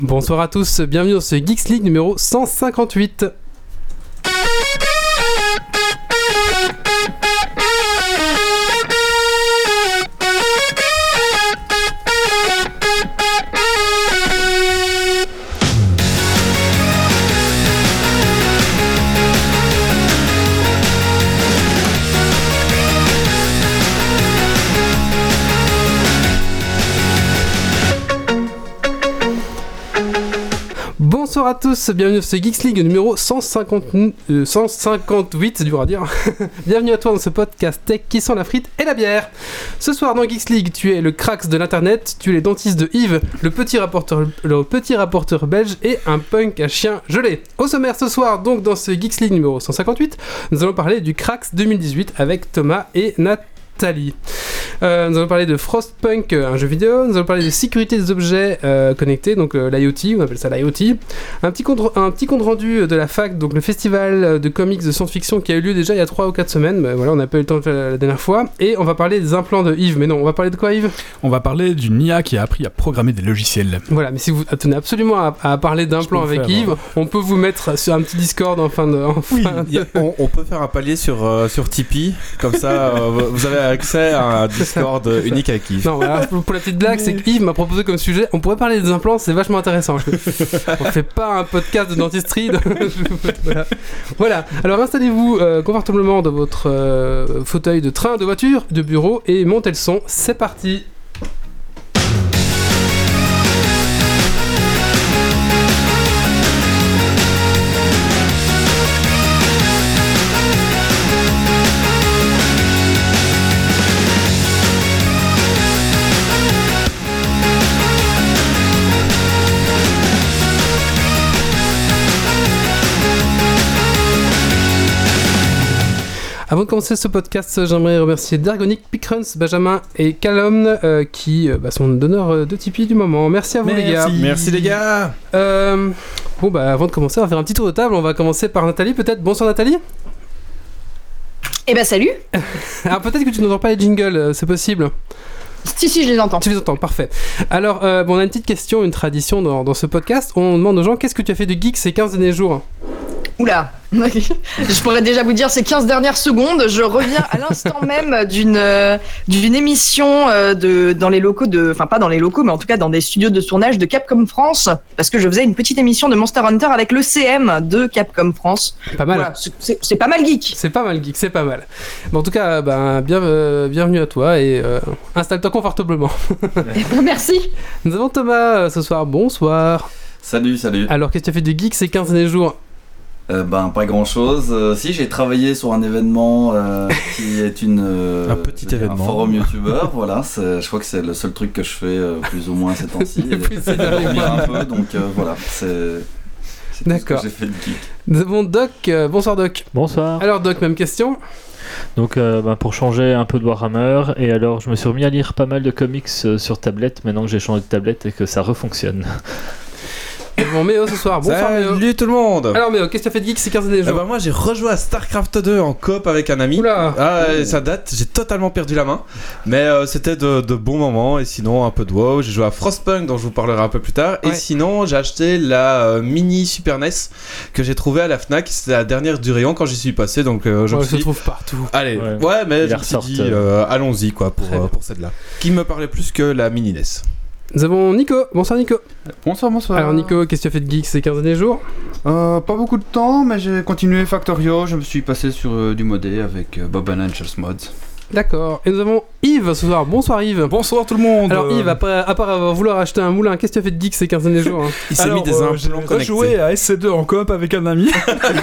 Bonsoir à tous, bienvenue dans ce Geeks League numéro 158. Bonsoir à tous, bienvenue dans ce Geeks League numéro 158, c'est dur à dire. Bienvenue à toi dans ce podcast tech qui sent la frite et la bière. Ce soir dans Geeks League, tu es le Crax de l'internet, tu es les dentistes de Yves, le petit rapporteur belge et un punk à chien gelé. Au sommaire ce soir, donc dans ce Geeks League numéro 158, nous allons parler du Crax 2018 avec Thomas et Nathalie. Nous allons parler de Frostpunk, un jeu vidéo. Nous allons parler de sécurité des objets connectés, donc l'IoT, on appelle ça l'IoT. Un petit compte rendu de la FAC, donc le festival de comics de science-fiction qui a eu lieu déjà il y a 3 ou 4 semaines. Mais voilà, on n'a pas eu le temps de faire la dernière fois. Et on va parler des implants de Yves. Mais non, on va parler de quoi, Yves ? On va parler d'une IA qui a appris à programmer des logiciels. Voilà, mais si vous tenez absolument à parler d'implants avec Yves, on peut vous mettre sur un petit Discord en fin de... Oui, on peut faire un palier sur Tipeee, comme ça vous avez accès à un Discord unique avec Yves. Non, voilà, pour la petite blague, c'est que Yves m'a proposé comme sujet, on pourrait parler des implants, c'est vachement intéressant. On fait pas un podcast de dentisterie. Voilà. Alors installez-vous confortablement dans votre fauteuil de train, de voiture, de bureau et montez le son. C'est parti. Avant de commencer ce podcast, j'aimerais remercier Dergonic, Pickruns, Benjamin et Callum qui sont donneurs de Tipeee du moment. Merci à vous les gars. Merci les gars. Avant de commencer, on va faire un petit tour de table. On va commencer par Nathalie peut-être. Bonsoir Nathalie. Eh ben salut. Alors peut-être que tu n'entends pas les jingles, c'est possible. Si, je les entends. Tu les entends, parfait. Alors, on a une petite question, une tradition dans ce podcast. On demande aux gens, qu'est-ce que tu as fait de geek ces 15 derniers jours ? Oula. Je pourrais déjà vous dire ces 15 dernières secondes. Je reviens à l'instant même d'une émission dans les locaux enfin pas dans les locaux, mais en tout cas dans des studios de tournage de Capcom France, parce que je faisais une petite émission de Monster Hunter avec le CM de Capcom France. Pas mal. Voilà, c'est pas mal geek. C'est pas mal geek, c'est pas mal. Bon, en tout cas, bienvenue à toi et installe-toi confortablement. Merci. Nous avons Thomas ce soir. Bonsoir. Salut. Alors, qu'est-ce que tu as fait de geek ces 15 derniers jours ? Pas grand chose. Si, j'ai travaillé sur un événement qui est un petit événement. Un forum youtubeur, voilà. Je crois que c'est le seul truc que je fais plus ou moins ces temps-ci. Dormir un peu, donc voilà. C'est d'accord. Tout ce que j'ai fait de geek. Nous avons Doc. Bonsoir Doc. Bonsoir. Alors Doc, même question. Donc pour changer un peu de Warhammer, et alors je me suis remis à lire pas mal de comics sur tablette maintenant que j'ai changé de tablette et que ça refonctionne. Bon, Méo ce soir. Bonsoir Méo. Salut tout le monde. Alors Méo, qu'est-ce que tu as fait de geek ces 15 derniers jours ? Moi j'ai rejoué à StarCraft 2 en coop avec un ami. Oula. Ça date, j'ai totalement perdu la main. Mais c'était de bons moments. Et sinon un peu de WoW. J'ai joué à Frostpunk dont je vous parlerai un peu plus tard. Ouais. Et sinon j'ai acheté la mini Super NES que j'ai trouvée à la Fnac. C'était la dernière du rayon quand j'y suis passé. Donc je me suis se dit, trouve partout. allez, mais je me suis dit allons-y quoi pour celle-là. Qui me parlait plus que la mini NES. Nous avons Nico. Bonsoir Nico. Bonsoir. Alors Nico, qu'est-ce que tu as fait de geek ces 15 derniers jours ? Pas beaucoup de temps, mais j'ai continué Factorio. Je me suis passé sur du modé avec Bob Angels Mods. D'accord. Et nous avons Yves ce soir. Bonsoir Yves. Bonsoir tout le monde. Alors Yves, à part avoir voulu acheter un moulin, qu'est-ce que tu as fait de geek ces 15 derniers jours ? Il s'est mis des implants connectés. J'ai joué à SC2 en coop avec un ami.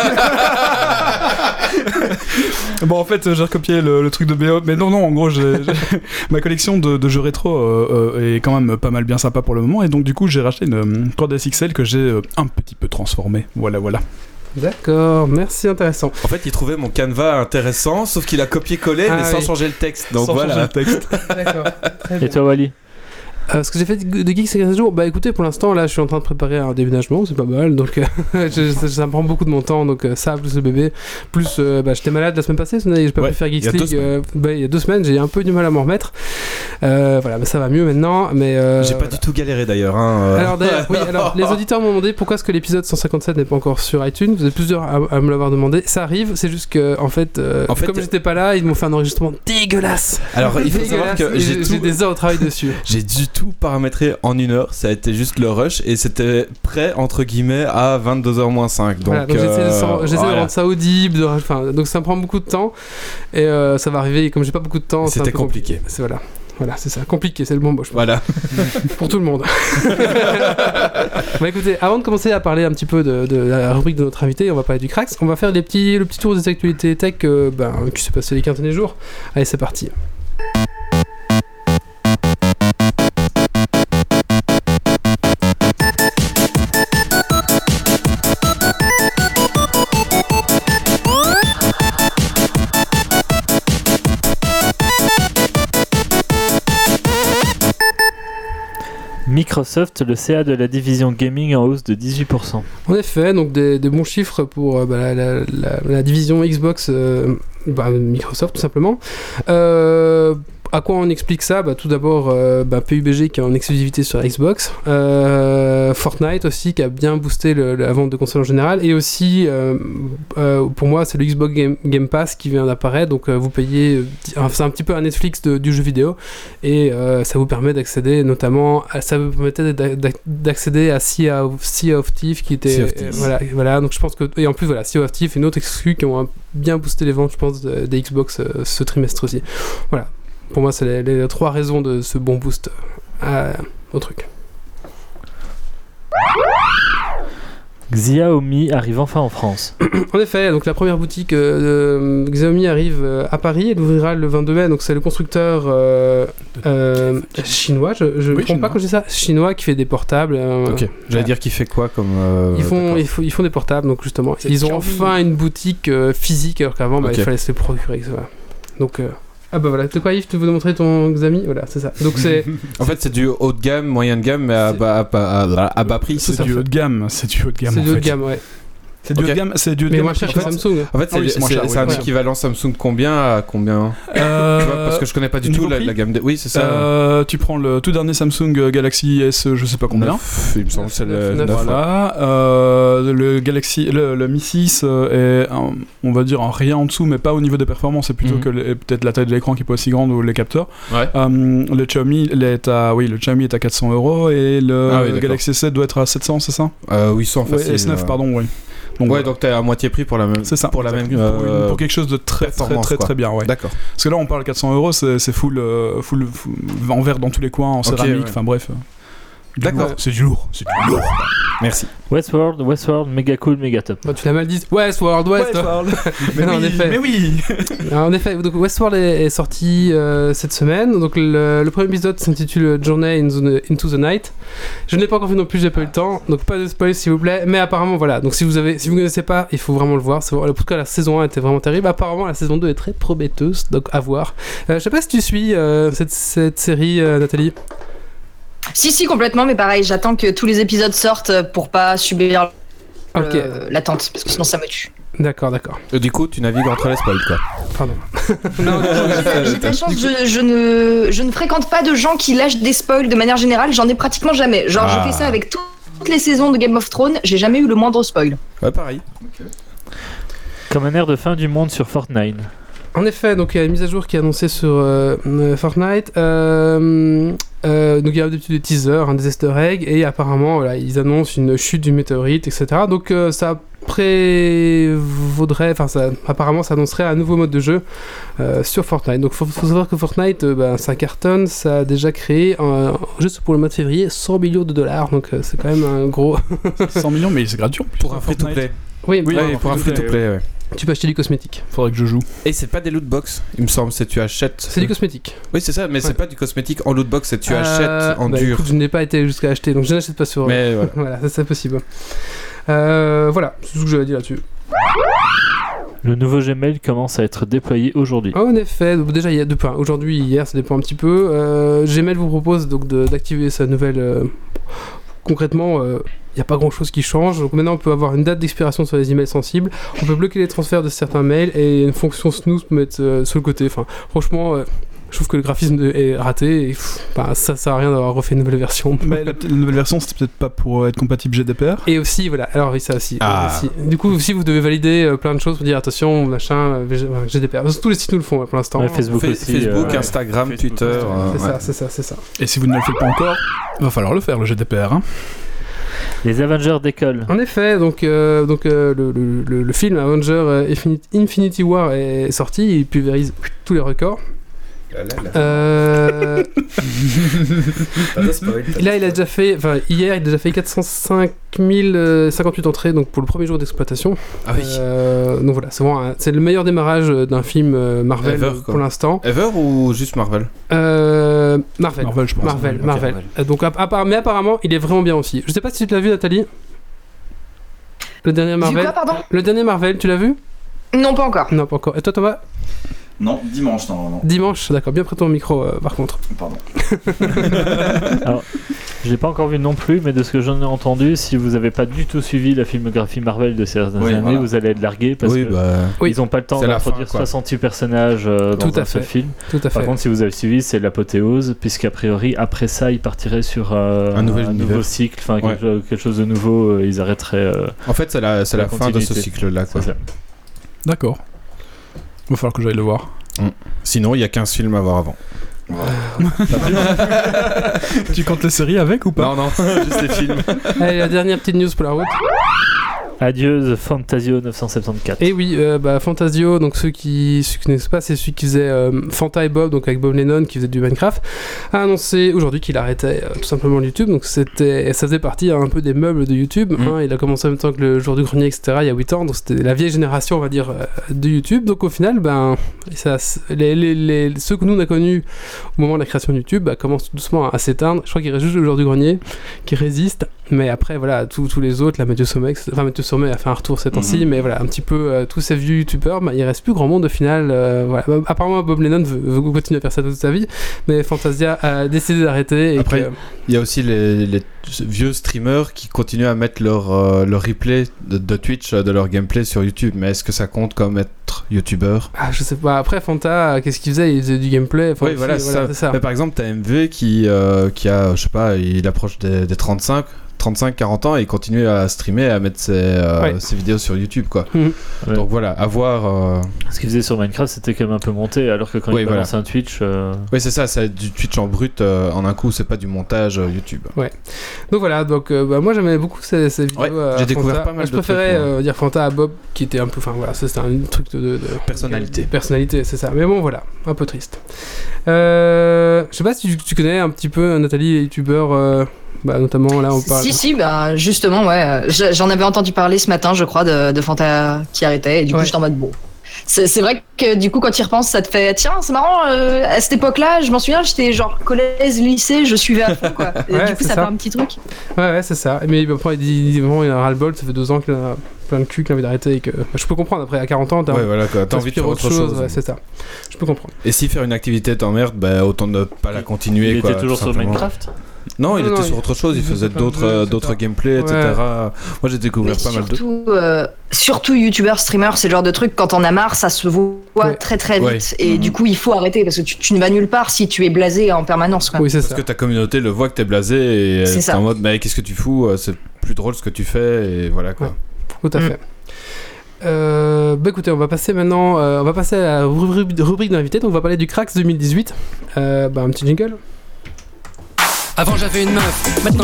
Bon, en fait, j'ai recopié le truc de BO, mais non, en gros, ma collection de jeux rétro est quand même pas mal bien sympa pour le moment, et donc du coup, j'ai racheté une 3DS XL que j'ai un petit peu transformée. Voilà. D'accord, merci, intéressant. En fait, il trouvait mon canevas intéressant, sauf qu'il a copié-collé, mais sans changer le texte. Donc sans changer le texte. D'accord. Et toi, Wally ? Ce que j'ai fait de geek ces 15 jours, bah écoutez, pour l'instant, là, je suis en train de préparer un déménagement, c'est pas mal, donc ça me prend beaucoup de mon temps, donc ça, plus le bébé, plus j'étais malade la semaine passée, j'ai pas pu faire Geeks League, il y a 2 semaines, j'ai un peu du mal à m'en remettre, voilà, ça va mieux maintenant, mais... j'ai pas du tout galéré d'ailleurs, hein. Alors d'ailleurs, oui, alors les auditeurs m'ont demandé pourquoi est-ce que l'épisode 157 n'est pas encore sur iTunes, vous êtes plusieurs à me l'avoir demandé, ça arrive, c'est juste que, en fait, comme j'étais pas là, ils m'ont fait un enregistrement dégueulasse. Alors il faut savoir que j'ai des heures de travail dessus. J'ai dû tout paramétrer en 1 heure, ça a été juste le rush et c'était prêt entre guillemets à 22h-5. Donc, voilà, donc j'essaie de rendre ça audible, donc ça me prend beaucoup de temps et ça va arriver, et comme j'ai pas beaucoup de temps, c'était compliqué. C'est voilà, c'est ça, compliqué, c'est le bon mot, je pense. Voilà. Pour tout le monde. Bah écoutez, avant de commencer à parler un petit peu de la rubrique de notre invité, on va parler du Cracks, on va faire le petit tour des actualités tech qui s'est passé les 15 derniers jours. Allez, c'est parti. Microsoft, le CA de la division gaming en hausse de 18%. En effet, donc des bons chiffres pour la division Xbox Microsoft tout simplement. À quoi on explique ça ? Tout d'abord, PUBG qui est en exclusivité sur Xbox, Fortnite aussi qui a bien boosté la vente de consoles en général, et aussi, pour moi, c'est le Xbox Game Pass qui vient d'apparaître, donc vous payez, c'est un petit peu un Netflix du jeu vidéo, et ça vous permet d'accéder notamment, ça vous permettait d'accéder à Sea of Thieves qui était, voilà, donc je pense que, et en plus voilà, Sea of Thieves et une autre exclu qui ont bien boosté les ventes, je pense, des Xbox ce trimestre aussi. Voilà. Pour moi, c'est les 3 raisons de ce bon boost au truc. Xiaomi arrive enfin en France. En effet, donc la première boutique de Xiaomi arrive à Paris, elle ouvrira le 22 mai, donc c'est le constructeur chinois, je ne me trompe pas quand je dis ça, chinois qui fait des portables. Ok, j'allais dire qu'il fait quoi comme... ils font des portables, donc justement, ils ont enfin une boutique physique, alors qu'avant, il fallait se les procurer. Donc... voilà, de quoi Yves, tu veux nous montrer ton Xiaomi ? Voilà, c'est ça. Donc c'est... En fait, c'est du haut de gamme, moyen de gamme, mais à bas prix. C'est du haut de gamme, c'est du haut de gamme. C'est du haut de gamme, ouais. C'est du haut de gamme, c'est du haut de gamme. Mais moins cher que Samsung. En fait, c'est un équivalent Samsung combien à combien tu vois, parce que je connais pas du tout la gamme de... Oui, c'est ça. Tu prends le tout dernier Samsung Galaxy S, je sais pas combien. 9, il me semble que c'est le 9. Voilà. Le Galaxy, le Mi 6 est, on va dire, rien en dessous, mais pas au niveau des performances, c'est plutôt que peut-être la taille de l'écran qui est pas aussi grande ou les capteurs. Ouais. Le Xiaomi est à 400€ et le Galaxy S7 doit être à 700, c'est ça 800 facile. S9, pardon, oui. Donc t'es à moitié prix pour la même. C'est ça. Pour la même. Pour quelque chose de très bien, ouais. D'accord. Parce que là, on parle 400€, c'est full en verre dans tous les coins, en céramique, enfin bref. D'accord. C'est du lourd. Merci. Westworld, méga cool, méga top. Tu l'as mal dit. Westworld. Mais non, oui. En effet, donc Westworld est sorti cette semaine. Donc le premier épisode s'intitule Journey into the Night. Je ne l'ai pas encore vu non plus, j'ai pas eu le temps. Donc pas de spoil s'il vous plaît. Mais apparemment voilà. Donc si vous ne connaissez pas, il faut vraiment le voir. En tout cas la saison 1 était vraiment terrible. Apparemment la saison 2 est très prometteuse. Donc à voir. Je sais pas si tu suis cette série, Nathalie. Si, complètement, mais pareil, j'attends que tous les épisodes sortent pour pas subir l'attente, parce que sinon ça me tue. D'accord. Du coup, tu navigues entre les spoils, quoi. Pardon. J'ai de la chance, je ne fréquente pas de gens qui lâchent des spoils de manière générale, j'en ai pratiquement jamais. Genre, je fais ça avec toutes les saisons de Game of Thrones, j'ai jamais eu le moindre spoil. Ouais, pareil. Okay. Comme un air de fin du monde sur Fortnite. En effet, donc il y a une mise à jour qui est annoncée sur Fortnite. Donc il y a des teasers, des easter eggs, et apparemment voilà, ils annoncent une chute du météorite, etc. Donc ça prévaudrait, apparemment ça annoncerait un nouveau mode de jeu sur Fortnite. Donc faut savoir que Fortnite, ça cartonne, ça a déjà créé juste pour le mois de février 100 millions de dollars, donc c'est quand même un gros 100 millions, mais c'est gratuit pour un free-to-play. Oui, pour un free-to-play, ouais. Tu peux acheter du cosmétique. Faudrait que je joue. Et c'est pas des loot box, il me semble, c'est tu achètes. C'est du cosmétique. Oui, c'est ça, mais c'est pas du cosmétique en loot box, c'est tu achètes en dur. Écoute, je n'ai pas été jusqu'à acheter, donc je n'achète pas sur. Mais voilà. Voilà, ça c'est possible. Voilà, c'est tout ce que j'avais à dire là-dessus. Le nouveau Gmail commence à être déployé aujourd'hui. En effet, donc déjà aujourd'hui, hier, ça dépend un petit peu. Gmail vous propose donc d'activer sa nouvelle. Concrètement, il n'y a pas grand chose qui change. Donc maintenant, on peut avoir une date d'expiration sur les emails sensibles. On peut bloquer les transferts de certains mails et une fonction snooze peut mettre sur le côté. Enfin, franchement. Je trouve que le graphisme est raté et ça sert à rien d'avoir refait une nouvelle version. Mais la nouvelle version, c'était peut-être pas pour être compatible GDPR. Et aussi, voilà, alors oui, ça aussi. Ah. Aussi. Du coup, aussi, vous devez valider plein de choses pour dire attention, machin, GDPR. Tous les sites nous le font pour l'instant. Ouais, Facebook aussi. Facebook, Instagram, Facebook, Twitter. C'est ça. Et si vous ne le faites pas encore, va falloir le faire, le GDPR. Hein. Les Avengers décollent. En effet, donc le film Avengers Infinity War est sorti, il pulvérise tous les records. Là, il a déjà fait, hier, il a déjà fait 405 058 entrées donc pour le premier jour d'exploitation. Ah oui. Donc voilà, c'est le meilleur démarrage d'un film Marvel Ever, pour l'instant. Ever ou juste Marvel? Marvel, je pense. Marvel. Donc mais apparemment, il est vraiment bien aussi. Je sais pas si tu l'as vu, Nathalie. Le dernier Marvel. Quoi, pardon? Le dernier Marvel, tu l'as vu? Non, pas encore. Non, pas encore. Et toi, Thomas? Non, dimanche normalement. Dimanche, d'accord, bien près de ton micro par contre. Pardon. Alors, je l'ai pas encore vu non plus, mais de ce que j'en ai entendu, si vous n'avez pas du tout suivi la filmographie Marvel de ces dernières années, voilà. vous allez être largué parce qu'ils n'ont pas le temps C'est la d'introduire fin, quoi. 68 personnages dans un seul film. Tout à fait. Par contre, si vous avez suivi, c'est l'apothéose, puisqu'a priori, après ça, ils partiraient sur un nouveau cycle, enfin quelque chose de nouveau, ils arrêteraient. En fait, c'est la fin de ce cycle-là, quoi. C'est ça. D'accord. Il va falloir que j'aille le voir. Sinon, il y a 15 films à voir avant. Tu comptes les séries avec ou pas? Non, juste les films. Allez, la dernière petite news pour la route. Adieu The Fantasio 974. Et oui, Fantasio, donc ceux qui connaissent pas, c'est celui qui faisait Fanta et Bob, donc avec Bob Lennon qui faisait du Minecraft, a annoncé aujourd'hui qu'il arrêtait tout simplement YouTube. Donc ça faisait partie un peu des meubles de YouTube. Il a commencé en même temps que le Jour du Grenier, etc. Il y a 8 ans, donc c'était la vieille génération, on va dire, de YouTube. Donc au final, ceux que nous on a connus au moment de la création de YouTube commencent doucement à s'éteindre. Je crois qu'il reste juste le Jour du Grenier qui résiste. Mais après, voilà, tous les autres, Mathieu Sommet a fait un retour ces temps-ci, mais voilà, un petit peu tous ces vieux youtubeurs, il reste plus grand monde au final. Voilà. Apparemment, Bob Lennon veut continuer à faire ça toute sa vie, mais Fantasia a décidé d'arrêter. Et après, il y a aussi les vieux streamers qui continuent à mettre leur replay de Twitch, de leur gameplay sur YouTube, mais est-ce que ça compte comme être youtubeur? Je sais pas. Après, Fanta, qu'est-ce qu'il faisait? Il faisait du gameplay. Oui, voilà, c'est ça. Mais par exemple, t'as MV qui a, je sais pas, il approche des 35-40 ans et il continue à streamer, à mettre ses vidéos sur YouTube, quoi. Donc voilà, à voir. Ce qu'il faisait sur Minecraft, c'était quand même un peu monté, alors que quand il balance un Twitch. Oui, c'est ça, c'est du Twitch en brut en un coup, c'est pas du montage YouTube. Ouais. Donc voilà, moi j'aimais beaucoup ces vidéos. J'ai découvert pas mal de trucs. Je préférais dire Fanta à Bob, qui était un peu. Enfin voilà, c'était un truc de personnalité. Personnalité, c'est ça. Mais bon, voilà, un peu triste. Je sais pas si tu connais un petit peu Nathalie, les youtubeurs. Notamment là on parle. Si, justement, ouais. J'en avais entendu parler ce matin, je crois, de Fanta qui arrêtait, et du coup j'étais en mode bon. C'est vrai que du coup, quand tu y repenses, ça te fait tiens, c'est marrant, à cette époque-là, je m'en souviens, j'étais genre collège, lycée, je suivais à fond, quoi. Et du coup, ça fait un petit truc. Ouais, c'est ça. Mais après, il a ras-le-bol, ça fait 2 ans qu'il a plein de cul, qu'il a envie d'arrêter et que. Je peux comprendre, après, à 40 ans, t'as envie de faire autre chose. Ouais, c'est ça. Je peux comprendre. Et si faire une activité t'emmerde, autant ne pas la continuer. Il était toujours sur Minecraft? Non, il était sur autre chose, il faisait d'autres gameplays, etc. Moi j'ai découvert pas mal de... Surtout youtubeur, streamer, c'est le genre de truc, quand on a marre, ça se voit très très vite. Et du coup, il faut arrêter, parce que tu ne vas nulle part si tu es blasé en permanence. Quoi. Oui, c'est parce que ta communauté le voit que t'es blasé, et t'es en mode, mais qu'est-ce que tu fous, c'est plus drôle ce que tu fais, et voilà quoi. Tout à fait. Écoutez, on va passer maintenant à la rubrique d'invité, donc on va parler du Cracks 2018. Un petit jingle. Avant j'avais une meuf, maintenant...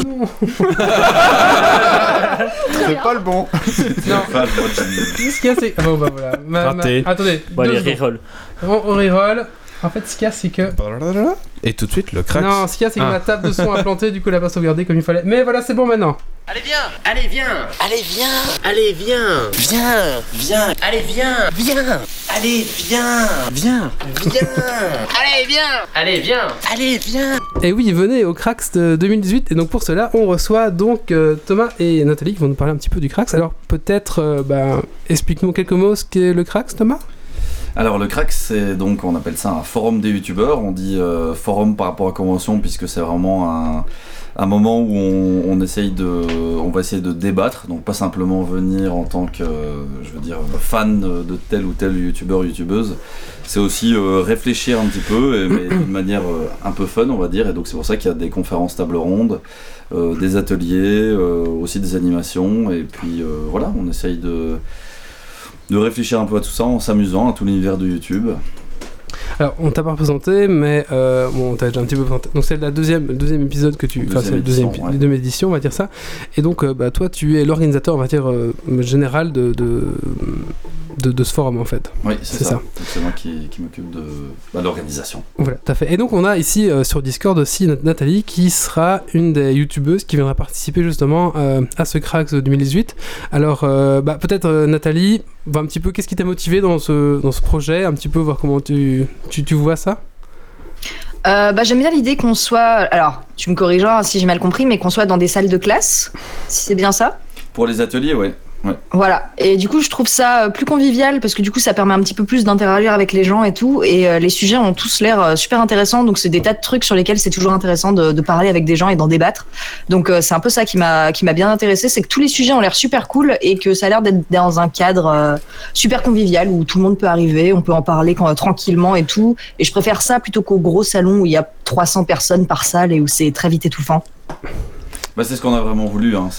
C'est pas le bon. Non. Ce qu'il y a, c'est... Bon, voilà. Raté. Attendez. Bon, allez, reroll. On reroll. En fait, ce qu'il y a, c'est que... Et tout de suite, le crack. Non, ce qu'il y a, c'est que ma table de son a planté, du coup, elle a pas sauvegardé comme il fallait. Mais voilà, c'est bon maintenant. Allez, viens. Allez, viens. Allez, viens. Allez, viens. Viens. Viens. Allez, viens. Viens. Allez, viens. Viens. Allez, viens. Allez, viens. Allez, viens. Et oui, venez au Cracks de 2018. Et donc pour cela, on reçoit donc Thomas et Nathalie qui vont nous parler un petit peu du Cracks. Alors peut-être, explique-nous quelques mots ce qu'est le Cracks, Thomas. Alors le Cracks, c'est donc, on appelle ça un forum des youtubeurs. On dit forum par rapport à convention puisque c'est vraiment un moment où on va essayer de débattre, donc pas simplement venir en tant que, fan de tel ou tel youtubeur, youtubeuse. C'est aussi réfléchir un petit peu, mais d'une manière un peu fun, on va dire. Et donc c'est pour ça qu'il y a des conférences table ronde, des ateliers, aussi des animations. Et puis voilà, on essaye de réfléchir un peu à tout ça en s'amusant à tout l'univers de YouTube. Alors, on t'a pas présenté, mais on t'a déjà un petit peu présenté. Donc, c'est le deuxième épisode que tu. Enfin, c'est la deuxième édition, on va dire ça. Et donc, toi, tu es l'organisateur, on va dire, général de ce forum, en fait. Oui, c'est ça. Donc, c'est moi qui m'occupe de l'organisation. Voilà, tout à fait. Et donc, on a ici sur Discord aussi Nathalie, qui sera une des youtubeuses qui viendra participer justement à ce Cracks 2018. Alors, peut-être Nathalie, un petit peu, qu'est-ce qui t'a motivé dans ce projet, un petit peu voir comment tu vois ça. J'aime bien l'idée qu'on soit, alors tu me corrigeras si j'ai mal compris, mais qu'on soit dans des salles de classe, si c'est bien ça. Pour les ateliers, ouais. Voilà, et du coup je trouve ça plus convivial parce que du coup ça permet un petit peu plus d'interagir avec les gens et tout, et les sujets ont tous l'air super intéressants, donc c'est des tas de trucs sur lesquels c'est toujours intéressant de parler avec des gens et d'en débattre. Donc c'est un peu ça qui m'a bien intéressé, c'est que tous les sujets ont l'air super cool et que ça a l'air d'être dans un cadre super convivial où tout le monde peut arriver, on peut en parler tranquillement et tout, et je préfère ça plutôt qu'au gros salon où il y a 300 personnes par salle et où c'est très vite étouffant. C'est ce qu'on a vraiment voulu, hein.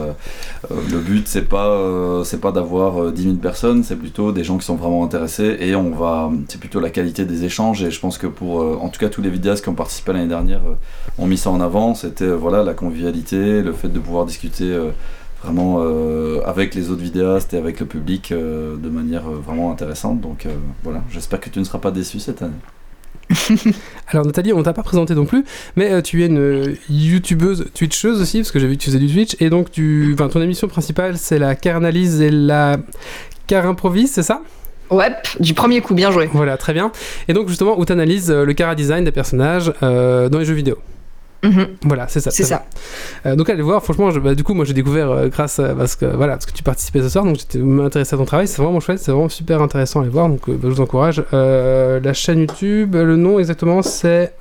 Le but c'est pas d'avoir 10 000 personnes, c'est plutôt des gens qui sont vraiment intéressés, et c'est plutôt la qualité des échanges. Et je pense que pour en tout cas tous les vidéastes qui ont participé l'année dernière ont mis ça en avant. C'était la convivialité, le fait de pouvoir discuter vraiment avec les autres vidéastes et avec le public de manière vraiment intéressante. Donc voilà, j'espère que tu ne seras pas déçu cette année. Alors Nathalie, on t'a pas présenté non plus, mais tu es une youtubeuse twitcheuse aussi, parce que j'ai vu que tu faisais du Twitch, et donc ton émission principale c'est la Car Analyse et la Car Improvise, c'est ça ? Ouais, du premier coup, bien joué. Voilà, très bien. Et donc justement où t'analyses le chara design des personnages dans les jeux vidéo. Voilà, c'est ça. C'est ça. Donc allez voir, franchement, du coup, moi j'ai découvert grâce à, parce que tu participais ce soir, donc j'étais intéressé à ton travail, c'est vraiment chouette, c'est vraiment super intéressant à aller voir, donc je vous encourage. La chaîne YouTube, le nom exactement c'est.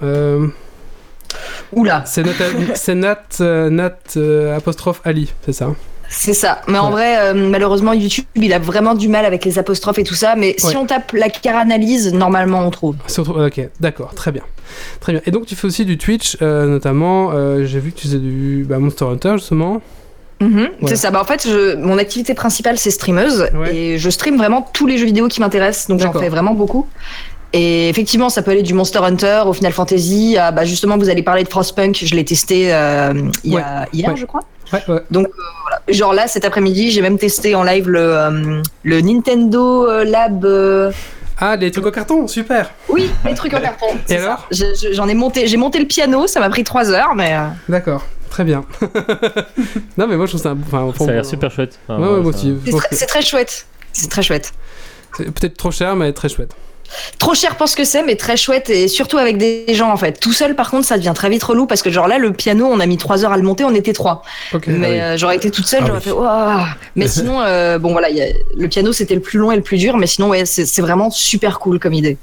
Oula. C'est Nat apostrophe Ali, c'est ça. C'est ça, mais en vrai, malheureusement, YouTube, il a vraiment du mal avec les apostrophes et tout ça, mais si on tape la Car Analyse, normalement, on trouve. Ok, d'accord, très bien. Très bien. Et donc, tu fais aussi du Twitch, notamment, j'ai vu que tu faisais du Monster Hunter, justement. Voilà. C'est ça, en fait, mon activité principale, c'est streameuse, et je stream vraiment tous les jeux vidéo qui m'intéressent, donc j'en fais vraiment beaucoup. Et effectivement, ça peut aller du Monster Hunter au Final Fantasy, justement, vous allez parler de Frostpunk, je l'ai testé hier, je crois. Ouais. Donc voilà. Genre là, cet après-midi, j'ai même testé en live le Nintendo Lab. Ah, les trucs en carton, super. Oui, les trucs en carton. Et alors ? J'ai monté le piano, ça m'a pris 3 heures, mais. D'accord, très bien. Non, mais moi je trouve ça. Ça a l'air super chouette. Ouais, moi aussi. C'est très chouette. C'est très chouette. C'est peut-être trop cher, mais très chouette. Trop cher pour ce que c'est, mais très chouette, et surtout avec des gens en fait. Tout seul, par contre, ça devient très vite relou parce que genre là, le piano, on a mis 3 heures à le monter, on était 3. Okay, mais j'aurais été toute seule, j'aurais fait waouh. Mais sinon, bon voilà, le piano c'était le plus long et le plus dur, mais sinon ouais, c'est vraiment super cool comme idée.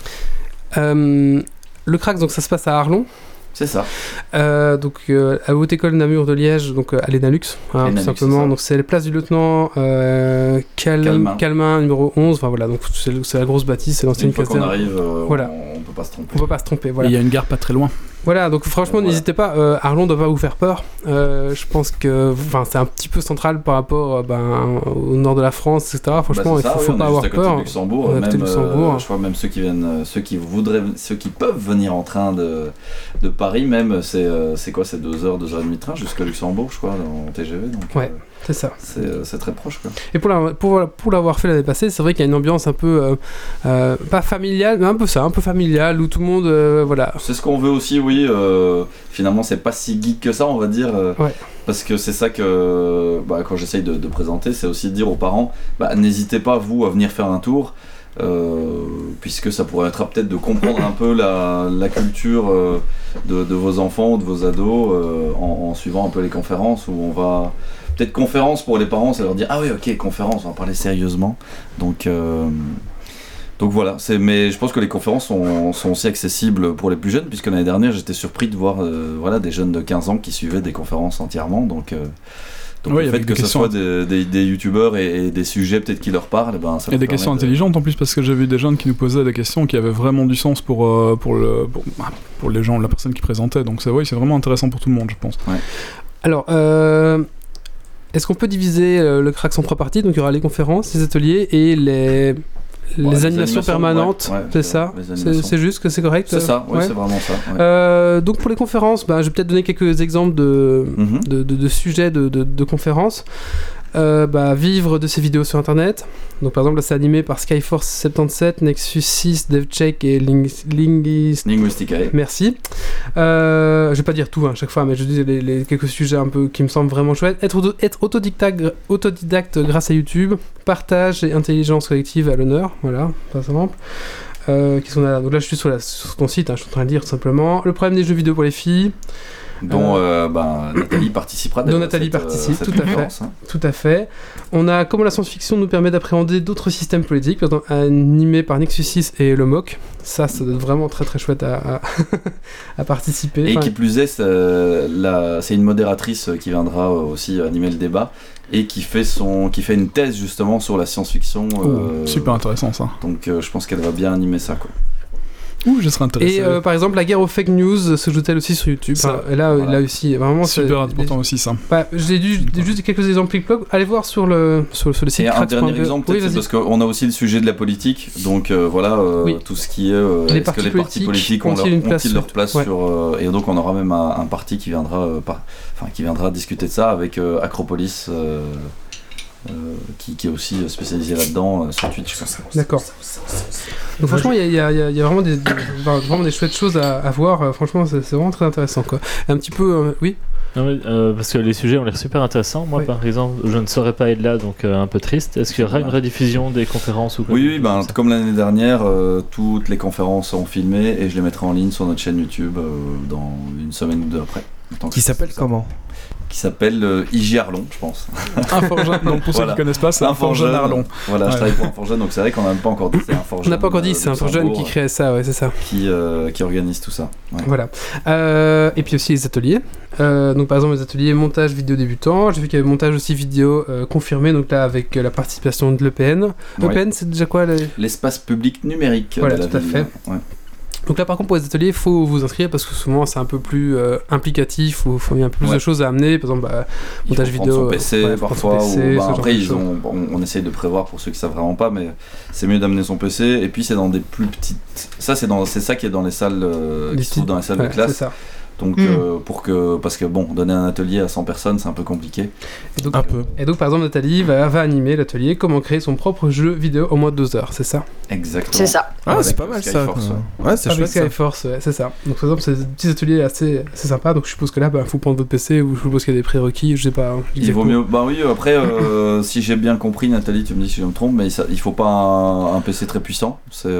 Le Cracks, donc ça se passe à Arlon. C'est ça. Donc à Haute École Namur de Liège, donc à l'Enalux, tout simplement. Donc c'est la place du lieutenant Calmin, numéro 11. Enfin voilà, donc c'est la grosse bâtisse, c'est l'ancienne caserne. Une fois qu'on arrive, voilà. On peut pas se tromper. On peut pas se tromper, voilà. Il y a une gare pas très loin. Voilà, donc franchement, n'hésitez pas. Arlon doit pas vous faire peur. Je pense que, c'est un petit peu central par rapport au nord de la France, etc. Franchement, il faut pas avoir peur. Luxembourg, je crois même ceux qui peuvent venir en train de Paris, même c'est quoi, c'est 2h, 2h30 de train jusqu'à Luxembourg, je crois, en TGV. Donc, ouais. C'est ça. C'est très proche, quoi. Et pour l'avoir fait l'année passée, c'est vrai qu'il y a une ambiance un peu pas familiale, mais un peu familiale, où tout le monde voilà. C'est ce qu'on veut aussi, oui. Finalement, c'est pas si geek que ça, on va dire. Ouais. Parce que c'est ça que quand j'essaye de présenter, c'est aussi de dire aux parents, n'hésitez pas vous à venir faire un tour. puisque ça pourrait être peut-être de comprendre un peu la culture de vos enfants ou de vos ados en suivant un peu les conférences où on va... Peut-être conférence pour les parents, c'est leur dire ah oui ok conférence, on va parler sérieusement. Donc voilà, mais je pense que les conférences sont aussi accessibles pour les plus jeunes, puisque l'année dernière j'étais surpris de voir des jeunes de 15 ans qui suivaient des conférences entièrement. Donc ouais, le fait que ce soit des youtubeurs et des sujets peut-être qui leur parlent, ça et des questions intelligentes en plus, parce que j'ai vu des jeunes qui nous posaient des questions qui avaient vraiment du sens pour les gens, la personne qui présentait. Donc c'est vraiment intéressant pour tout le monde, je pense. Ouais. Alors, est-ce qu'on peut diviser le Crax en 3 parties? Donc il y aura les conférences, les ateliers et les animations permanentes, c'est ça? C'est juste que c'est correct? C'est ça, c'est vraiment ça. Ouais. Donc pour les conférences, je vais peut-être donner quelques exemples de sujets de conférences. Vivre de ses vidéos sur internet. Donc par exemple là c'est animé par Skyforce77, Nexus 6, DevCheck et Linguisticae. Merci. Je vais pas dire tout à chaque fois, mais je dis les quelques sujets un peu qui me semblent vraiment chouettes. Être autodidacte grâce à YouTube, partage et intelligence collective à l'honneur, voilà par exemple. Qui sont là. Donc là je suis sur ton site, je suis en train de lire tout simplement. Le problème des jeux vidéo pour les filles. Dont Nathalie participera. Dont Nathalie participe, tout à fait. Tout à fait. On a comment la science-fiction nous permet d'appréhender d'autres systèmes politiques, par exemple animé par Nexus 6 et le MOC. Ça doit être vraiment très très chouette à participer. Et qui plus est, c'est une modératrice qui viendra aussi animer le débat et qui fait une thèse justement sur la science-fiction. Super intéressant ça. Donc je pense qu'elle va bien animer ça quoi. Je serais intéressé. Et par exemple, la guerre aux fake news se joue-t-elle aussi sur YouTube? Là aussi, vraiment. Super important aussi ça. J'ai juste quelques exemples plic-ploc. Allez voir sur le site. Et un dernier exemple, c'est parce qu'on a aussi le sujet de la politique. Donc tout ce qui est. Est-ce que les partis politiques ont-ils leur place sur. Et donc on aura même un parti qui viendra discuter de ça avec Acropolis. Qui est aussi spécialisé là-dedans sur Twitch. D'accord. Donc franchement, il y a vraiment des chouettes choses à voir. Franchement, c'est vraiment très intéressant quoi. Un petit peu, oui. Non, parce que les sujets ont l'air super intéressants. Moi, par exemple, je ne saurais pas être là, donc un peu triste. Est-ce qu'il y aura une rediffusion des conférences ou quoi? Oui, comme l'année dernière, toutes les conférences sont filmées et je les mettrai en ligne sur notre chaîne YouTube dans une semaine ou deux après. Qui s'appelle comment? Qui s'appelle IG Arlon, je pense. Inforjeune, donc pour ceux qui ne connaissent pas, c'est Inforjeune Arlon. Voilà, je travaille pour Inforjeune, donc c'est vrai qu'on n'a même pas encore dit c'est Inforjeune. On n'a pas encore dit, c'est Inforjeune qui crée ça, c'est ça. Qui organise tout ça. Ouais. Voilà. Et puis aussi les ateliers. Donc par exemple les ateliers montage vidéo débutant. J'ai vu qu'il y avait montage aussi vidéo confirmé, donc là avec la participation de l'EPN. L'EPN, c'est déjà quoi l'espace public numérique. Voilà, tout à fait. Ouais. Donc là par contre pour les ateliers il faut vous inscrire parce que souvent c'est un peu plus implicatif ou il y a un peu plus de choses à amener, par exemple montage vidéo son PC parfois après on essaye de prévoir pour ceux qui savent vraiment pas, mais c'est mieux d'amener son PC et puis c'est dans des plus petites, c'est ça qui est dans les salles qui se trouve dans les salles de classe. C'est ça. Donc parce que donner un atelier à 100 personnes c'est un peu compliqué. Et donc par exemple Nathalie va animer l'atelier comment créer son propre jeu vidéo au moins de 2 heures, c'est ça? Exactement. C'est ça. C'est pas mal ça. Ouais, c'est chouette. Skyforce, c'est ça. Donc par exemple c'est des petits ateliers assez sympas, donc je suppose que là faut prendre votre PC ou je suppose qu'il y a des prérequis, je sais pas. Il vaut mieux. Oui, après si j'ai bien compris Nathalie, tu me dis si je me trompe, mais il faut pas un PC très puissant, c'est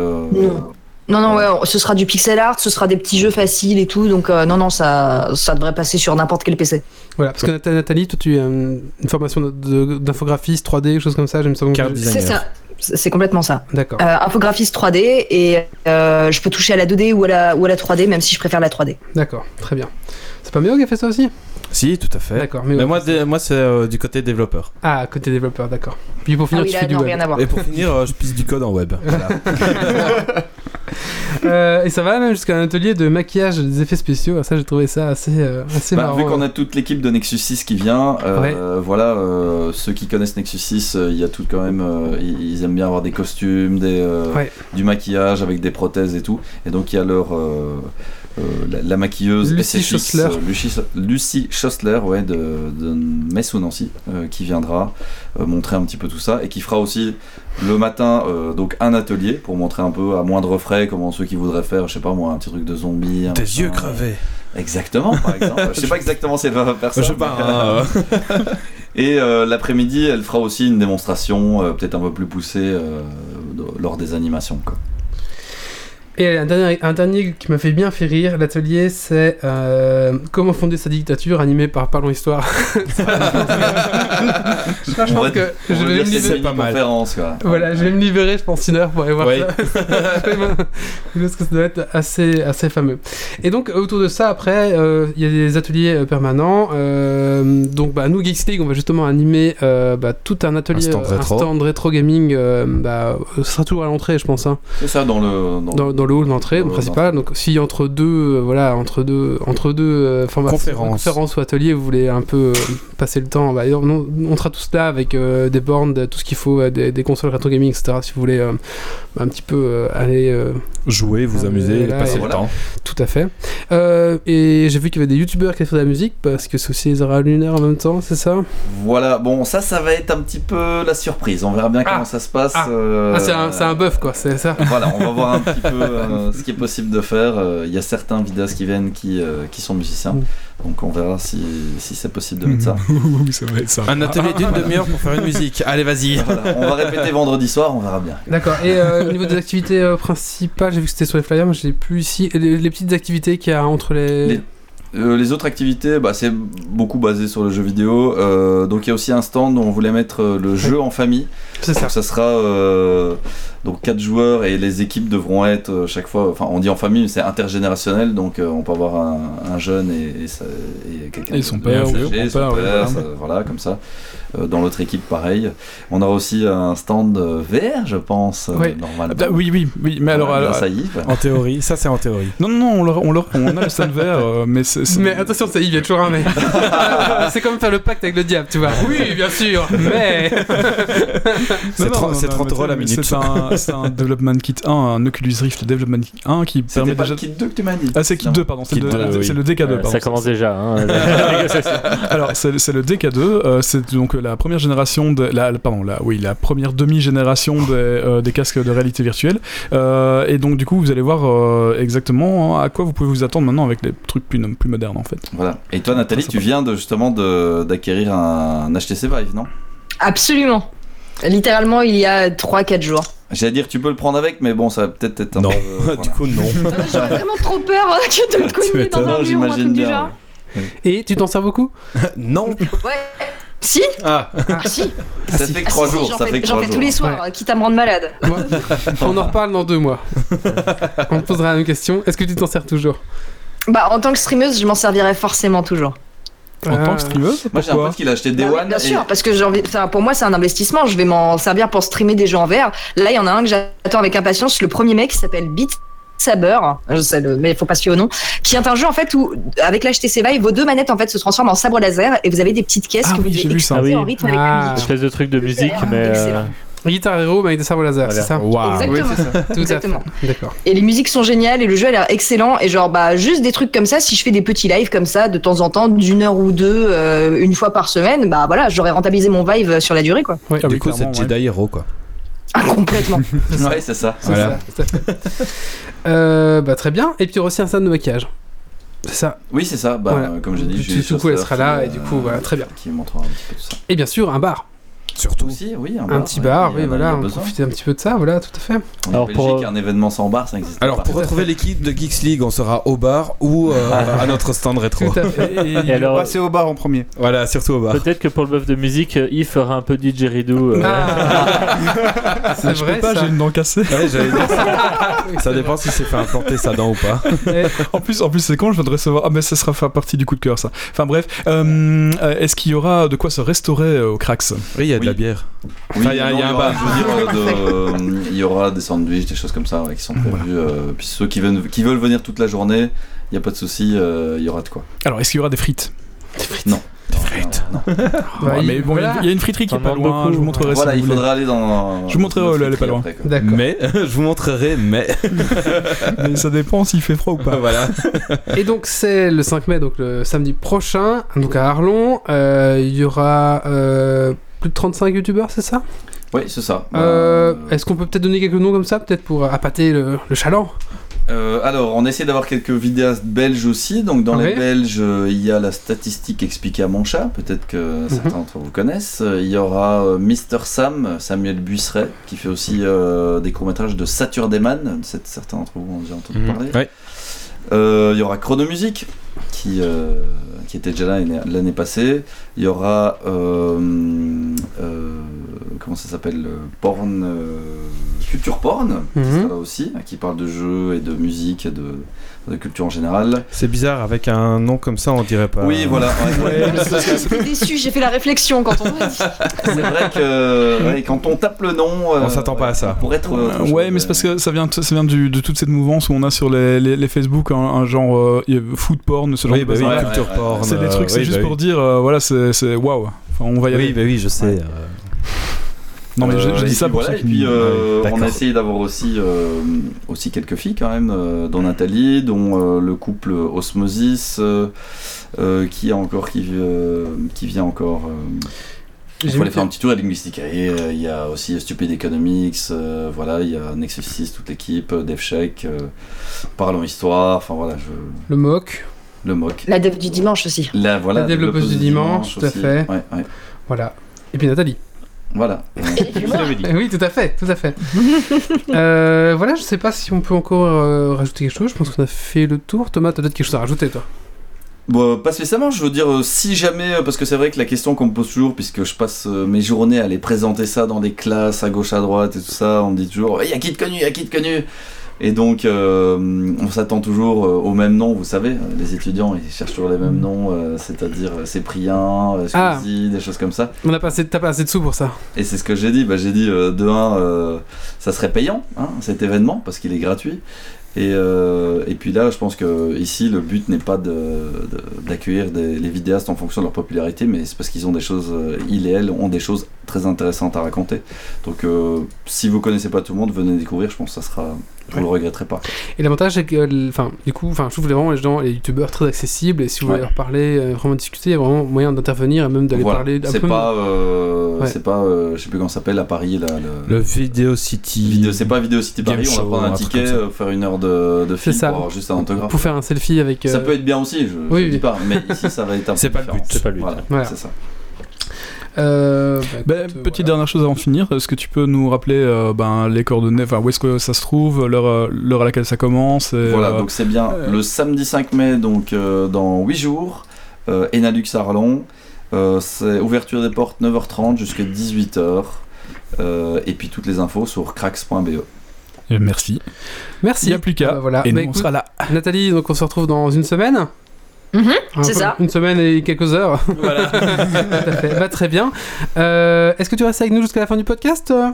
Non, ce sera du pixel art, ce sera des petits jeux faciles et tout, donc ça devrait passer sur n'importe quel PC. Voilà, parce que Nathalie, toi tu as une formation d'infographiste 3D, quelque chose comme ça, je me sens. C'est ça, c'est complètement ça. D'accord. Infographiste 3D et je peux toucher à la 2D ou à la 3D, même si je préfère la 3D. D'accord, très bien. C'est pas Méo qui a fait ça aussi? Si, tout à fait. D'accord. Mais moi c'est du côté développeur. Ah, côté développeur, d'accord. Puis pour finir, tu fais du web. Rien à voir. Et pour finir, je pisse du code en web. Voilà. Et ça va même jusqu'à un atelier de maquillage des effets spéciaux. Ça, j'ai trouvé ça assez marrant. Vu qu'on a toute l'équipe de Nexus 6 qui vient, ceux qui connaissent Nexus 6, il y a tout quand même. Ils aiment bien avoir des costumes, du maquillage avec des prothèses et tout. Et donc il y a la maquilleuse Lucie Schossler, Lucie Schossler de Metz ou Nancy, qui viendra montrer un petit peu tout ça et qui fera aussi le matin donc un atelier pour montrer un peu à moindre frais comment ceux qui voudraient faire, je sais pas moi, un petit truc de zombie. Des yeux crevés. Exactement, par exemple. Je sais pas exactement si elle va faire ça. Je sais pas. Et l'après-midi, elle fera aussi une démonstration peut-être un peu plus poussée lors des animations, quoi. Et un dernier qui m'a fait bien fait rire, l'atelier, c'est Comment fonder sa dictature, animé par Parlons Histoire. Je pense que je vais me libérer. Pas mal. Voilà, je vais me libérer, je pense, 1 heure pour aller voir ça. Parce que ça doit être assez fameux. Et donc, autour de ça, après, il y a des ateliers permanents. Donc, nous, Geeks League, on va justement animer tout un atelier, un stand rétro gaming. Ce sera toujours à l'entrée, je pense. Hein. C'est ça, dans le hall d'entrée principal. Donc si entre deux conférences ou ateliers vous voulez un peu passer le temps, on sera tous là avec des bornes, tout ce qu'il faut, des consoles rétro gaming, etc. Si vous voulez un petit peu aller jouer, vous amuser, passer le temps. Tout à fait. Et j'ai vu qu'il y avait des youtubeurs qui avaient fait de la musique parce que c'est aussi les horaires lunaires en même temps, c'est ça? Voilà, bon ça va être un petit peu la surprise, on verra bien comment ça se passe. C'est un bœuf quoi, c'est ça. Voilà, on va voir un petit peu ce qui est possible de faire. Il y a certains vidéastes qui viennent qui sont musiciens, donc on verra si c'est possible de mettre ça. Ça va être ça. Un atelier d'une demi-heure pour faire une musique. Allez, vas-y. Voilà, on va répéter vendredi soir, on verra bien. D'accord. Et au niveau des activités principales, j'ai vu que c'était sur les flyers, mais je l'ai plus ici. Les petites activités qu'il y a entre les autres activités, c'est beaucoup basé sur le jeu vidéo. Donc il y a aussi un stand où on voulait mettre le jeu en famille. C'est ça. Donc ça sera donc 4 joueurs et les équipes devront être chaque fois. Enfin, on dit en famille, mais c'est intergénérationnel. Donc on peut avoir un jeune et quelqu'un. Et son père, voilà, comme ça. Dans l'autre équipe, pareil. On aura aussi un stand VR, je pense, normalement. Oui, mais alors en théorie, ça c'est en théorie. Non, on a le stand VR, mais Mais attention, ça y vient toujours un mais. C'est comme faire le pacte avec le diable, tu vois. Oui, bien sûr, mais. C'est 30 € la minute. C'est un Development Kit 1, un Oculus Rift Development Kit 1 qui permet déjà. C'était pas le Kit 2 que tu m'as dit. Ah, c'est Kit 2, pardon. C'est le DK2, pardon. Ça commence déjà. Alors, c'est le DK2, c'est donc la première génération la première demi-génération des casques de réalité virtuelle. Et donc, du coup, vous allez voir exactement à quoi vous pouvez vous attendre maintenant avec les trucs plus modernes, en fait. Voilà. Et toi, Nathalie, tu viens d'acquérir un HTC Vive, non? Absolument. Littéralement, il y a 3-4 jours. J'allais dire, tu peux le prendre avec, mais bon, ça va peut-être être un peu... Non, du coup, non. J'aurais vraiment trop peur que de le cogner dans un mur ou un truc du genre. Et tu t'en sers beaucoup? Non. Ouais. Si. Si. Ça fait que 3 jours. J'en fais tous les soirs, quitte à me rendre malade. On en reparle dans 2 mois. On me posera la même question. Est-ce que tu t'en sers toujours? En tant que streameuse, je m'en servirai forcément toujours. En tant que streameuse? Moi j'ai un pote qui l'a acheté Day One. Bien sûr, parce que pour moi c'est un investissement, je vais m'en servir pour streamer des jeux en VR. Là il y en a un que j'attends avec impatience, le premier mec qui s'appelle Beat Saber, mais il faut pas se fier au nom, qui est un jeu en fait où avec l'HTC Vive vos 2 manettes en fait se transforment en sabre laser et vous avez des petites caisses que vous pouvez exploser en rythme avec la musique. Espèce de truc de musique, mais Guitar Hero avec des sabres laser, c'est ça? Wow. Exactement. Oui, c'est ça. Tout Exactement. à fait. D'accord. Et les musiques sont géniales et le jeu a l'air excellent et juste des trucs comme ça, si je fais des petits lives comme ça de temps en temps d'1 heure ou 2 une fois par semaine, j'aurais rentabilisé mon Vive sur la durée quoi. Ouais, du coup c'est Jedi Hero quoi. Complètement. Ouais, c'est ça. Voilà. Ça, tout à fait. Très bien. Et puis il y aura aussi un stand de maquillage. C'est ça. Oui, c'est ça. Voilà. Comme j'ai dit, du coup elle sera là et du coup voilà, très bien. Qui montrera un petit peu tout ça. Et bien sûr un bar. Surtout aussi, oui, un petit bar, oui, voilà, on profite un petit peu de ça, voilà, tout à fait. En Belgique, un événement sans bar, ça existe pas. Alors, pour retrouver l'équipe de Geeks League, on sera au bar ou à notre stand rétro. Tout à fait. Et alors, passer au bar en premier. Voilà, surtout au bar. Peut-être que pour le bœuf de musique, Yves fera un peu de didgeridoo. C'est je vrai, peux pas, ça. j'ai une dent cassée. Ouais, j'allais dire ça. Ça dépend si c'est fait implanter sa dent ou pas. En plus, c'est con, je viens de recevoir. Ah, mais ça sera faire partie du coup de cœur, ça. Enfin, bref. Est-ce qu'il y aura de quoi se restaurer au Crax? Oui, il y a de la bière. Oui, enfin, il y a un bar. Il y aura des sandwichs, des choses comme ça qui sont prévues. Puis ceux qui veulent venir toute la journée, il n'y a pas de souci, il y aura de quoi. Alors, est-ce qu'il y aura des frites? Non. Des frites. Non. Mais bon, il y a une friterie qui est pas loin. beaucoup. Je vous montrerai. Voilà, si il vous faudra aller dans. Je vous montrerai, elle est pas loin. D'accord. Mais, je vous montrerai, mais ça dépend s'il fait froid ou pas. Voilà. Et donc c'est le 5 mai, donc le samedi prochain, donc à Arlon, il y aura plus de 35 youtubeurs, c'est ça? Oui, c'est ça. Est-ce qu'on peut peut-être donner quelques noms comme ça, peut-être pour appâter le chaland? Alors, on essaie d'avoir quelques vidéastes belges aussi. Donc, dans les Belges, il y a la statistique expliquée à mon chat. Peut-être que certains d'entre vous connaissent. Il y aura Mr. Samuel Buisseret, qui fait aussi des courts-métrages de Saturday-Man. Certains d'entre vous ont déjà entendu parler. Ouais. Il y aura Chronomusique, qui était déjà là l'année passée. Il y aura comment ça s'appelle, Culture Porn, qui sera là aussi, qui parle de jeux et de musique et de culture en général. C'est bizarre, avec un nom comme ça, on dirait pas. Oui, voilà. J'étais déçu, j'ai fait la réflexion quand on m'a dit. C'est vrai que quand on tape le nom, on s'attend pas à ça. Pour être. Ouais, mais c'est parce que ça vient de toute cette mouvance où on a sur les Facebook un genre food porn, ce genre de choses. Culture porn. C'est des trucs, c'est juste pour dire, voilà, c'est waouh. Enfin, on va y aller. Oui, je sais. Non, mais je dis ça pour ça. Et puis on a essayé d'avoir aussi quelques filles quand même, dont Nathalie, dont le couple Osmosis, qui vient encore. Il faut aller faire un petit tour à Linguistica. Et il y a aussi Stupid Economics, voilà, il y a Nexus 6, toute l'équipe, DevCheck, Parlons Histoire, enfin voilà. Le MOC. La dev du dimanche aussi. La développeuse du dimanche, tout à fait. Ouais. Voilà. Et puis Nathalie. Voilà. Oui, tout à fait. Voilà, je sais pas si on peut encore rajouter quelque chose. Je pense qu'on a fait le tour. Thomas, t'as peut-être quelque chose à rajouter, toi? Bon, pas spécialement, je veux dire, si jamais, parce que c'est vrai que la question qu'on me pose toujours, puisque je passe mes journées à aller présenter ça dans des classes à gauche à droite et tout ça, on me dit toujours, y'a qui de connu. Et donc, on s'attend toujours au même nom, vous savez, les étudiants, ils cherchent toujours les mêmes noms, c'est-à-dire Cyprien, Squeezie, des choses comme ça. T'as pas assez de sous pour ça. Et c'est ce que j'ai dit, j'ai dit, de un, ça serait payant, cet événement, parce qu'il est gratuit. Et puis là, je pense que ici, le but n'est pas d'accueillir les vidéastes en fonction de leur popularité, mais c'est parce qu'ils ont des choses, ils et elles ont des choses très intéressantes à raconter. Donc, si vous connaissez pas tout le monde, venez découvrir. Je pense que ça sera, vous le regretterez pas. Et l'avantage, c'est que, du coup, je trouve vraiment les youtubeurs très accessibles. Et si vous voulez leur parler, vraiment discuter, il y a vraiment moyen d'intervenir et même d'aller parler. C'est pas, je sais plus comment ça s'appelle à Paris le Video City. C'est pas Video City Paris. On va prendre un ticket, faire une heure de film pour avoir juste un autographe. Pour faire un selfie avec. Ça peut être bien aussi. Je dis pas, mais ici ça va être un peu différent. C'est pas le but. Voilà. C'est ça. Petite dernière chose avant de finir, est-ce que tu peux nous rappeler les coordonnées, où est-ce que ça se trouve, l'heure à laquelle ça commence Voilà, donc c'est bien le samedi 5 mai, donc dans 8 jours, Enalux Arlon, c'est ouverture des portes 9h30 jusqu'à 18h, et puis toutes les infos sur cracks.be. Merci. Il n'y a plus qu'à, et nous on sera là. Nathalie, donc on se retrouve dans une semaine. C'est ça. Une semaine et quelques heures. Voilà. Tout à fait. Très bien. Est-ce que tu restes avec nous jusqu'à la fin du podcast? Non,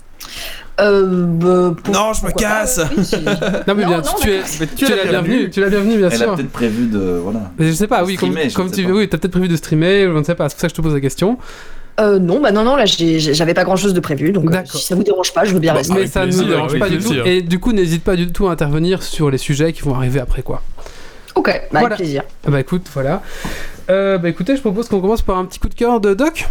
je me casse. Non mais bien, tu es la bienvenue. Tu es la bienvenue, bien sûr. Elle a peut-être prévu de Je sais pas. Oui, streamer, comme tu oui, t'as peut-être prévu de streamer. Je ne sais pas. C'est pour ça que je te pose la question. Non, là j'avais pas grand chose de prévu, donc si ça vous dérange pas, je veux bien rester. Mais ça ne nous dérange pas du tout. Et du coup, n'hésite pas du tout à intervenir sur les sujets qui vont arriver après, quoi. Ok, avec plaisir. Écoute, voilà. Écoutez, je propose qu'on commence par un petit coup de cœur de Doc.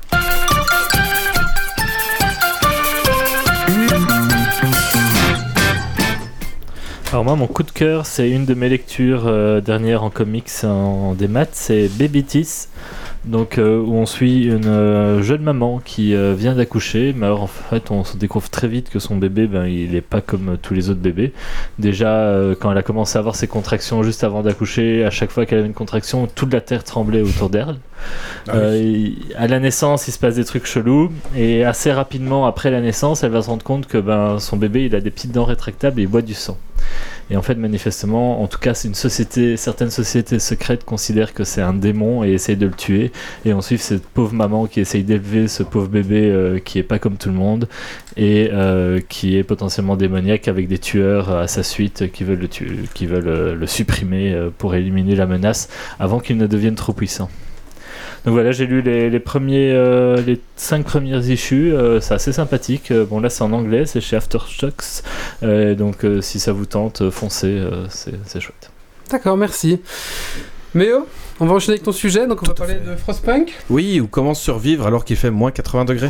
Alors moi, mon coup de cœur, c'est une de mes lectures dernières en comics en des maths, c'est Baby Teeth. Donc où on suit une jeune maman qui vient d'accoucher, mais alors en fait on se découvre très vite que son bébé, il est pas comme tous les autres bébés. Déjà quand elle a commencé à avoir ses contractions juste avant d'accoucher, à chaque fois qu'elle avait une contraction, toute la terre tremblait autour d'elle. À la naissance, il se passe des trucs chelous, et assez rapidement après la naissance, elle va se rendre compte que son bébé, il a des petites dents rétractables et il boit du sang. Et en fait, manifestement, en tout cas, c'est certaines sociétés secrètes considèrent que c'est un démon et essayent de le tuer. Et on suit cette pauvre maman qui essaye d'élever ce pauvre bébé qui est pas comme tout le monde et qui est potentiellement démoniaque, avec des tueurs à sa suite qui veulent le tuer, qui veulent le supprimer pour éliminer la menace avant qu'il ne devienne trop puissant. Donc voilà, j'ai lu les 5 premières issues, c'est assez sympathique. Bon là c'est en anglais, c'est chez Aftershocks, donc si ça vous tente, foncez, c'est chouette. D'accord, merci. Méo, on va enchaîner avec ton sujet, donc on va parler de Frostpunk. Oui, ou comment survivre alors qu'il fait moins 80 degrés.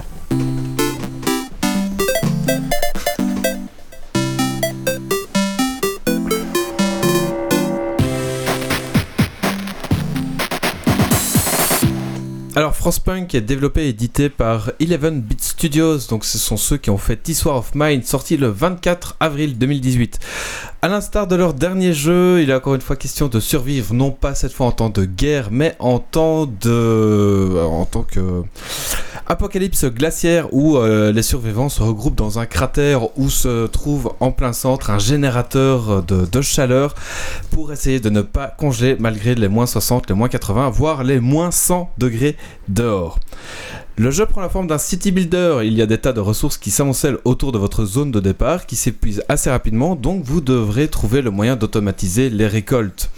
Frostpunk est développé et édité par 11-Bit Studios, donc ce sont ceux qui ont fait This War of Mine, sorti le 24 avril 2018. À l'instar de leur dernier jeu, il est encore une fois question de survivre, non pas cette fois en temps de guerre, mais en tant que apocalypse glaciaire où les survivants se regroupent dans un cratère où se trouve en plein centre un générateur de chaleur pour essayer de ne pas congeler malgré les moins 60, les moins 80, voire les moins 100 degrés dehors. Le jeu prend la forme d'un city builder. Il y a des tas de ressources qui s'amoncellent autour de votre zone de départ qui s'épuisent assez rapidement, donc vous devrez trouver le moyen d'automatiser les récoltes.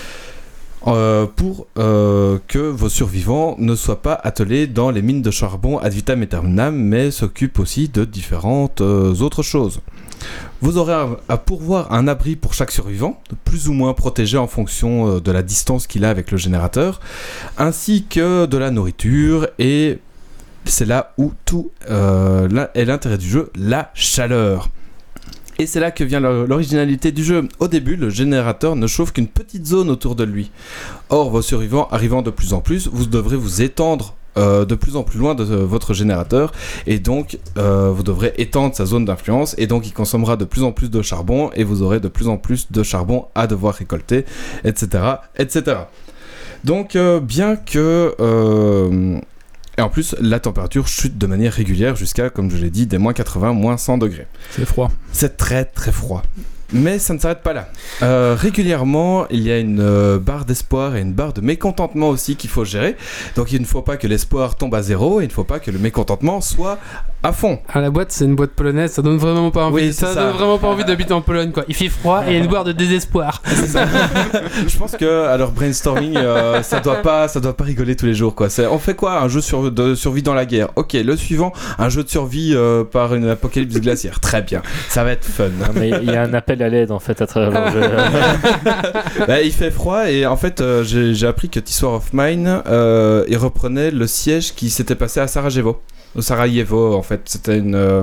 Pour que vos survivants ne soient pas attelés dans les mines de charbon ad vitam aeternam, mais s'occupent aussi de différentes autres choses. Vous aurez à pourvoir un abri pour chaque survivant, plus ou moins protégé en fonction de la distance qu'il a avec le générateur, ainsi que de la nourriture, et c'est là où tout est l'intérêt du jeu, la chaleur. Et c'est là que vient l'originalité du jeu. Au début, le générateur ne chauffe qu'une petite zone autour de lui. Or, vos survivants arrivant de plus en plus, vous devrez vous étendre de plus en plus loin de votre générateur, et donc vous devrez étendre sa zone d'influence, et donc il consommera de plus en plus de charbon, et vous aurez de plus en plus de charbon à devoir récolter, etc. etc. Donc, bien que... Et en plus, la température chute de manière régulière jusqu'à, comme je l'ai dit, des moins 80, moins 100 degrés. C'est froid. C'est très très froid. Mais ça ne s'arrête pas là. Régulièrement, il y a une barre d'espoir et une barre de mécontentement aussi qu'il faut gérer. Donc il ne faut pas que l'espoir tombe à zéro, et il ne faut pas que le mécontentement soit à fond. Ah, la boîte, c'est une boîte polonaise, ça donne vraiment pas envie. Oui, ça donne vraiment pas envie d'habiter en Pologne, quoi. Il fait froid et il y a une boire de désespoir. C'est ça. Je pense que à leur brainstorming, ça doit pas rigoler tous les jours, quoi. On fait quoi? Un jeu de survie dans la guerre. Ok, le suivant, un jeu de survie par une apocalypse glaciaire. Très bien, ça va être fun. Non, mais il y a un appel à l'aide en fait à travers leur jeu. Bah, il fait froid, et en fait j'ai appris que This War of Mine il reprenait le siège qui s'était passé à Sarajevo. Au Sarajevo, en fait, c'était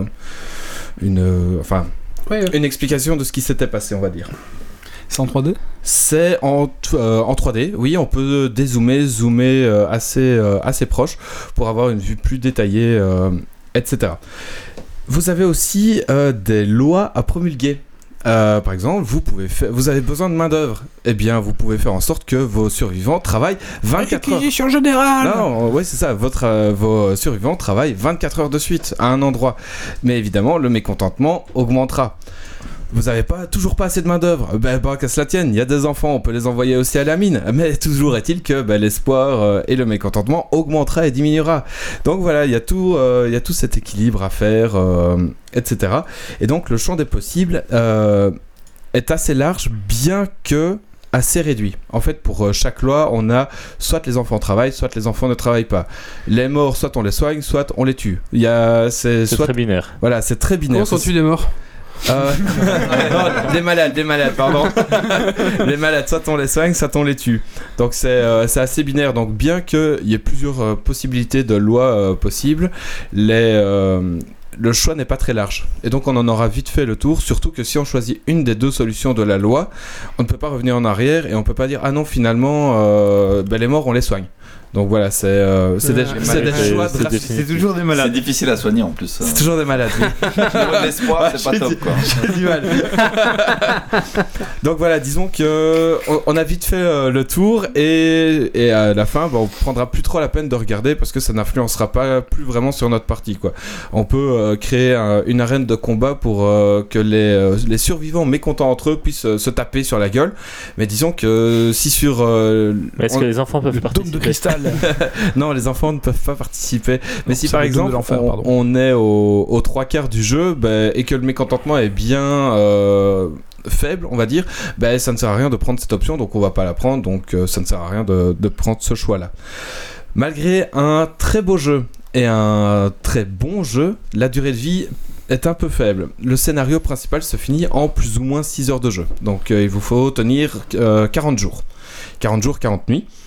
une explication de ce qui s'était passé, on va dire. C'est en 3D? C'est en 3D, oui, on peut dézoomer, zoomer assez proche pour avoir une vue plus détaillée, etc. Vous avez aussi des lois à promulguer. Par exemple, vous avez besoin de main-d'œuvre. Eh bien, vous pouvez faire en sorte que vos survivants travaillent 24 heures. Réquisition générale. Non, ouais, c'est ça. Vos survivants travaillent 24 heures de suite à un endroit. Mais évidemment, le mécontentement augmentera. Vous n'avez toujours pas assez de main-d'œuvre. Qu'à cela tienne, il y a des enfants, on peut les envoyer aussi à la mine. Mais toujours est-il que l'espoir et le mécontentement augmentera et diminuera. Donc voilà, il y a tout cet équilibre à faire, etc. Et donc le champ des possibles est assez large, bien que assez réduit. En fait, pour chaque loi, on a soit les enfants travaillent, soit les enfants ne travaillent pas. Les morts, soit on les soigne, soit on les tue. C'est très binaire. Voilà, c'est très binaire. Comment sont-tu des morts? Non, des malades, pardon. Les malades, soit on les soigne, soit on les tue. Donc c'est assez binaire. Donc bien qu'il y ait plusieurs possibilités de lois possibles, le choix n'est pas très large. Et donc on en aura vite fait le tour, surtout que si on choisit une des deux solutions de la loi, on ne peut pas revenir en arrière, et on ne peut pas dire ah non, finalement les morts on les soigne. Donc voilà, c'est des choix. C'est toujours des malades. C'est difficile à soigner en plus. C'est toujours des malades, oui. L'espoir, c'est pas top, quoi. J'ai du mal. Donc voilà, disons que on a vite fait le tour, et à la fin, on prendra plus trop la peine de regarder parce que ça n'influencera pas plus vraiment sur notre partie, quoi. On peut créer une arène de combat pour que les survivants mécontents entre eux puissent se taper sur la gueule. Mais disons que si sur est-ce que les enfants peuvent participer? Dôme de cristal. Non, les enfants ne peuvent pas participer. Mais si par exemple on est aux 3/4 du jeu, et que le mécontentement est bien faible, on va dire, ça ne sert à rien de prendre cette option, donc on va pas la prendre, donc ça ne sert à rien de prendre ce choix-là. Malgré un très beau jeu et un très bon jeu, la durée de vie est un peu faible. Le scénario principal se finit en plus ou moins 6 heures de jeu, donc il vous faut tenir 40 jours. 40 jours, 40 nuits.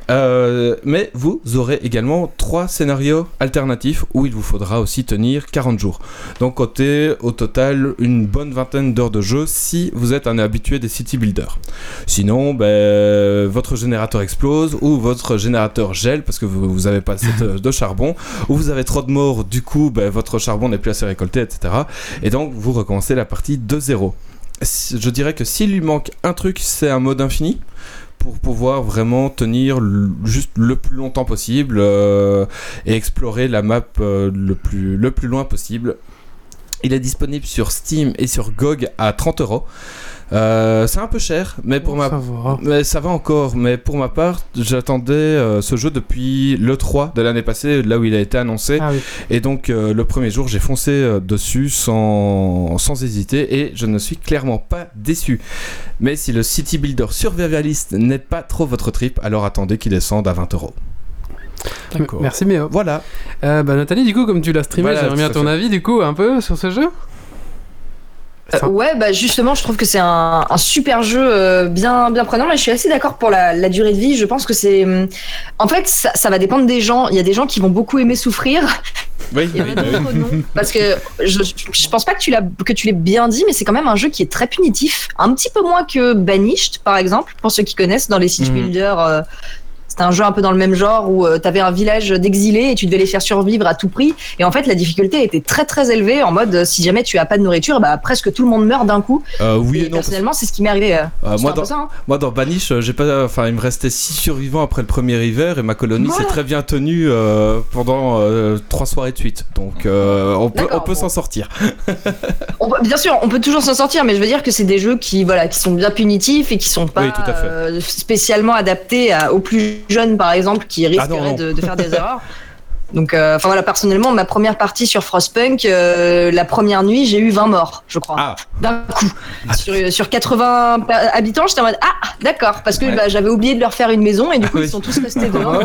Mais vous aurez également 3 scénarios alternatifs où il vous faudra aussi tenir 40 jours. Donc comptez au total une bonne vingtaine d'heures de jeu si vous êtes un habitué des city builders. Sinon, votre générateur explose ou votre générateur gèle parce que vous avez pas assez de charbon, ou vous avez trop de morts, du coup votre charbon n'est plus assez récolté, etc. Et donc vous recommencez la partie de zéro. Je dirais que s'il lui manque un truc, c'est un mode infini pour pouvoir vraiment tenir juste le plus longtemps possible et explorer la map le plus loin possible. Il est disponible sur Steam et sur GOG à 30€. C'est un peu cher, mais mais ça va encore. Mais pour ma part, j'attendais ce jeu depuis l'E3 de l'année passée, là où il a été annoncé. Ah oui. Et donc le premier jour, j'ai foncé dessus sans hésiter et je ne suis clairement pas déçu. Mais si le City Builder survivaliste n'est pas trop votre trip, alors attendez qu'il descende à 20€. D'accord. Merci Méo. Voilà. Nathalie, du coup, comme tu l'as streamé, j'aimerais bien ton avis du coup un peu sur ce jeu. Justement, je trouve que c'est un super jeu bien prenant, mais je suis assez d'accord pour la durée de vie. Je pense que c'est... En fait, ça va dépendre des gens. Il y a des gens qui vont beaucoup aimer souffrir. Oui, il y en a d'autres non. Parce que je pense pas que tu l'aies bien dit, mais c'est quand même un jeu qui est très punitif. Un petit peu moins que Banished, par exemple, pour ceux qui connaissent dans les City Builders. C'était un jeu un peu dans le même genre où t'avais un village d'exilés et tu devais les faire survivre à tout prix. Et en fait, la difficulté était très très élevée en mode si jamais tu as pas de nourriture, presque tout le monde meurt d'un coup. Oui et non. Personnellement, c'est ce qui m'est arrivé. Moi, dans Banish, il me restait 6 survivants après le premier hiver et ma colonie s'est très bien tenue pendant 3 soirées de suite. Donc, on peut s'en sortir. Bien sûr, on peut toujours s'en sortir, mais je veux dire que c'est des jeux qui sont bien punitifs et qui sont pas spécialement adaptés aux plus jeunes par exemple qui risqueraient de faire des erreurs. Donc personnellement ma première partie sur Frostpunk, la première nuit j'ai eu 20 morts je crois d'un coup sur 80 habitants. J'étais en mode d'accord parce que j'avais oublié de leur faire une maison et du coup ils sont tous restés dehors.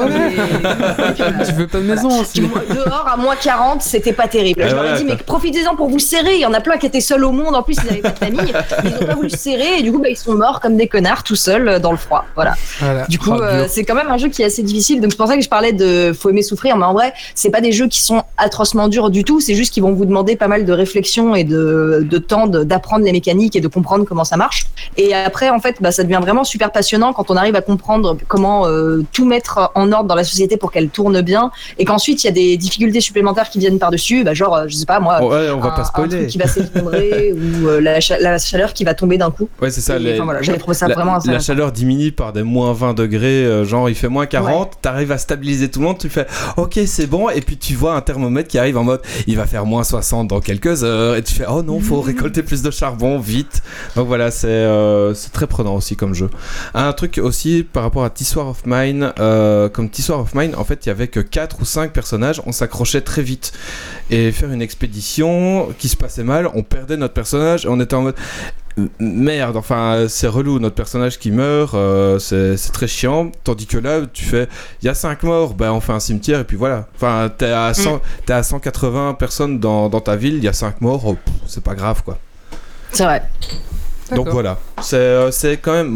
Tu veux pas de maison aussi. Dehors à moins 40 c'était pas terrible. Je leur ai dit mais profitez-en pour vous serrer, il y en a plein qui étaient seuls au monde, en plus ils avaient pas de famille, ils ont pas voulu se serrer et du coup ils sont morts comme des connards tout seuls dans le froid. Voilà. Du coup c'est quand même un jeu qui est assez difficile, donc c'est pour ça que je parlais de faut aimer souffrir, mais en vrai c'est pas des jeux qui sont atrocement durs du tout, c'est juste qu'ils vont vous demander pas mal de réflexion et de temps d'apprendre les mécaniques et de comprendre comment ça marche. Et après, en fait, ça devient vraiment super passionnant quand on arrive à comprendre comment tout mettre en ordre dans la société pour qu'elle tourne bien, et qu'ensuite il y a des difficultés supplémentaires qui viennent par-dessus, je sais pas moi, on va pas spoiler. Un truc qui va s'effondrer ou la chaleur qui va tomber d'un coup. Ouais, c'est ça. J'avais trouvé ça vraiment la chaleur diminue par des moins 20 degrés, genre il fait moins 40, t'arrives à stabiliser tout le monde, tu fais ok c'est bon, et puis tu vois un thermomètre qui arrive en mode il va faire moins 60 dans quelques heures et tu fais oh non, faut récolter plus de charbon vite. Donc voilà, c'est très prenant aussi comme jeu. Un truc aussi par rapport à This War of Mine, comme This War of Mine, en fait il y avait que 4 ou 5 personnages, on s'accrochait très vite et faire une expédition qui se passait mal, on perdait notre personnage et on était en mode merde, enfin c'est relou, notre personnage qui meurt, c'est très chiant, tandis que là tu fais il y a 5 morts, on fait un cimetière et puis voilà, enfin t'es à 180 personnes dans ta ville, il y a 5 morts, c'est pas grave quoi. C'est vrai. Donc D'accord. voilà, c'est quand même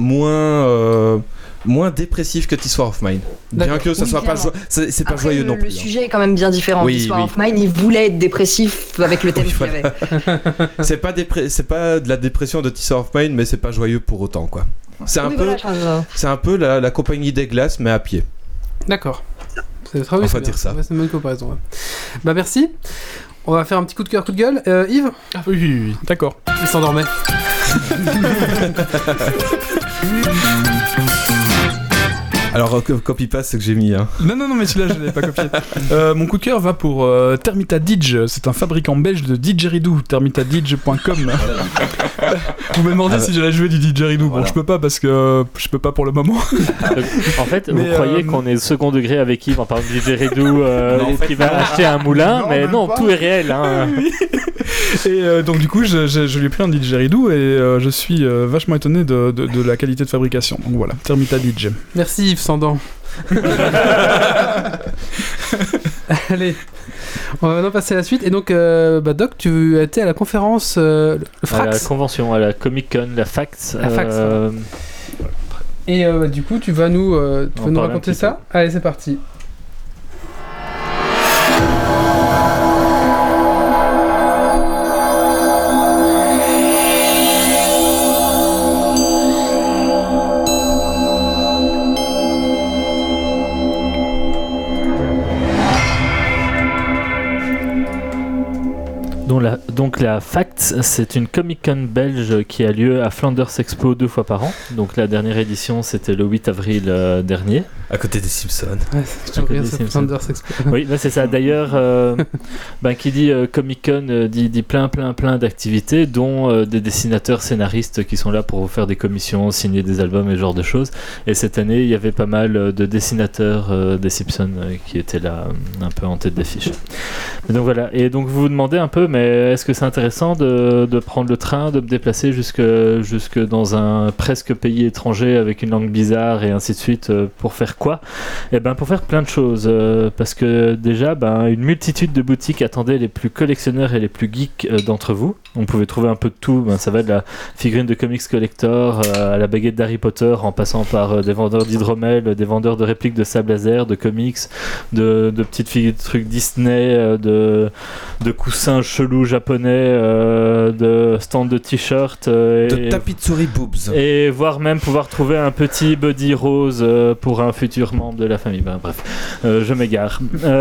moins dépressif que This War of Mine. Bien que ça soit pas c'est pas joyeux non plus. Le sujet est quand même bien différent. Oui, This War of Mine, il voulait être dépressif avec le thème qu'il avait. C'est pas de la dépression de This War of Mine, mais c'est pas joyeux pour autant quoi. C'est un peu la compagnie des glaces mais à pied. D'accord. C'est très bien. On va dire ça. C'est une bonne comparaison. Ouais. Merci. On va faire un petit coup de cœur, coup de gueule. Yves ? Oui, d'accord. Il s'endormait. Alors, copy-paste, c'est que j'ai mis. Hein. Non, mais celui-là, je l'avais pas copié. Mon coup de cœur va pour Termitadidge. C'est un fabricant belge de didgeridoo. Termitadidge.com. Vous me demandez si j'allais jouer du didgeridoo. Voilà. Bon, je peux pas parce que je peux pas pour le moment. En fait, vous croyez qu'on est second degré avec Yves en parlant de didgeridoo qui va acheter un moulin, mais non, tout est réel. Hein. Oui. Et donc, du coup, je lui ai pris un didgeridoo et je suis vachement étonné de la qualité de fabrication. Donc voilà, Termitadidge. Merci Yves Sandan. Allez, on va maintenant passer à la suite. Et donc, Doc, tu étais à la conférence, le Frax. À la convention, à la Comic Con, la FAX. La FAX. Et du coup, tu vas nous raconter ça. Allez, c'est parti. Donc la FACT, c'est une Comic-Con belge qui a lieu à Flanders Expo 2 fois par an. Donc la dernière édition, c'était le 8 avril dernier. À côté des Simpsons. Ouais, c'est Flanders Expo. Oui, c'est ça. D'ailleurs, qui dit Comic-Con dit plein d'activités, dont des dessinateurs scénaristes qui sont là pour vous faire des commissions, signer des albums et ce genre de choses. Et cette année, il y avait pas mal de dessinateurs des Simpsons qui étaient là, un peu en tête d'affiche. Et donc voilà. Et donc vous vous demandez un peu, mais est-ce que c'est intéressant de prendre le train, de me déplacer jusque dans un presque pays étranger avec une langue bizarre et ainsi de suite pour faire quoi ? Eh ben pour faire plein de choses, parce que déjà une multitude de boutiques attendaient les plus collectionneurs et les plus geeks d'entre vous. On pouvait trouver un peu de tout, ça va de la figurine de comics collector à la baguette d'Harry Potter, en passant par des vendeurs d'hydromel, des vendeurs de répliques de sable laser, de comics, de petites figures de trucs Disney, de coussins chelous japonais, de stands de t-shirts, de tapis de souris boobs, et voire même pouvoir trouver un petit buddy rose pour un futur membre de la famille. Bref, je m'égare.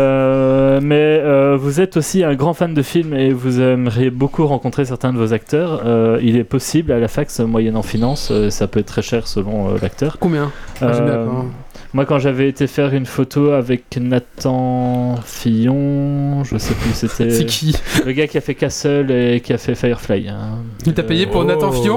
Mais vous êtes aussi un grand fan de films et vous aimeriez beaucoup rencontrer certains de vos acteurs. Il est possible à la fac, moyennant finance, ça peut être très cher selon l'acteur. Combien Moi, quand j'avais été faire une photo avec Nathan Fillon, je sais plus, c'était... C'est qui ? Le gars qui a fait Castle et qui a fait Firefly. Il t'a payé pour Nathan Fillon ?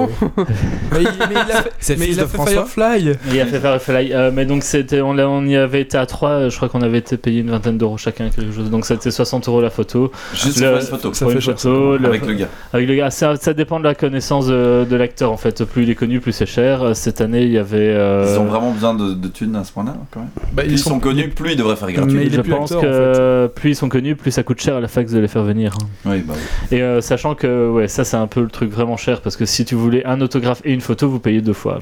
Il a fait Firefly. Il a fait Firefly. Mais donc, on y avait été à 3, je crois qu'on avait été payé une vingtaine d'euros chacun, quelque chose. Donc, c'était 60 € la photo. Juste pour une photo. Pour une photo. Avec le gars. Avec le gars. Ça dépend de la connaissance de l'acteur, en fait. Plus il est connu, plus c'est cher. Cette année, il y avait... Ils ont vraiment besoin de thunes à ce point-là, quand même. Plus ils sont connus, plus ils devraient faire gratuit. Mais je pense que plus ils sont connus, plus ça coûte cher à la fac de les faire venir. Oui, oui. Et sachant que ça c'est un peu le truc vraiment cher, parce que si tu voulais un autographe et une photo, vous payez 2 fois.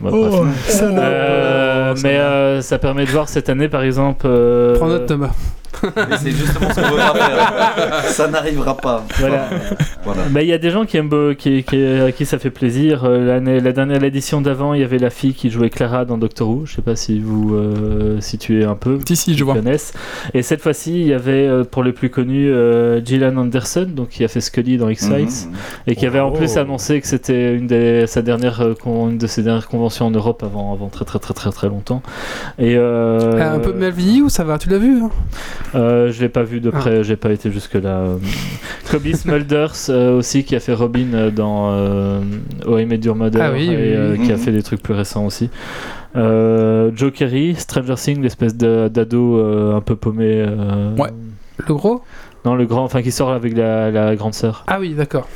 Mais ça permet de voir cette année par exemple. Prends note, Thomas. Et c'est justement ce qu'on veut faire. Ça n'arrivera pas. Voilà. Mais il y a des gens qui aiment à qui ça fait plaisir. L'édition d'avant, il y avait la fille qui jouait Clara dans Doctor Who. Je sais pas si vous situez un peu. Si, je vois. Connaissent. Et cette fois-ci, il y avait pour les plus connus Gillian Anderson, donc qui a fait Scully dans X-Files, et qui avait en plus annoncé que c'était une de ses dernières conventions en Europe avant très longtemps. Et un peu mal vieilli ou ça va ? Tu l'as vu je l'ai pas vu de près, j'ai pas été jusque là. Kobe Smulders aussi, qui a fait Robin dans How I Met Your Mother, qui a fait des trucs plus récents aussi. Joe Kerry, Stranger Things, l'espèce d'ado un peu paumé. Ouais. Le gros ? Non, le grand, enfin qui sort avec la grande sœur. Ah oui, d'accord.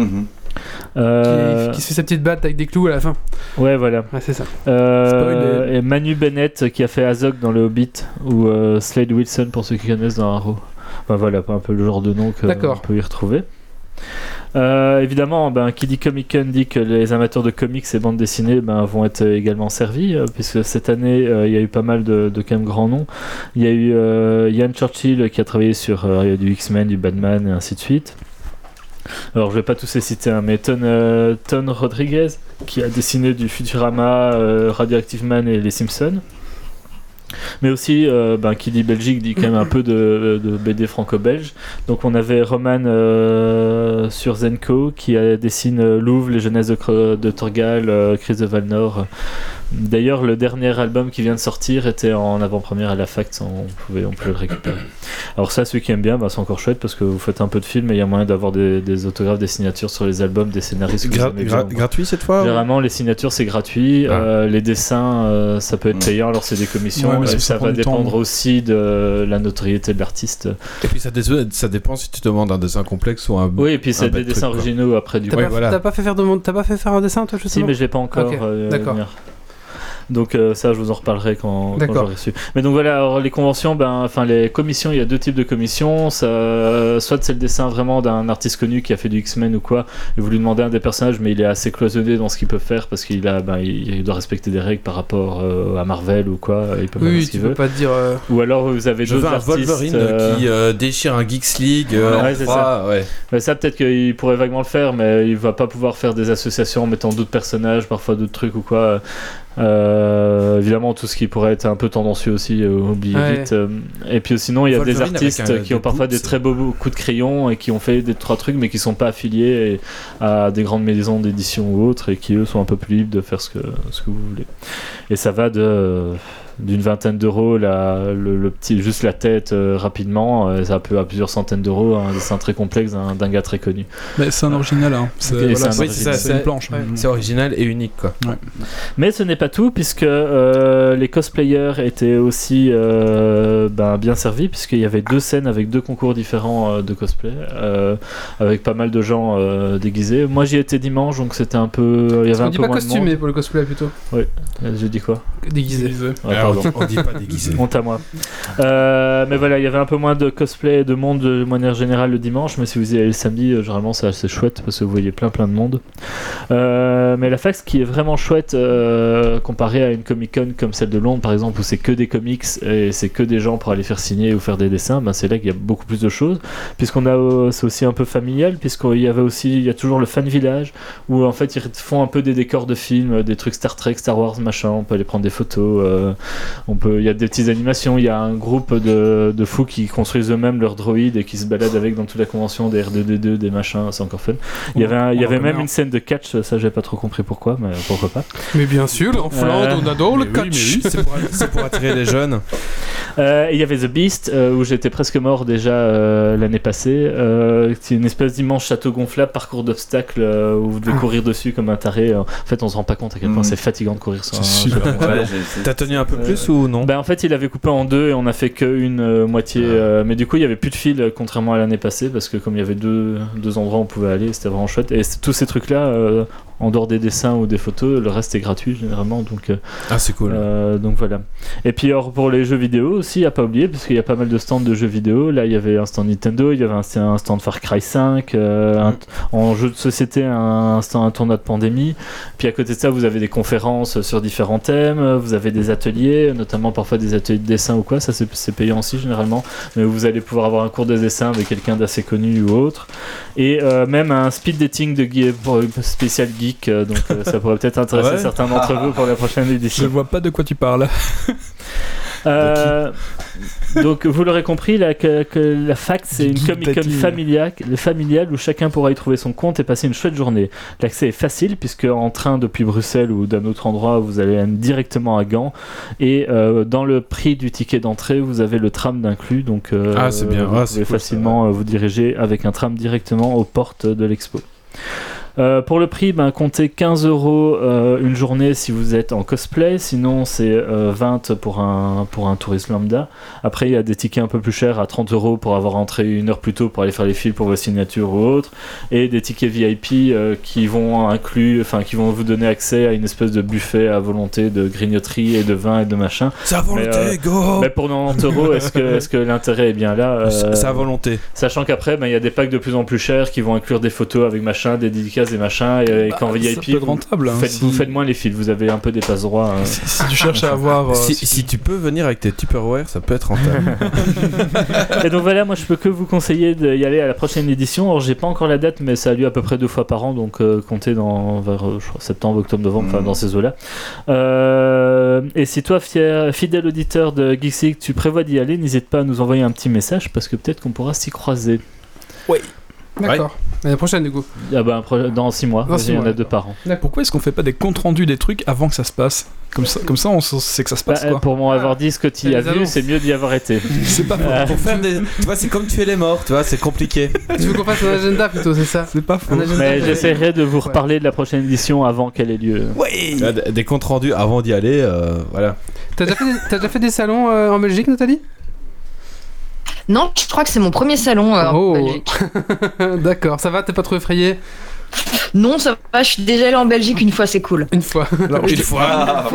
Qui se fait sa petite batte avec des clous à la fin. Ouais, voilà. Ouais, c'est ça. Et Manu Bennett qui a fait Azog dans le Hobbit, ou Slade Wilson pour ceux qui connaissent dans Arrow. Voilà, un peu le genre de nom qu'on peut y retrouver. Évidemment, qui dit Comic-Con dit que les amateurs de comics et bandes dessinées vont être également servis, puisque cette année il y a eu pas mal de quand même grands noms. Il y a eu Ian Churchill qui a travaillé sur du X-Men, du Batman et ainsi de suite. Alors je vais pas tous les citer, mais Ton Rodriguez qui a dessiné du Futurama, Radioactive Man et les Simpsons. Mais aussi, qui dit Belgique dit quand même un peu de BD franco-belge. Donc on avait Roman sur Zenko qui dessine Louvre, les jeunesses de Torgal, Chris de Valnor. D'ailleurs, le dernier album qui vient de sortir était en avant-première à la fac, on pouvait le récupérer. Alors ça, ceux qui aiment bien, c'est encore chouette parce que vous faites un peu de film et il y a moyen d'avoir des autographes, des signatures sur les albums, des scénaristes. Gratuit cette fois Généralement, les signatures c'est gratuit, les dessins ça peut être payant, alors c'est des commissions, et ça va dépendre aussi de la notoriété de l'artiste. Et puis ça dépend si tu demandes un dessin complexe ou un. Oui, et puis c'est des dessins originaux après du coup. T'as pas fait faire un dessin toi, justement ? Si, mais je l'ai pas encore. D'accord. Donc ça, je vous en reparlerai quand j'aurai reçu. Mais donc voilà, alors, les conventions, les commissions, il y a 2 types de commissions. Soit c'est le dessin vraiment d'un artiste connu qui a fait du X-Men ou quoi, et vous lui demandez un des personnages, mais il est assez cloisonné dans ce qu'il peut faire parce qu'il doit respecter des règles par rapport à Marvel ou quoi. Il peut faire ce qu'il veut. Pas te dire. Ou alors vous avez d'autres artistes. Wolverine qui déchire un Geeks League. C'est ça. Ouais. Ça peut-être qu'il pourrait vaguement le faire, mais il va pas pouvoir faire des associations en mettant d'autres personnages, parfois d'autres trucs ou quoi. Évidemment, tout ce qui pourrait être un peu tendancieux aussi, oubliez vite. Et puis sinon, il y a des artistes qui ont parfois des très beaux coups de crayon et qui ont fait 2-3 trucs, mais qui sont pas affiliés à des grandes maisons d'édition ou autres, et qui eux sont un peu plus libres de faire ce que vous voulez. Et ça va d'une vingtaine d'euros le petit, juste la tête rapidement, ça peut à plusieurs centaines d'euros, un dessin très complexe d'un gars très connu. Mais c'est un original, hein. C'est une planche. Ouais. C'est original et unique, quoi. Ouais. Mais ce n'est pas tout, puisque les cosplayers étaient aussi bien servis, puisqu'il y avait 2 scènes avec 2 concours différents de cosplay, avec pas mal de gens déguisés. Moi j'y étais dimanche, donc c'était un peu... Il y avait un peu moins de monde. On dit pas costumé pour le cosplay plutôt. Oui, j'ai dit quoi? Déguisé. On dit pas déguisé. Honte à moi. Mais voilà, il y avait un peu moins de cosplay et de monde de manière générale le dimanche, mais si vous y allez le samedi, généralement c'est assez chouette parce que vous voyez plein de monde. Mais la fac, ce qui est vraiment chouette comparé à une Comic-Con comme celle de Londres par exemple, où c'est que des comics et c'est que des gens pour aller faire signer ou faire des dessins, c'est là qu'il y a beaucoup plus de choses, puisqu'on a c'est aussi un peu familial, puisqu'il y a toujours le fan village où en fait ils font un peu des décors de films, des trucs Star Trek, Star Wars, machin, on peut aller prendre des photos, il y a des petites animations, il y a un groupe de fous qui construisent eux-mêmes leurs droïdes et qui se baladent avec dans toute la convention, des R2D2, des machins, c'est encore fun. Il y avait même une scène de catch, ça j'ai pas trop compris pourquoi, mais pourquoi pas. Mais bien sûr, en Flandre on adore le catch. Oui, c'est pour attirer les jeunes. Il y avait The Beast, où j'étais presque mort déjà l'année passée. C'est une espèce d'immense château gonflable, parcours d'obstacles où vous devez courir dessus comme un taré. En fait, on se rend pas compte à quel point c'est fatigant de courir sur un château gonflable. T'as tenu un peu plus ou non? En fait, il avait coupé en 2 et on a fait qu'une moitié. Mais du coup, il y avait plus de fil, contrairement à l'année passée, parce que comme il y avait deux endroits où on pouvait aller, c'était vraiment chouette. Et tous ces trucs-là, en dehors des dessins ou des photos, le reste est gratuit généralement. Donc, c'est cool. Donc voilà. Et puis alors, pour les jeux vidéo aussi, à pas oublier, parce qu'il y a pas mal de stands de jeux vidéo. Là, il y avait un stand Nintendo, il y avait un stand Far Cry 5, en jeu de société, un tournoi de pandémie. Puis à côté de ça, vous avez des conférences sur différents thèmes, vous avez des ateliers, notamment parfois des ateliers de dessin ou quoi, ça c'est payant aussi généralement, mais vous allez pouvoir avoir un cours de dessin avec quelqu'un d'assez connu ou autre. Et même un speed dating pour spécial geek, donc ça pourrait peut-être intéresser certains d'entre vous pour la prochaine édition. Je vois pas de quoi tu parles. Donc vous l'aurez compris, que la fac c'est une Comic-Con familiale où chacun pourra y trouver son compte et passer une chouette journée. L'accès est facile puisque en train depuis Bruxelles ou d'un autre endroit vous allez directement à Gand, et dans le prix du ticket d'entrée vous avez le tram d'inclus, donc c'est bien. Vous pouvez facilement vous diriger avec un tram directement aux portes de l'expo. Pour le prix, comptez 15€ une journée si vous êtes en cosplay, sinon c'est 20 pour un touriste lambda. Après il y a des tickets un peu plus chers à 30€ pour avoir entré une heure plus tôt pour aller faire les fils pour vos signatures ou autres, et des tickets VIP qui vont vous donner accès à une espèce de buffet à volonté de grignoterie et de vin et de machin. C'est à volonté, go. Mais pour 90€, est-ce que l'intérêt est bien là? C'est à volonté. Sachant qu'après il y a des packs de plus en plus chers qui vont inclure des photos avec machin, des dédicaces et machin, et quand VIP vous faites moins les fils, vous avez un peu des passe droits. Si tu cherches à avoir si tu peux venir avec tes Tupperware, ça peut être rentable. Et donc voilà, moi je peux que vous conseiller d'y aller à la prochaine édition. Alors j'ai pas encore la date, mais ça a lieu à peu près 2 fois par an, donc comptez vers je crois, septembre, octobre, novembre, enfin dans ces eaux là. Et si toi fidèle auditeur de Geeks League, tu prévois d'y aller, n'hésite pas à nous envoyer un petit message parce que peut-être qu'on pourra s'y croiser. Oui. D'accord. L'année prochaine, du coup. Dans 6 mois. Il y en a 2 par an. Pourquoi est-ce qu'on fait pas des comptes rendus des trucs avant que ça se passe? Comme ça, on sait que ça se passe. Quoi. Pour m'en avoir dit ce que tu as vu, c'est mieux d'y avoir été. C'est pas faux. Pour faire des. Tu vois, c'est comme tuer les morts, tu vois, c'est compliqué. Tu veux qu'on fasse un agenda plutôt, c'est ça? C'est pas faux. Mais j'essaierai de vous reparler de la prochaine édition avant qu'elle ait lieu. Oui. Des comptes rendus avant d'y aller, voilà. T'as déjà fait des salons en Belgique, Nathalie? Non, je crois que c'est mon premier salon en Belgique. D'accord, ça va, t'es pas trop effrayé? Non, ça va, je suis déjà allé en Belgique une fois, c'est cool. Une fois. Une fois.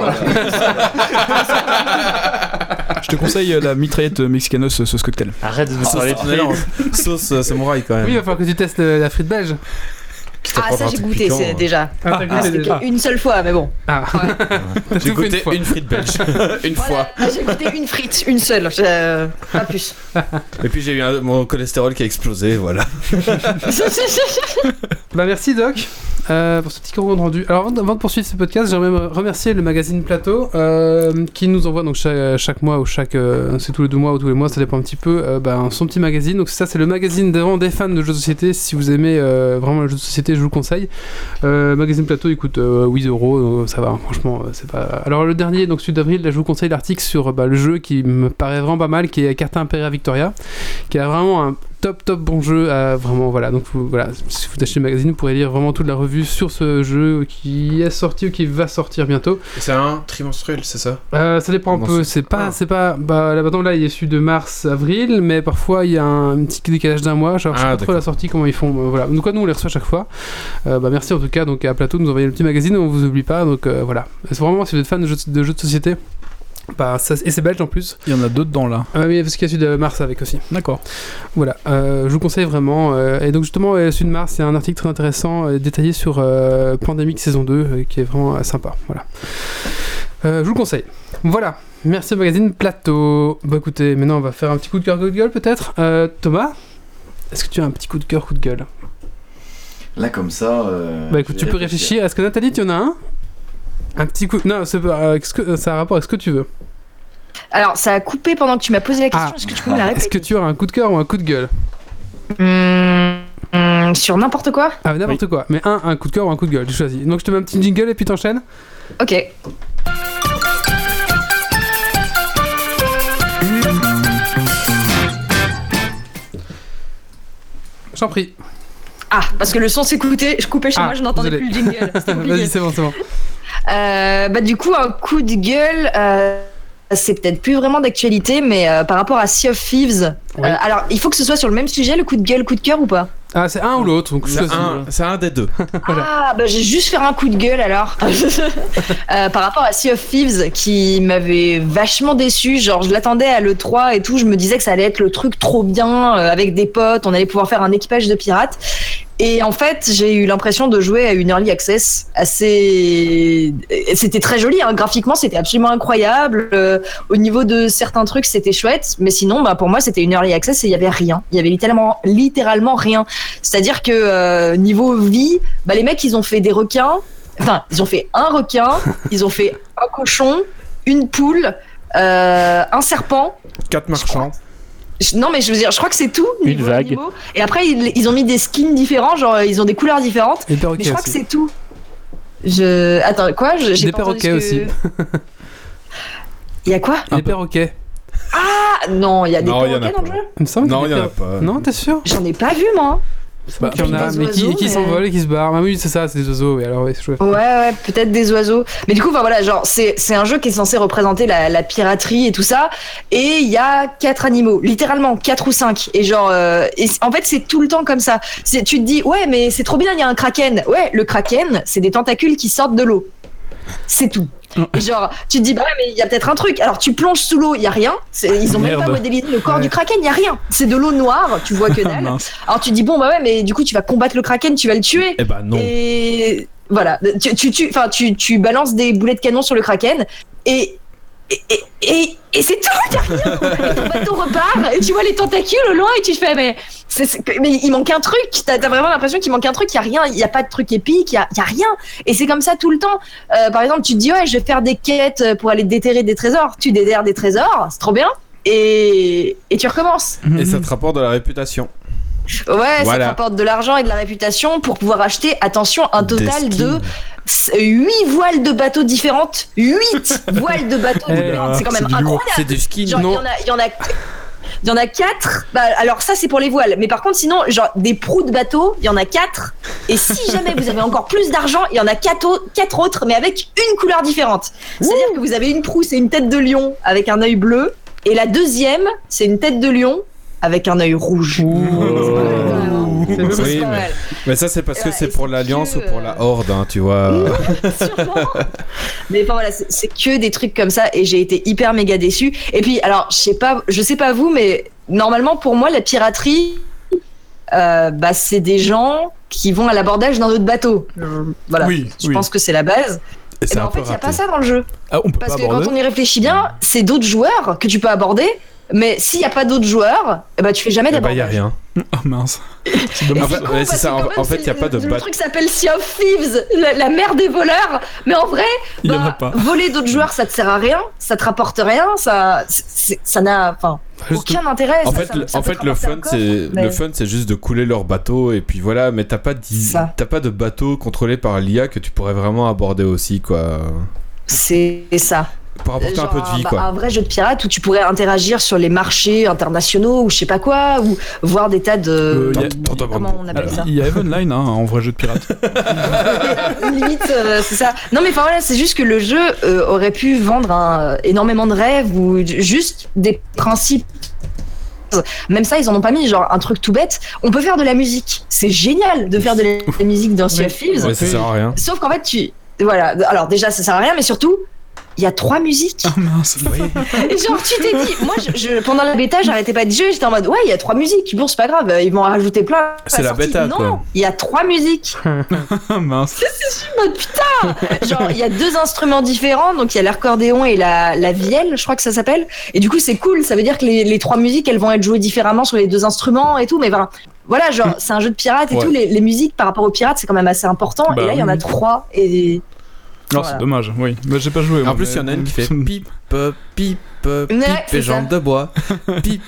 Je te conseille la mitraillette mexicanos sauce cocktail. Arrête de me parler de mélange. Sauce samouraï quand même. Oui, il va falloir que tu testes la frite belge. Ah, ça j'ai goûté c'est déjà. Ah, t'as goûté déjà. Une seule fois, mais bon. Ah. Ouais. J'ai goûté une frite belge. Une fois. J'ai goûté une frite, une seule, pas plus. Et puis j'ai eu mon cholestérol qui a explosé, voilà. Bah merci Doc pour ce petit compte rendu. Alors avant de poursuivre ce podcast, j'aimerais même remercier le magazine Plateau qui nous envoie donc chaque mois ou c'est tous les 2 mois ou tous les mois, ça dépend un petit peu, son petit magazine. Donc ça c'est le magazine des fans de jeux de société. Si vous aimez vraiment le jeu de société, je vous le conseille. Magazine Plateau, il coûte 8 €, ça va, franchement, c'est pas. Alors le dernier, donc celui d'avril, là je vous conseille l'article sur le jeu qui me paraît vraiment pas mal, qui est Carta Imperia Victoria, qui a vraiment un top bon jeu, vraiment voilà. Donc voilà, si vous achetez le magazine, vous pourrez lire vraiment toute la revue sur ce jeu qui est sorti ou qui va sortir bientôt. Et c'est un trimestriel, c'est ça? Ça dépend un peu, c'est pas là maintenant là il est celui de mars-avril, mais parfois il y a un petit décalage d'un mois, genre je sais pas trop la sortie comment ils font, voilà. Donc nous on les reçoit chaque fois. Merci en tout cas donc à Plateau de nous envoyer le petit magazine, on vous oublie pas, donc voilà. C'est vraiment, si vous êtes fan de jeux de société, et c'est belge en plus. Il y en a d'autres dedans là. Oui, parce qu'il y a celui de mars avec aussi. D'accord. Voilà, je vous conseille vraiment. Et donc justement, celui de mars, c'est un article très intéressant, détaillé sur Pandemic saison 2, qui est vraiment sympa. Voilà. Je vous le conseille. Voilà. Merci au magazine Plateau. Bah écoutez, maintenant on va faire un petit coup de cœur, coup de gueule peut-être. Thomas, est-ce que tu as un petit coup de cœur, coup de gueule? Là comme ça. Bah écoute, tu peux réfléchir. Est-ce que Nathalie, tu en as un? Un petit coup. Non, ça a rapport avec ce que tu veux. Alors, ça a coupé pendant que tu m'as posé la question. Est-ce que tu peux me la répéter? Est-ce que tu auras un coup de cœur ou un coup de gueule? Sur n'importe quoi? Ah, n'importe quoi. Mais un coup de cœur ou un coup de gueule, tu choisis. Donc je te mets un petit jingle et puis t'enchaînes. Ok. J'en prie. Ah, parce que le son s'est coupé chez moi, je n'entendais plus le jingle. Vas-y, c'est bon. Du coup, un coup de gueule, c'est peut-être plus vraiment d'actualité, mais par rapport à Sea of Thieves. Oui. Alors, il faut que ce soit sur le même sujet, le coup de gueule, coup de cœur ou pas? Ah, c'est un ou l'autre, donc c'est un des deux. Voilà. Ah, bah j'ai juste faire un coup de gueule alors. Par rapport à Sea of Thieves, qui m'avait vachement déçu. Genre, je l'attendais à l'E3 et tout. Je me disais que ça allait être le truc trop bien, avec des potes. On allait pouvoir faire un équipage de pirates. Et en fait, j'ai eu l'impression de jouer à une early access assez. C'était très joli, hein. Graphiquement, c'était absolument incroyable. Au niveau de certains trucs, c'était chouette. Mais sinon, pour moi, c'était une early access et il y avait rien. Il y avait littéralement rien. C'est-à-dire que niveau vie, les mecs, ils ont fait des requins. Enfin, ils ont fait un requin, ils ont fait un cochon, une poule, un serpent. 4 marchands. Non, mais je veux dire, je crois que c'est tout. Une vague. Et après, ils ont mis des skins différents, genre ils ont des couleurs différentes. Et mais je crois aussi. que c'est tout. Attends, quoi? J'ai des pas entendu perroquets aussi. Il y a quoi? Des perroquets. Ah non, il y a des perroquets dans le jeu? Il me semble Non, qu'il il y en a pas. Non, t'es sûr? J'en ai pas vu, moi. Il y en a, mais qui s'envolent et qui se barrent. Ah oui, c'est ça, c'est des oiseaux. Oui, alors, c'est chouette. Ouais, peut-être des oiseaux. Mais du coup, voilà, genre, c'est un jeu qui est censé représenter la piraterie et tout ça. Et il y a 4 animaux, littéralement 4 ou 5. Et genre, en fait, c'est tout le temps comme ça. Tu te dis, ouais, mais c'est trop bien, il y a un kraken. Ouais, le kraken, c'est des tentacules qui sortent de l'eau. C'est tout. Et genre, tu te dis, mais il y a peut-être un truc. Alors, tu plonges sous l'eau, il y a rien. Ils ont même pas modélisé le corps du kraken, il y a rien. C'est de l'eau noire, tu vois que dalle. Alors, tu te dis, mais du coup, tu vas combattre le kraken, tu vas le tuer. Eh ben non. Et voilà, tu balances des boulets de canon sur le kraken et c'est tout, il y a rien. Et ton bateau repart et tu vois les tentacules au loin et tu te fais, mais il manque un truc. T'as vraiment l'impression qu'il manque un truc. Il y a rien, il y a pas de truc épique, il y a rien. Et c'est comme ça tout le temps. Par exemple, tu te dis, ouais, je vais faire des quêtes pour aller déterrer des trésors. Tu déterres des trésors, c'est trop bien. Et tu recommences. Et ça te rapporte de la réputation. Ouais, ça te rapporte de l'argent et de la réputation pour pouvoir acheter, attention, un total de 8 voiles de bateaux différentes. 8 voiles de bateaux différentes. C'est quand même incroyable. C'est du skin. Genre, il y en a 4. Alors ça, c'est pour les voiles. Mais par contre, sinon, genre des proues de bateaux, il y en a 4. Et si jamais vous avez encore plus d'argent, il y en a 4 autres, mais avec une couleur différente. C'est-à-dire que vous avez une proue, c'est une tête de lion avec un œil bleu. Et la deuxième, c'est une tête de lion avec un œil rouge. C'est Oui, mais ça c'est parce que c'est pour l'Alliance ou pour la Horde, hein, tu vois. Sûrement. Mais enfin voilà, c'est que des trucs comme ça et j'ai été hyper méga déçue. Et puis alors, je sais pas vous, mais normalement pour moi la piraterie, c'est des gens qui vont à l'abordage d'un autre bateau. Voilà, je pense que c'est la base. Et en fait, il n'y a pas ça dans le jeu. Parce que quand on y réfléchit bien, c'est d'autres joueurs que tu peux aborder. Mais s'il n'y a pas d'autres joueurs, tu fais jamais d'abordage. Il n'y a rien. Oh mince. C'est dommage. C'est ça. En fait, il n'y a pas de Le truc s'appelle Sea of Thieves, la mer des voleurs. Mais en vrai, voler d'autres joueurs, ça te sert à rien, ça te rapporte rien, ça n'a aucun intérêt. En fait, le fun, c'est juste de couler leur bateau et puis voilà. Mais t'as pas de bateau contrôlé par l'IA que tu pourrais vraiment aborder aussi, quoi. C'est ça. Pour apporter un peu de vie, quoi. Un vrai jeu de pirate où tu pourrais interagir sur les marchés internationaux ou je sais pas quoi, ou voir des tas de. Comment on appelle ça ? Il y a Evenline, en vrai jeu de pirate. Limite, c'est ça. Non, mais enfin voilà, c'est juste que le jeu aurait pu vendre énormément de rêves ou juste des principes. Même ça, ils en ont pas mis, genre un truc tout bête. On peut faire de la musique. C'est génial de faire de la musique dans Sea of Thieves. Ouais, ça sert à rien. Sauf qu'en fait, voilà. Alors déjà, ça sert à rien, mais surtout. Il y a 3 musiques. Oh mince. Et genre tu t'es dit, moi pendant la bêta j'arrêtais pas de jouer, j'étais en mode il y a 3 musiques, bon c'est pas grave, ils vont en rajouter plein. C'est la bêta quoi. Non, il y a 3 musiques. Mince. C'est en mode putain. Genre il y a 2 instruments différents, donc il y a l'accordéon et la vielle, je crois que ça s'appelle. Et du coup c'est cool, ça veut dire que les 3 musiques elles vont être jouées différemment sur les 2 instruments et tout, mais voilà, genre c'est un jeu de pirates et tout, les musiques par rapport aux pirates c'est quand même assez important. Et là il y en a 3 et non, voilà. C'est dommage, oui. Mais j'ai pas joué. En plus, il y en a une qui fait pipe, pipe, pipe et jambes de bois. Pipe,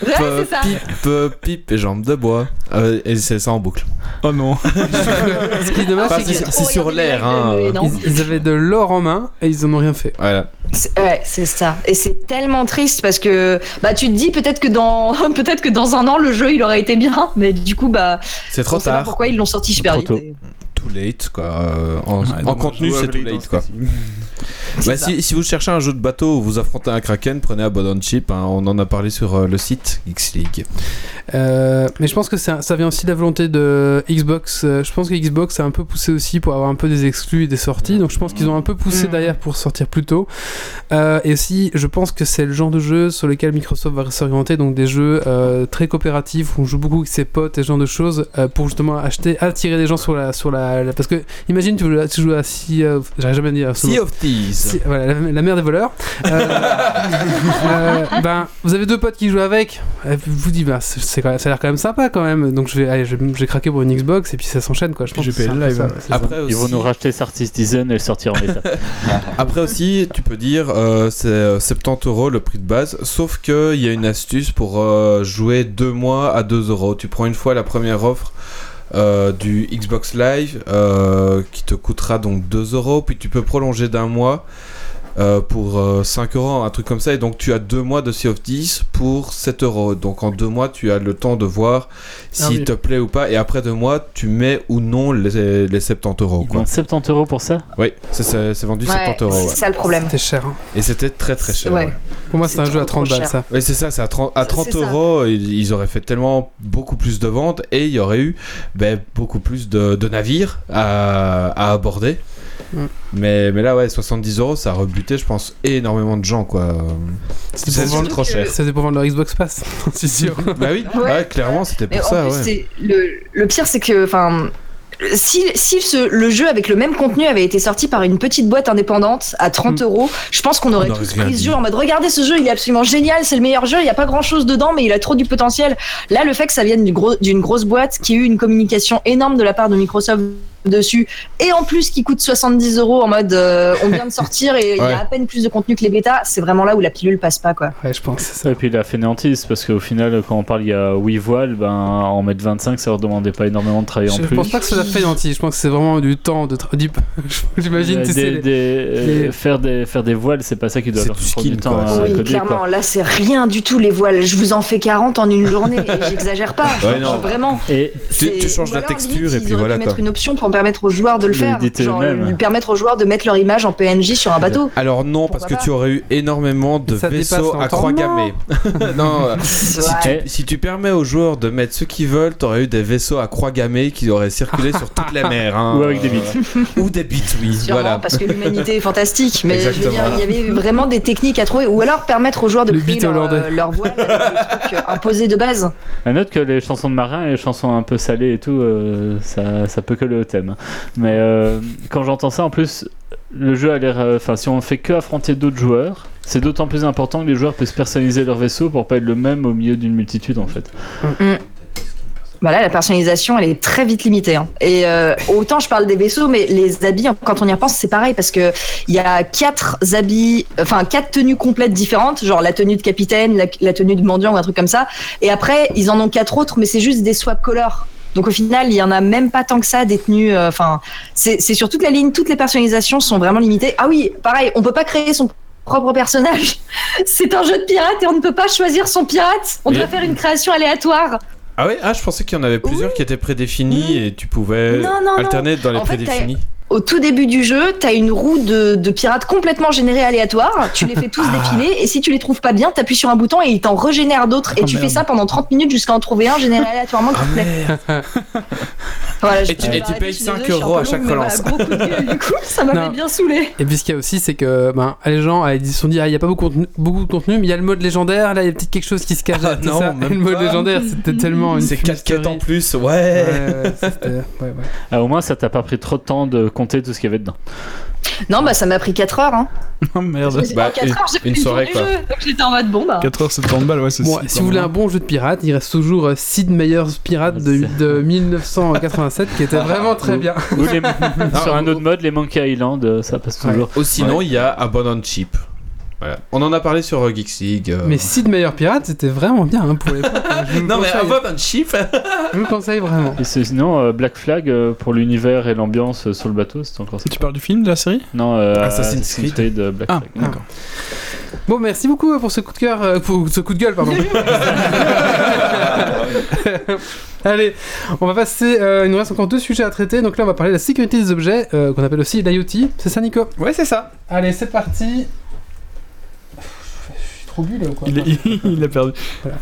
pipe et jambes de bois. Et c'est ça en boucle. Oh non. Ce qui est dommage, c'est sur l'air. Hein. Ils avaient de l'or en main et ils en ont rien fait. Voilà. C'est ça. Et c'est tellement triste parce que tu te dis peut-être que dans un an le jeu il aurait été bien, mais du coup c'est trop tard. On sait pas pourquoi ils l'ont sorti super vite. Too late quoi. En contenu c'est too late quoi. Si vous cherchez un jeu de bateau où vous affrontez un kraken, prenez Abandon Ship, on en a parlé sur le site Geeks League. Mais je pense que ça vient aussi de la volonté de Xbox. Je pense que Xbox a un peu poussé aussi pour avoir un peu des exclus et des sorties, donc je pense qu'ils ont un peu poussé derrière pour sortir plus tôt. Et aussi je pense que c'est le genre de jeu sur lequel Microsoft va s'orienter, donc des jeux très coopératifs où on joue beaucoup avec ses potes et ce genre de choses, pour justement attirer des gens sur la parce que imagine tu joues à j'arrive jamais à dire Sea of Thieves, voilà, la mer des voleurs. Vous avez 2 potes qui jouent avec, vous dites ça a l'air quand même sympa quand même, donc je vais craquer pour une Xbox et puis ça s'enchaîne quoi. Je pense que j'ai payé le live. Après aussi, ils vont nous racheter Star Citizen et le sortir en bêta. Après aussi tu peux dire c'est 70€ le prix de base, sauf qu'il y a une astuce pour jouer 2 mois à 2€. Tu prends une fois la première offre du Xbox Live qui te coûtera donc 2€, puis tu peux prolonger d'1 mois pour 5€, un truc comme ça, et donc tu as 2 mois de Sea of Thieves pour 7€. Donc en 2 mois tu as le temps de voir s'il te plaît ou pas, et après 2 mois tu mets ou non les 70€. Ils vendent 70€ pour ça ? Oui, c'est vendu 70€. C'est ça le problème. C'était cher. Et c'était très très cher. Pour moi c'est un jeu à 30 balles ça. Oui c'est ça, c'est à 30€, ils auraient fait tellement beaucoup plus de ventes et il y aurait eu beaucoup plus de navires à aborder. Mais là 70€, ça a rebuté je pense énormément de gens quoi. C'est trop cher. C'était pour vendre leur Xbox Pass, c'est sûr. Bah oui, clairement c'était pour ça. Le pire c'est que si le jeu avec le même contenu avait été sorti par une petite boîte indépendante à 30€, je pense qu'on aurait tous pris ce jeu en mode regardez ce jeu, il est absolument génial, c'est le meilleur jeu, il n'y a pas grand chose dedans mais il a trop du potentiel. Là le fait que ça vienne d'une grosse boîte qui a eu une communication énorme de la part de Microsoft dessus et en plus qui coûte 70€ en mode on vient de sortir et il y a à peine plus de contenu que les bêtas, c'est vraiment là où la pilule passe pas quoi. Ouais je pense c'est ça. Et puis la fainéantise parce qu'au final quand on parle il y a 8 voiles, en mettre 25 ça leur demandait pas énormément de travail en plus. Je pense pas que c'est la fainéantise, je pense que c'est vraiment du temps j'imagine faire des voiles c'est pas ça qui doit leur prendre du temps à coder, clairement quoi. Là c'est rien du tout les voiles, je vous en fais 40 en une journée et j'exagère pas, vraiment. Et tu changes la texture et puis voilà quoi. Mettre une option pour permettre aux joueurs de le faire. Genre, lui permettre aux joueurs de mettre leur image en PNJ sur un bateau. Alors non, parce que tu aurais eu énormément de vaisseaux à croix gammée. Non, si tu permets aux joueurs de mettre ce qu'ils veulent, t'aurais eu des vaisseaux à croix gammée qui auraient circulé sur toute la mer. Hein, ou avec des bits. Ou des bits, oui. Sûrement, voilà. parce que l'humanité est fantastique. Mais je veux dire, il y avait vraiment des techniques à trouver. Ou alors permettre aux joueurs de créer leur voile avec des trucs imposés de base. À note que les chansons de marins et les chansons un peu salées et tout, ça peut coller au thème. Mais quand j'entends ça, en plus, le jeu a l'air... Enfin, si on fait que affronter d'autres joueurs, c'est d'autant plus important que les joueurs puissent personnaliser leur vaisseau pour pas être le même au milieu d'une multitude, en fait. Bah là, la personnalisation, elle est très vite limitée. Hein. Et autant je parle des vaisseaux, mais les habits, quand on y repense, c'est pareil parce que il y a 4 tenues complètes différentes, genre la tenue de capitaine, la tenue de mendiant ou un truc comme ça. Et après, ils en ont 4 autres, mais c'est juste des swap colors. Donc au final, il y en a même pas tant que ça des tenues. Enfin, c'est sur toute la ligne, toutes les personnalisations sont vraiment limitées. Ah oui, pareil, on peut pas créer son propre personnage. C'est un jeu de pirate et on ne peut pas choisir son pirate. On doit faire une création aléatoire. Ah ouais, je pensais qu'il y en avait plusieurs qui étaient prédéfinis et tu pouvais alterner dans les prédéfinis. Au tout début du jeu, t'as une roue de pirates complètement générée aléatoire. Tu les fais tous défiler et si tu les trouves pas bien, t'appuies sur un bouton et il t'en régénère d'autres. Et tu fais ça pendant 30 minutes jusqu'à en trouver un généré aléatoirement qui te plaît. Voilà, et tu payes 5 € à chaque relance. Gros coup de gueule, du coup, ça m'avait bien saoulé. Et puis ce qu'il y a aussi, c'est que les gens ils se sont dit, il n'y a pas beaucoup de contenu, mais il y a le mode légendaire, là il y a peut-être quelque chose qui se cache. Non, ça. Le mode légendaire, c'était tellement. C'est 4 quêtes en plus, ouais. Au moins, ça t'a pas pris trop de temps de compter tout ce qu'il y avait dedans. Non, bah ça m'a pris 4 heures. Hein. Oh merde. Bah, 4 heures, j'ai pris une soirée quoi. Jeu, donc j'étais en mode bon bah. 4 heures, c'est 30 balles, ouais, c'est bon, si vous voulez un bon jeu de pirate, il reste toujours Sid Meier's Pirate de 1987 qui était vraiment très bien. Ou sur un autre mode, les Monkey Island, ça passe toujours. Ou sinon, il y a Abandon Ship. Voilà. On en a parlé sur Geeks League. Mais Sid Meier Pirate, c'était vraiment bien pour l'époque. Non, mais Abandon Ship. Je vous le conseille vraiment. Et sinon, Black Flag pour l'univers et l'ambiance sur le bateau, c'est encore ça. Tu parles du film, de la série? Non, Assassin's Creed Black Flag. D'accord. Bon, merci beaucoup pour ce coup de cœur, pour ce coup de gueule, pardon. Allez, on va passer. Il nous reste encore 2 sujets à traiter. Donc là, on va parler de la sécurité des objets, qu'on appelle aussi l'IoT. C'est ça, Nico? Ouais, c'est ça. Allez, c'est parti. Je suis trop bu là ou quoi? Il a perdu. Voilà.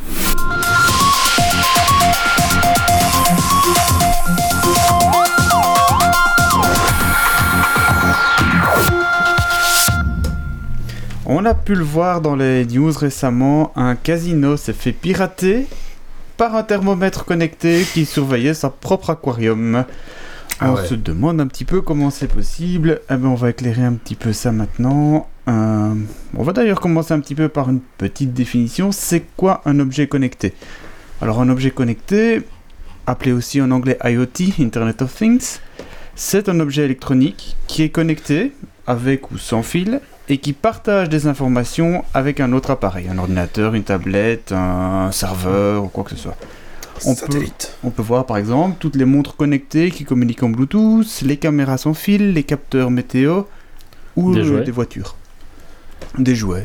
On a pu le voir dans les news récemment, un casino s'est fait pirater par un thermomètre connecté qui surveillait sa propre aquarium. On se demande un petit peu comment c'est possible. Eh ben, on va éclairer un petit peu ça maintenant. On va d'ailleurs commencer un petit peu par une petite définition. C'est quoi un objet connecté? Alors un objet connecté, appelé aussi en anglais IoT, Internet of Things, c'est un objet électronique qui est connecté avec ou sans fil et qui partage des informations avec un autre appareil, un ordinateur, une tablette, un serveur ou quoi que ce soit. On peut voir par exemple toutes les montres connectées qui communiquent en Bluetooth, les caméras sans fil, les capteurs météo ou des voitures. Des jouets.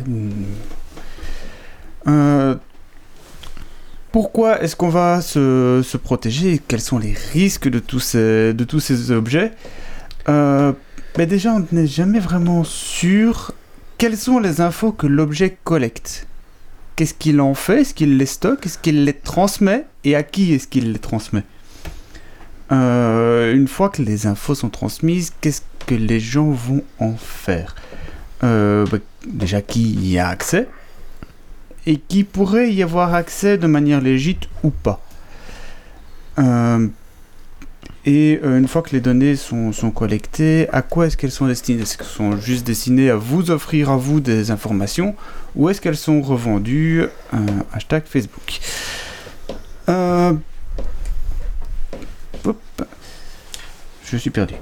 Pourquoi est-ce qu'on va se protéger? Quels sont les risques de tous ces objets? Mais déjà, on n'est jamais vraiment sûr quelles sont les infos que l'objet collecte. Qu'est-ce qu'il en fait? Est-ce qu'il les stocke? Est-ce qu'il les transmet? Et à qui est-ce qu'il les transmet? Une fois que les infos sont transmises, qu'est-ce que les gens vont en faire? Déjà, qui y a accès? Et qui pourrait y avoir accès de manière légitime ou pas? Et une fois que les données sont collectées, à quoi est-ce qu'elles sont destinées? Est-ce qu'elles sont juste destinées à vous offrir à vous des informations ou est-ce qu'elles sont revendues hashtag Facebook? Je suis perdu.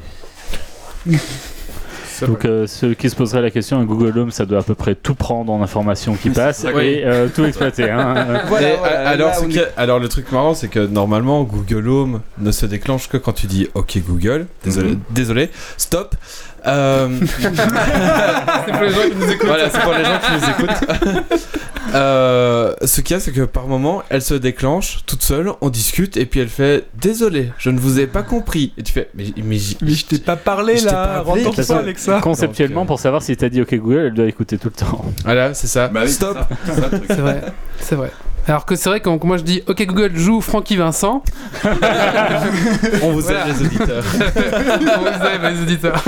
Donc ceux qui se poseraient la question, un Google Home, ça doit à peu près tout prendre en information qui passe et tout exploiter. Hein. Alors le truc marrant, c'est que normalement Google Home ne se déclenche que quand tu dis OK Google, désolé, stop. C'est pour les gens qui nous écoutent. Voilà, c'est pour les gens qui nous écoutent. Ce qu'il y a, c'est que par moment, elle se déclenche toute seule, on discute, et puis elle fait « Désolé, je ne vous ai pas compris. » Et tu fais « Mais je t'ai pas parlé là, rends-toi avec ça. » Conceptuellement, pour savoir si t'as dit OK Google, elle doit écouter tout le temps. Voilà, c'est ça. Bah oui, Stop. c'est ça le truc. C'est vrai. Alors que c'est vrai que quand moi je dis OK Google joue Francky Vincent, on vous aime les auditeurs. On vous aime les auditeurs.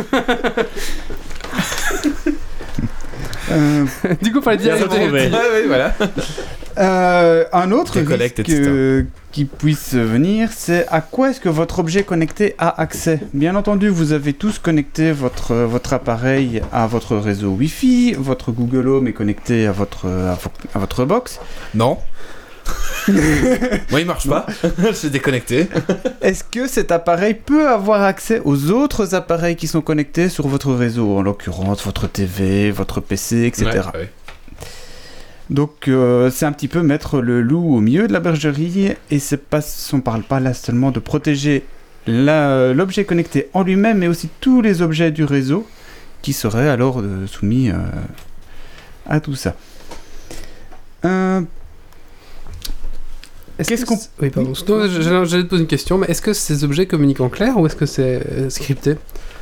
Du coup, fallait dire. Ouais, voilà. Un autre risque qui puisse venir, c'est à quoi est-ce que votre objet connecté a accès. Bien entendu, vous avez tous connecté votre appareil à votre réseau Wi-Fi, votre Google Home est connecté à votre box. Non. Moi, il marche pas. Je suis déconnecté. Est-ce que cet appareil peut avoir accès aux autres appareils qui sont connectés sur votre réseau, en l'occurrence votre TV, votre PC, etc. Ouais. Donc c'est un petit peu mettre le loup au milieu de la bergerie, et on parle pas là seulement de protéger l'objet connecté en lui-même, mais aussi tous les objets du réseau qui seraient alors soumis à tout ça. Oui, pardon. J'allais te poser une question, mais est-ce que ces objets communiquent en clair ou est-ce que c'est scripté?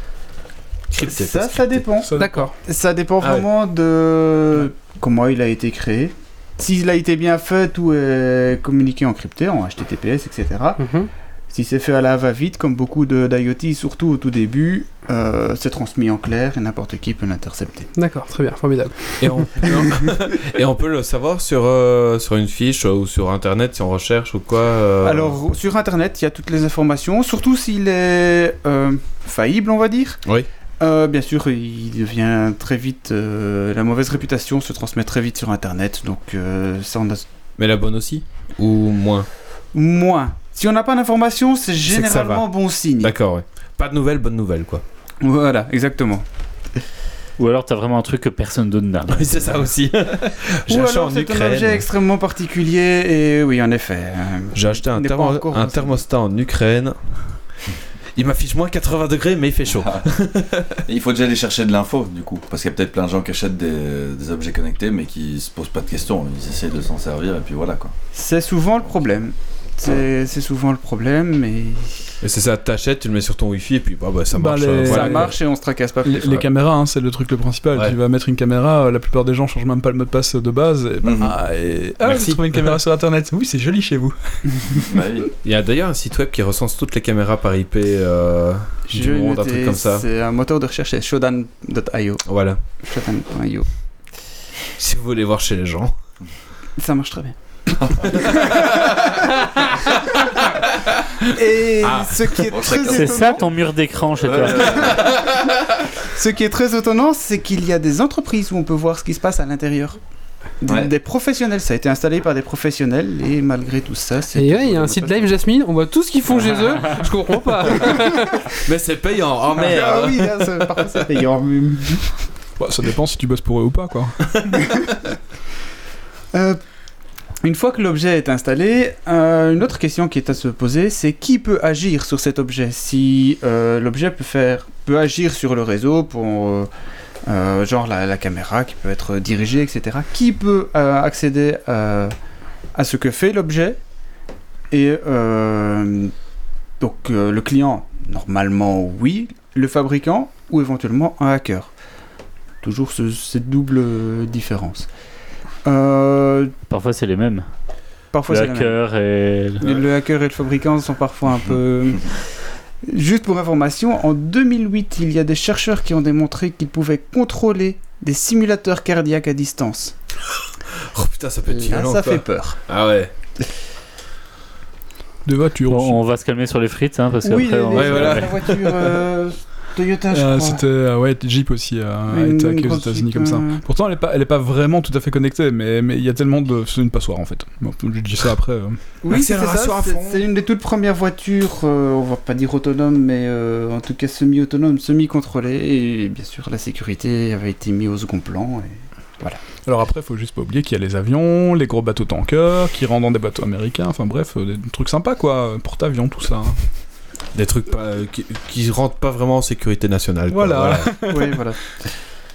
Ça dépend. D'accord. Ça dépend vraiment de comment il a été créé. S'il a été bien fait, tout est communiqué en crypté, en HTTPS, etc. Si c'est fait à la va-vite, comme beaucoup d'IoT, surtout au tout début, c'est transmis en clair et n'importe qui peut l'intercepter. D'accord, très bien, formidable. Et on peut le savoir sur une fiche ou sur Internet si on recherche ou quoi Alors, sur Internet, il y a toutes les informations, surtout s'il est faillible, on va dire. Oui. Bien sûr, il devient très vite... la mauvaise réputation se transmet très vite sur Internet, donc ça on a... Mais la bonne aussi? Ou moins? Moins. Si on n'a pas d'informations, c'est généralement bon signe. D'accord, ouais. Pas de nouvelles, bonne nouvelle, quoi. Voilà, exactement. Ou alors t'as vraiment un truc que personne d'autre n'a. Oui, c'est ça aussi. J'ai acheté en Ukraine. C'est un objet extrêmement particulier, et oui, en effet. J'ai acheté un thermostat en Ukraine. Il m'affiche moins 80 degrés, mais il fait chaud. Il faut déjà aller chercher de l'info, du coup. Parce qu'il y a peut-être plein de gens qui achètent des objets connectés, mais qui se posent pas de questions. Ils essayent de s'en servir, et puis voilà, quoi. C'est souvent le problème. C'est souvent le problème, mais... Et c'est ça, t'achètes, tu le mets sur ton Wi-Fi, et puis ça marche. Ça marche et on se tracasse pas plus. Les caméras, hein, c'est le truc le principal. Ouais. Tu vas mettre une caméra, la plupart des gens changent même pas le mot de passe de base. Et j'ai trouvé une caméra sur Internet. Oui, c'est joli chez vous. Il y a d'ailleurs un site web qui recense toutes les caméras par IP du monde, un truc comme ça. C'est un moteur de recherche, c'est shodan.io. Voilà. Shodan.io. Si vous voulez voir chez les gens. Ça marche très bien. Et ce qui est très étonnant, c'est ça ton mur d'écran chez toi. Ce qui est très étonnant, c'est qu'il y a des entreprises où on peut voir ce qui se passe à l'intérieur. Des professionnels, ça a été installé par des professionnels, et malgré tout ça, il y a un site Live Jasmine, on voit tout ce qu'ils font chez eux. Je comprends pas. Mais c'est payant, oh merde. Ah oui, parfois c'est payant. Ça dépend si tu bosses pour eux ou pas, quoi. Une fois que l'objet est installé, une autre question qui est à se poser, c'est qui peut agir sur cet objet. Si l'objet peut agir sur le réseau pour genre la caméra qui peut être dirigée, etc. Qui peut accéder à ce que fait l'objet? Et donc le client, normalement oui, le fabricant ou éventuellement un hacker. Toujours cette double différence. Parfois c'est les mêmes. Parfois le hacker et le hacker et le fabricant sont parfois un peu... Juste pour information, en 2008, il y a des chercheurs qui ont démontré qu'ils pouvaient contrôler des simulateurs cardiaques à distance. Oh putain, ça peut être violent. Ça fait peur. Ah ouais. De voitures. Bon, on va se calmer sur les frites, hein, parce oui, qu'après la voiture Toyota, je crois. C'était Jeep aussi a été hacké aux États-Unis comme ça. Pourtant, elle est pas vraiment tout à fait connectée, mais il y a tellement de... C'est une passoire en fait. Bon, je dis ça après. Oui, c'est ça. C'est une des toutes premières voitures, on va pas dire autonome, mais en tout cas semi-autonome, semi-contrôlée. Et bien sûr, la sécurité avait été mise au second plan. Et voilà. Alors après, faut juste pas oublier qu'il y a les avions, les gros bateaux tankers qui rentrent dans des bateaux américains. Enfin bref, des trucs sympas quoi, porte-avions, tout ça. Des trucs qui rentrent pas vraiment en sécurité nationale. Quoi. Voilà. Oui, voilà.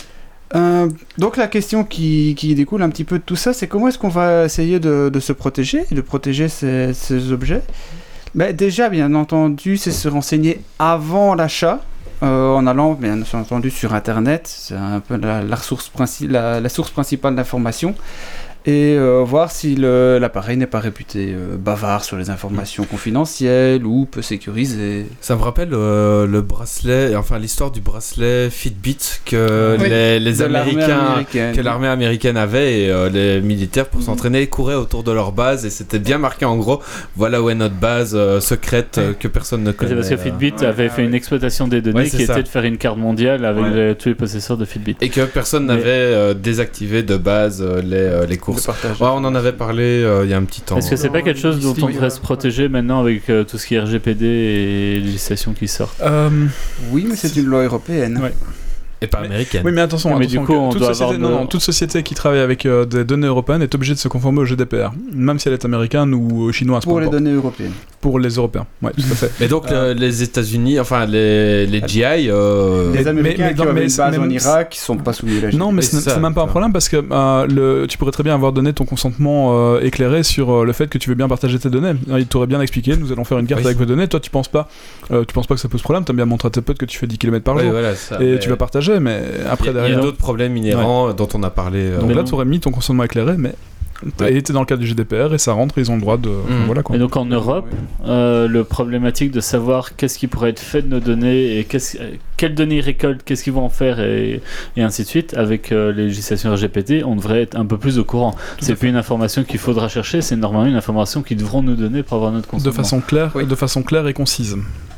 Donc la question qui découle un petit peu de tout ça, c'est comment est-ce qu'on va essayer de se protéger et de protéger ces objets. Déjà, bien entendu, c'est se renseigner avant l'achat, en allant bien entendu sur Internet, c'est un peu la source principale d'information. Et voir si l'appareil n'est pas réputé bavard sur les informations confidentielles ou peu sécurisé. Ça me rappelle le bracelet, enfin l'histoire du bracelet Fitbit que les Américains, que l'armée américaine avait, et les militaires pour s'entraîner couraient autour de leur base, et c'était bien marqué en gros, voilà où est notre base secrète que personne ne connaît. C'est parce que Fitbit avait fait une exploitation des données qui était de faire une carte mondiale avec tous les possesseurs de Fitbit. Et que personne n'avait désactivé de base les courses. On en avait parlé il y a un petit temps. Est-ce que c'est pas quelque chose dont on devrait se protéger maintenant avec tout ce qui est RGPD et législation qui sortent? Oui, mais c'est une loi européenne. Ouais. Et pas américaine. Oui, mais attention, mais du coup, on doit avoir toute société qui travaille avec des données européennes est obligée de se conformer au GDPR, même si elle est américaine ou chinoise. Pour les données européennes. Pour les Européens, ouais, tout à fait. Mais donc les États-Unis, enfin les GI, les Américains qui ont une base en Irak, qui sont pas soumis à la GDPR. Non, mais c'est même pas un problème parce que tu pourrais très bien avoir donné ton consentement éclairé sur le fait que tu veux bien partager tes données. Il t'aurait bien expliqué, nous allons faire une carte avec vos données. Toi, tu penses pas que ça pose problème. T'aimes bien montrer à tes potes que tu fais 10 km par jour voilà, tu vas partager. Mais après, il y a d'autres problèmes inhérents dont on a parlé. Donc là, tu aurais mis ton consentement éclairé, mais t'es dans le cadre du GDPR et ça rentre, ils ont le droit de. Voilà, quoi. Et donc en Europe, le problématique de savoir qu'est-ce qui pourrait être fait de nos données et quelles données ils récoltent, qu'est-ce qu'ils vont en faire et ainsi de suite, avec les législations RGPD, on devrait être un peu plus au courant. C'est plus une information qu'il faudra chercher, c'est normalement une information qu'ils devront nous donner pour avoir notre consentement. De façon claire et concise.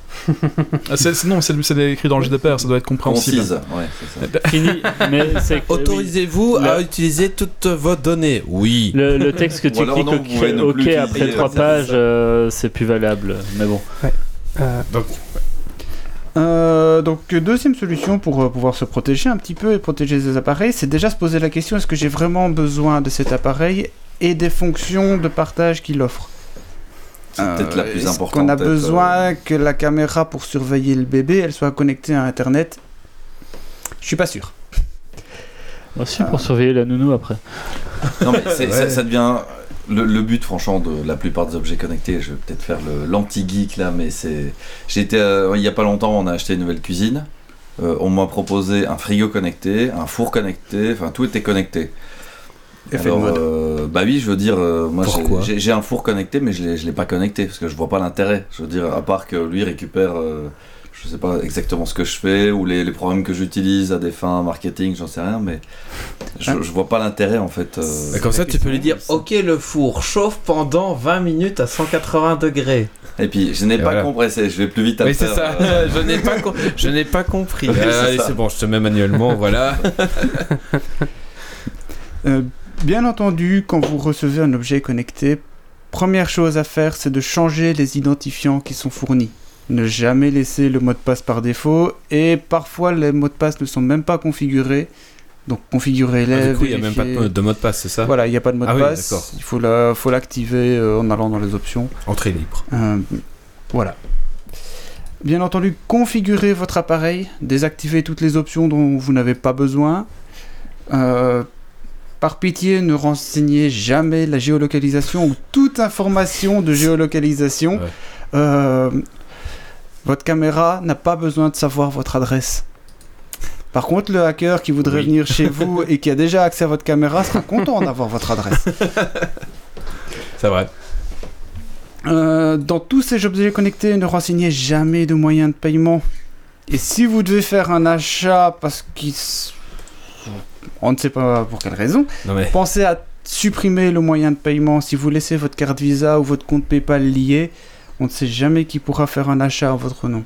C'est écrit dans le GDPR, ça doit être compréhensible. Concise, ouais, c'est ça. Fini, mais autorisez-vous à utiliser toutes vos données? Oui. Le texte que tu cliques OK après 3 pages, c'est plus valable, mais bon. Donc deuxième solution pour pouvoir se protéger un petit peu et protéger ses appareils, c'est déjà se poser la question, est-ce que j'ai vraiment besoin de cet appareil et des fonctions de partage qu'il offre? C'est peut-être la plus importante. Qu'on a besoin que la caméra pour surveiller le bébé, elle soit connectée à Internet. Je suis pas sûr. Aussi pour surveiller la nounou après. Non mais ça devient le but franchement de la plupart des objets connectés. Je vais peut-être faire l'anti-geek là, mais il y a pas longtemps, on a acheté une nouvelle cuisine. On m'a proposé un frigo connecté, un four connecté, enfin tout était connecté. Alors, bah oui, je veux dire, moi j'ai un four connecté, mais je l'ai pas connecté parce que je vois pas l'intérêt. Je veux dire, à part que lui récupère, je sais pas exactement ce que je fais ou les programmes que j'utilise à des fins marketing, j'en sais rien, mais je vois pas l'intérêt en fait. Comme ça, tu peux lui dire, ok, le four chauffe pendant 20 minutes à 180 degrés. Et puis, je n'ai pas compressé, je vais plus vite à le faire. Oui, c'est ça, je n'ai pas compris. C'est bon, je te mets manuellement, voilà. Bien entendu, quand vous recevez un objet connecté, première chose à faire, c'est de changer les identifiants qui sont fournis. Ne jamais laisser le mot de passe par défaut, et parfois les mots de passe ne sont même pas configurés. Donc configurez-les. Du coup, il n'y a même pas de mot de passe, c'est ça? Voilà, il n'y a pas de mot de passe. Il faut l'activer en allant dans les options. Entrée libre. Voilà. Bien entendu, configurez votre appareil, désactivez toutes les options dont vous n'avez pas besoin. Par pitié, ne renseignez jamais la géolocalisation ou toute information de géolocalisation. Votre caméra n'a pas besoin de savoir votre adresse. Par contre, le hacker qui voudrait venir chez vous et qui a déjà accès à votre caméra sera content d'avoir votre adresse. C'est vrai. Dans tous ces objets connectés, ne renseignez jamais de moyens de paiement. Et si vous devez faire un achat parce on ne sait pas pour quelle raison, pensez à supprimer le moyen de paiement. Si vous laissez votre carte Visa ou votre compte PayPal lié, on ne sait jamais qui pourra faire un achat en votre nom.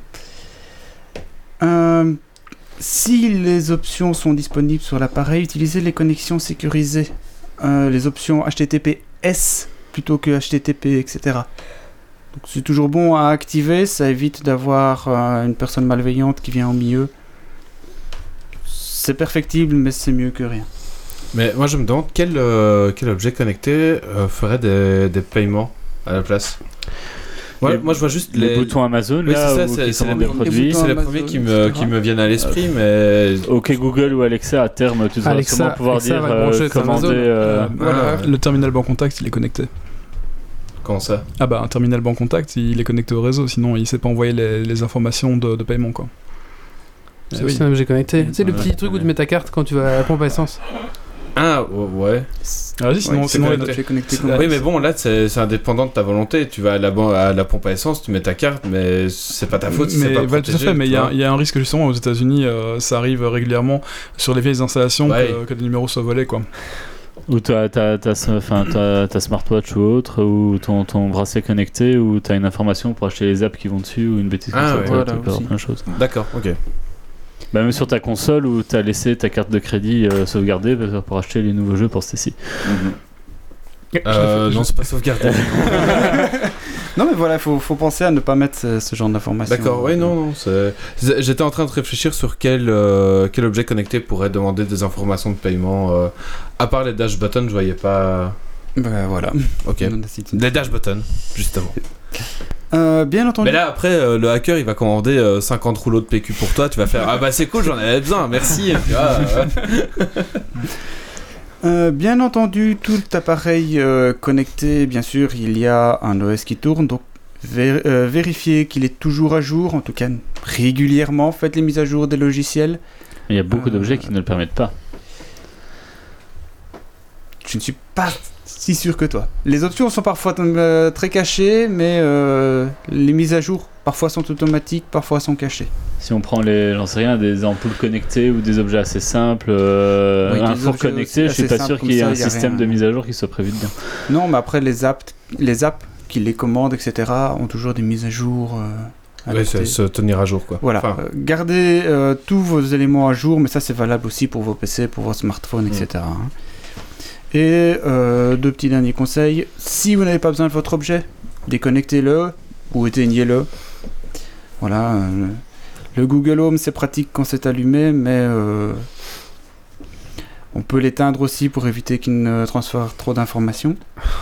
Si les options sont disponibles sur l'appareil, utilisez les connexions sécurisées. Les options HTTPS plutôt que HTTP, etc. Donc c'est toujours bon à activer, ça évite d'avoir une personne malveillante qui vient au milieu. C'est perfectible, mais c'est mieux que rien. Mais moi je me demande quel objet connecté ferait des paiements à la place. Ouais, moi je vois juste les boutons Amazon là, c'est qui commandent des produits. C'est les premiers qui me viennent à l'esprit, mais OK Google ou Alexa à terme, tu vas sûrement pouvoir dire commander. Voilà, le terminal banc contact, il est connecté. Comment ça? Ah bah un terminal banc contact, il est connecté au réseau, sinon il sait pas envoyer les informations de paiement quoi. C'est aussi un objet connecté. Tu sais le petit truc où tu mets ta carte quand tu vas à la pompe à essence. Ah ouais. Ah oui, sinon c'est connecté. Oui, mais bon, là c'est indépendant de ta volonté. Tu vas à la pompe à essence, tu mets ta carte, mais c'est pas ta faute si c'est pas protégé. Tout à fait, mais il y a un risque justement aux États-Unis, ça arrive régulièrement sur les vieilles installations que des numéros soient volés quoi. Ou ta smartwatch ou autre, ou ton bracelet connecté, ou t'as une information pour acheter les apps qui vont dessus, ou une bêtise comme ça, voilà, tu peux avoir plein de choses. D'accord, ok. Bah, même sur ta console où t'as laissé ta carte de crédit sauvegardée pour acheter les nouveaux jeux pour Stacy. Non, c'est pas sauvegardé. Non, mais voilà, faut penser à ne pas mettre ce genre d'informations. D'accord, oui, non. J'étais en train de réfléchir sur quel objet connecté pourrait demander des informations de paiement. À part les dash buttons, je voyais pas. Ben voilà. Ok. Les dash buttons, justement. Bien entendu. Mais là, après, le hacker, il va commander 50 rouleaux de PQ pour toi. Tu vas faire ah bah c'est cool, j'en avais besoin, merci. Bien entendu, tout appareil connecté, bien sûr, il y a un OS qui tourne, donc vérifiez qu'il est toujours à jour, en tout cas régulièrement, faites les mises à jour des logiciels. Il y a beaucoup d'objets qui ne le permettent pas. Je ne suis pas si sûr que toi. Les options sont parfois très cachées, mais les mises à jour parfois sont automatiques, parfois sont cachées. Si on prend j'en sais rien, des ampoules connectées ou des objets assez simples, un four connecté, je suis pas sûr qu'il y ait un système de mise à jour qui soit prévu dedans. Non, mais après les apps qui les commandent, etc., ont toujours des mises à jour. Oui, se tenir à jour quoi. Voilà, gardez tous vos éléments à jour, mais ça c'est valable aussi pour vos PC, pour vos smartphones, etc. Et deux petits derniers conseils, si vous n'avez pas besoin de votre objet, déconnectez-le ou éteignez-le. Voilà, le Google Home c'est pratique quand c'est allumé, mais on peut l'éteindre aussi pour éviter qu'il ne transfère trop d'informations.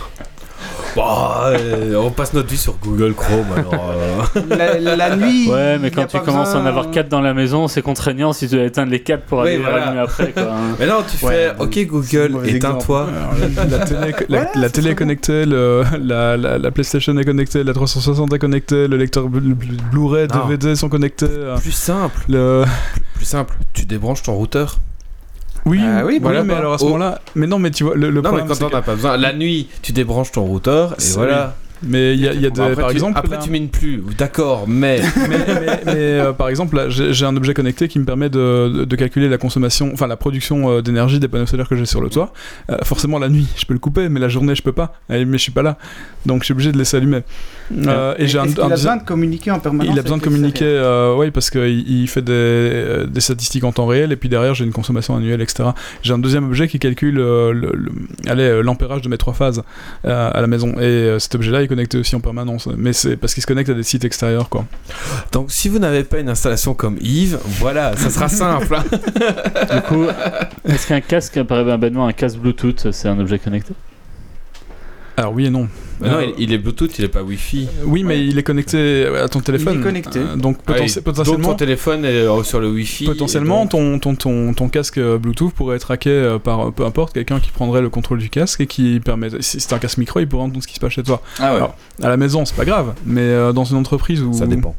On passe notre vie sur Google Chrome alors. La nuit. Ouais, mais quand tu commences à en avoir 4 dans la maison, c'est contraignant si tu dois éteindre les 4 pour aller les rallumer après. Quoi, hein. Mais non, tu fais OK Google, éteins-toi. La télé est connectée, la PlayStation est connectée, la 360 est connectée, le lecteur Blu-ray, DVD sont connectés. Plus simple. Plus simple, tu débranches ton routeur. Oui, voilà, mais alors à ce moment-là, mais non, mais tu vois, le problème, mais quand on n'a pas besoin, la nuit, tu débranches ton routeur et voilà. Mais il y a des, par exemple. Après, tu mines plus, d'accord, mais. Par exemple, là, j'ai un objet connecté qui me permet de calculer la consommation, enfin la production d'énergie des panneaux solaires que j'ai sur le toit. Forcément, la nuit, je peux le couper, mais la journée, je peux pas. Mais je suis pas là, donc je suis obligé de laisser allumer. Et j'ai il a besoin de communiquer en permanence. Il a besoin de communiquer, oui, parce qu'il fait des statistiques en temps réel, et puis derrière, j'ai une consommation annuelle, etc. J'ai un deuxième objet qui calcule l'ampérage de mes 3 phases à la maison, et cet objet-là, il est connecté aussi en permanence, mais c'est parce qu'il se connecte à des sites extérieurs, quoi. Donc si vous n'avez pas une installation comme Yves, voilà, ça sera simple. Du coup, est-ce qu'un casque, par événement un casque Bluetooth, c'est un objet connecté? Alors oui et non. Non, il est Bluetooth, il est pas Wi-Fi. Oui, mais il est connecté à ton téléphone. Il est connecté. Donc potentiellement. Donc ton téléphone est sur le Wi-Fi. Potentiellement, ton casque Bluetooth pourrait être hacké par peu importe quelqu'un qui prendrait le contrôle du casque et qui permet. Si c'est un casque micro, il pourrait entendre ce qui se passe chez toi. Ah ouais. Alors, à la maison, c'est pas grave, mais dans une entreprise où. Ça dépend.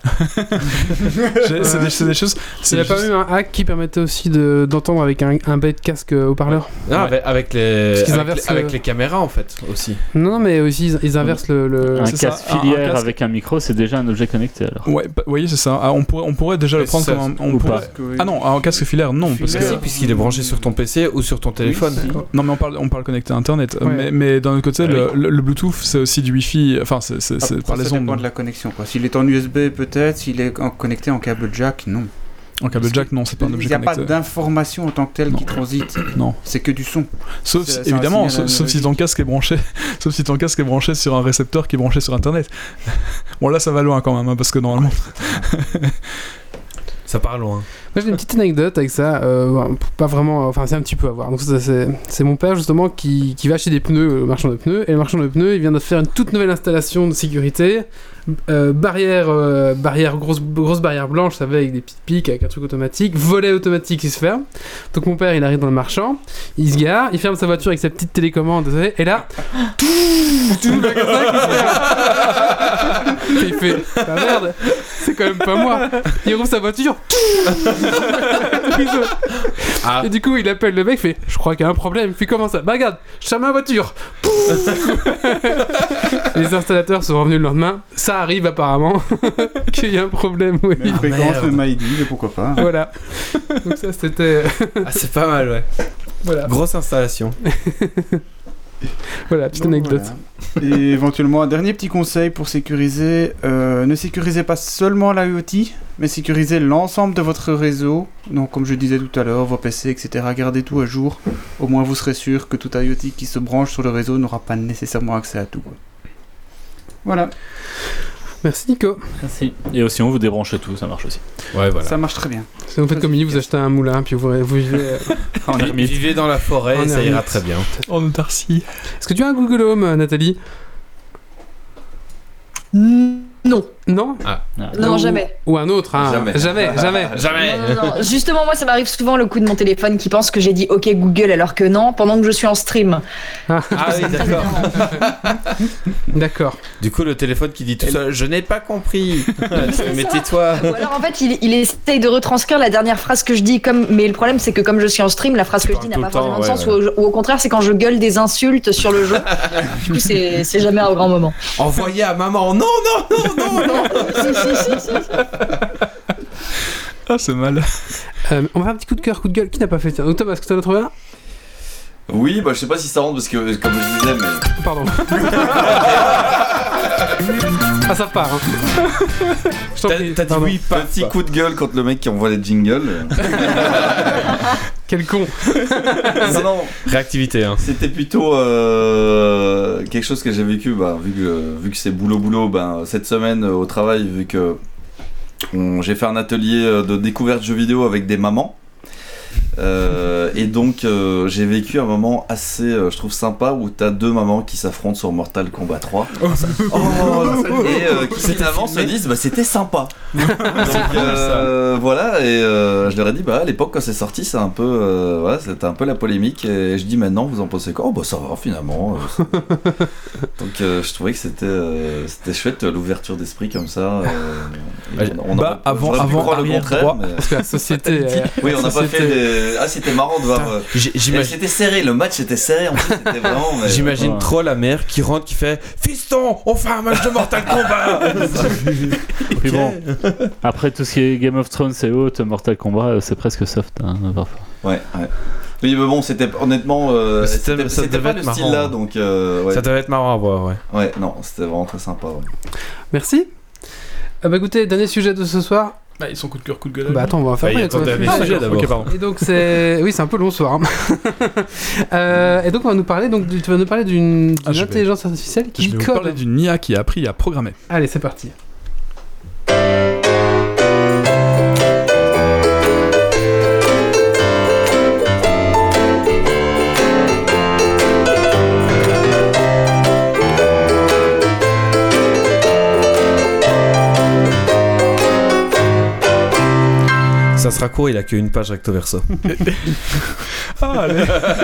C'est des choses. Il n'y a pas eu un hack qui permettait aussi d'entendre avec un bête casque haut-parleur? Non, avec les caméras en fait aussi. Non, mais aussi ils inversent le. Un casque filière avec un micro, c'est déjà un objet connecté alors. Ouais, oui, c'est ça. On pourrait déjà le prendre comme un. Ah non, un casque filaire, non. Puisqu'il est branché sur ton PC ou sur ton téléphone. Non, mais on parle connecté à Internet. Mais d'un autre côté, le Bluetooth, c'est aussi du Wi-Fi. Enfin, c'est par les ondes. Ça dépend de la connexion, quoi. S'il est en USB, peut-être. S'il est connecté en câble jack, non. En câble jack, non, c'est pas un objet connecté. Il n'y a pas d'information en tant que telle qui transite. Non. C'est que du son. Sauf si ton casque est branché sur un récepteur qui est branché sur Internet. Bon, là, ça va loin quand même, hein, parce que normalement. Ça part loin. Moi j'ai une petite anecdote avec ça, pas vraiment, enfin c'est un petit peu à voir. Donc c'est mon père justement qui va acheter des pneus au marchand de pneus, et le marchand de pneus il vient de faire une toute nouvelle installation de sécurité, barrière grosse barrière blanche, ça va avec des petites piques, avec un truc automatique, volet automatique qui se ferme. Donc mon père il arrive dans le marchand, il se gare, il ferme sa voiture avec sa petite télécommande, et là, tout comme ça qui se ferme. Et il fait, ah merde, c'est quand même pas moi. Il rouvre sa voiture. Et du coup il appelle le mec, fait je crois qu'il y a un problème. Puis comment ça? Bah regarde, je ferme ma voiture. Les installateurs sont revenus le lendemain. Ça arrive apparemment qu'il y a un problème. Oui. Mais fréquence, le MIDI, mais pourquoi pas. Voilà. Donc ça c'était. C'est pas mal, ouais. Voilà. Grosse installation. Voilà, petite anecdote. Voilà. Et éventuellement, un dernier petit conseil pour sécuriser. Ne sécurisez pas seulement l'IoT, mais sécurisez l'ensemble de votre réseau. Donc, comme je disais tout à l'heure, vos PC, etc. Gardez tout à jour. Au moins, vous serez sûr que tout IoT qui se branche sur le réseau n'aura pas nécessairement accès à tout. Voilà. Merci Nico. Merci. Et aussi, on vous débranchez tout, ça marche aussi. Ouais, voilà. Ça marche très bien. Si vous faites comme il, vous achetez un moulin, puis vous vivez en ermite. Vivez dans la forêt, et ça ira très bien. En autarcie. Est-ce que tu as un Google Home, Nathalie? Non. Non? Non, jamais. Ou un autre, hein. Jamais. Non. Justement, moi, ça m'arrive souvent le coup de mon téléphone qui pense que j'ai dit OK Google alors que non, pendant que je suis en stream. Ah oui, d'accord. D'accord. Du coup, le téléphone qui dit tout ça, je n'ai pas compris. Mais tais-toi. Ou alors, en fait, il essaye de retranscrire la dernière phrase que je dis, mais le problème, c'est que comme je suis en stream, la phrase que je dis n'a pas forcément de sens, ou au contraire, c'est quand je gueule des insultes sur le jeu. Du coup, c'est jamais un grand moment. Envoyez à maman. Non. Si. Ah, c'est mal. On va faire un petit coup de cœur, coup de gueule. Qui n'a pas fait ça? Donc Thomas, est-ce que t'en as trouvé un? Oui, bah je sais pas si ça rentre parce que comme je disais, mais. Pardon. Ah, ça part. Hein. T'as dit oui, pas. Petit coup de gueule contre le mec qui envoie les jingles. Quel con. Non. Réactivité, hein. C'était plutôt quelque chose que j'ai vécu, vu que c'est boulot, cette semaine au travail, vu que j'ai fait un atelier de découverte de jeux vidéo avec des mamans. Et donc j'ai vécu un moment assez je trouve sympa où t'as deux mamans qui s'affrontent sur Mortal Kombat 3 et qui finalement se disent c'était sympa. Donc voilà, et je leur ai dit à l'époque quand c'est sorti c'est un peu c'était un peu la polémique, et je dis maintenant vous en pensez quoi? Ça va finalement. Donc je trouvais que c'était chouette l'ouverture d'esprit comme ça. On avant croire le contraire, mais... parce que la société oui, on n'a pas fait des... Ah, c'était marrant de voir. C'était serré, le match était serré en plus, c'était vraiment. Mais... J'imagine trop la mère qui rentre, qui fait Fiston, on fait un match de Mortal Kombat. Puis bon, après tout ce qui est Game of Thrones et autres, Mortal Kombat, c'est presque soft, hein, parfois. Ouais. Oui, mais bon, c'était honnêtement. C'était pas le style là, donc. Ça devait être marrant à voir, ouais. Ouais, non, c'était vraiment très sympa, ouais. Merci. Écoutez, dernier sujet de ce soir. Ils sont coup de cœur, coup de gueule. Attends, on va faire le sujet d'abord. Okay, et donc c'est un peu long ce soir. Et donc on va nous parler tu vas nous parler d'une intelligence artificielle qui code. Je vais vous parler d'une IA qui a appris à programmer. Allez, c'est parti. Ça sera court, il a qu'une page recto verso. Allez.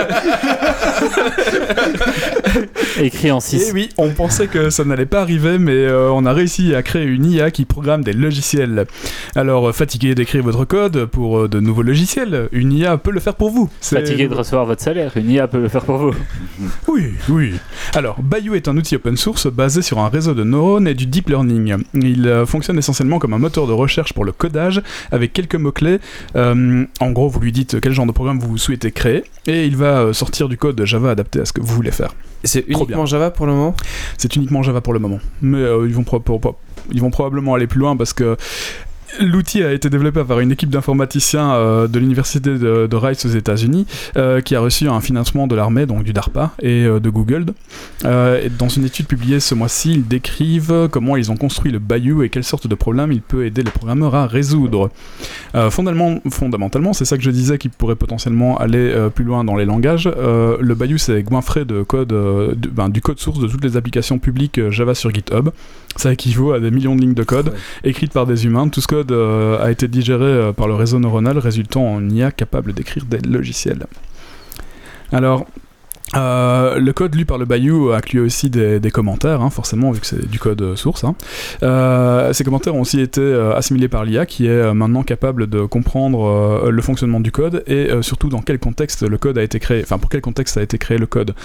Écrit en 6. Et oui, on pensait que ça n'allait pas arriver, mais on a réussi à créer une IA qui programme des logiciels. Alors, fatigué d'écrire votre code pour de nouveaux logiciels, une IA peut le faire pour vous. Fatigué de recevoir votre salaire, une IA peut le faire pour vous. Oui. Alors, Bayou est un outil open source basé sur un réseau de neurones et du deep learning. Il fonctionne essentiellement comme un moteur de recherche pour le codage, avec quelques mots-clés. En gros, vous lui dites quel genre de programme vous souhaitez créer, et il va sortir du code Java adapté à ce que vous voulez faire. C'est uniquement Java pour le moment ? C'est uniquement Java pour le moment. Mais ils vont probablement aller plus loin parce que L'outil a été développé par une équipe d'informaticiens de l'université de Rice aux États-Unis qui a reçu un financement de l'armée, donc du DARPA et de Google. Et dans une étude publiée ce mois-ci, ils décrivent comment ils ont construit le Bayou et quelles sortes de problèmes il peut aider les programmeurs à résoudre. Fondamentalement, c'est ça que je disais qui pourrait potentiellement aller plus loin dans les langages. Le Bayou, c'est goinfré de code, du code source de toutes les applications publiques Java sur GitHub. Ça équivaut à des millions de lignes de code écrites par des humains. Tout ce code a été digéré par le réseau neuronal, résultant en IA capable d'écrire des logiciels. Alors, le code lu par le Bayou inclut aussi des commentaires, forcément, vu que c'est du code source. Ces commentaires ont aussi été assimilés par l'IA, qui est maintenant capable de comprendre le fonctionnement du code et surtout dans quel contexte le code a été créé, enfin pour quel contexte a été créé le code.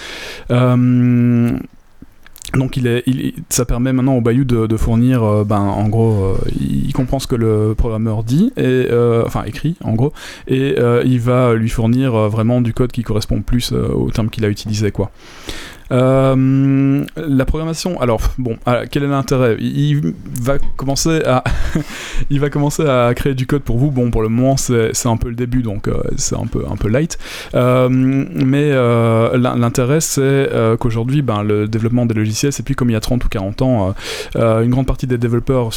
Donc ça permet maintenant au Bayou de fournir, en gros, il comprend ce que le programmeur dit, et, écrit en gros, et il va lui fournir vraiment du code qui correspond plus au terme qu'il a utilisé, quoi. La programmation, alors bon, quel est l'intérêt ? Il va commencer à créer du code pour vous. Bon, pour le moment c'est un peu le début, donc c'est un peu light, mais l'intérêt c'est qu'aujourd'hui le développement des logiciels, c'est plus comme il y a 30 ou 40 ans. Une grande partie des développements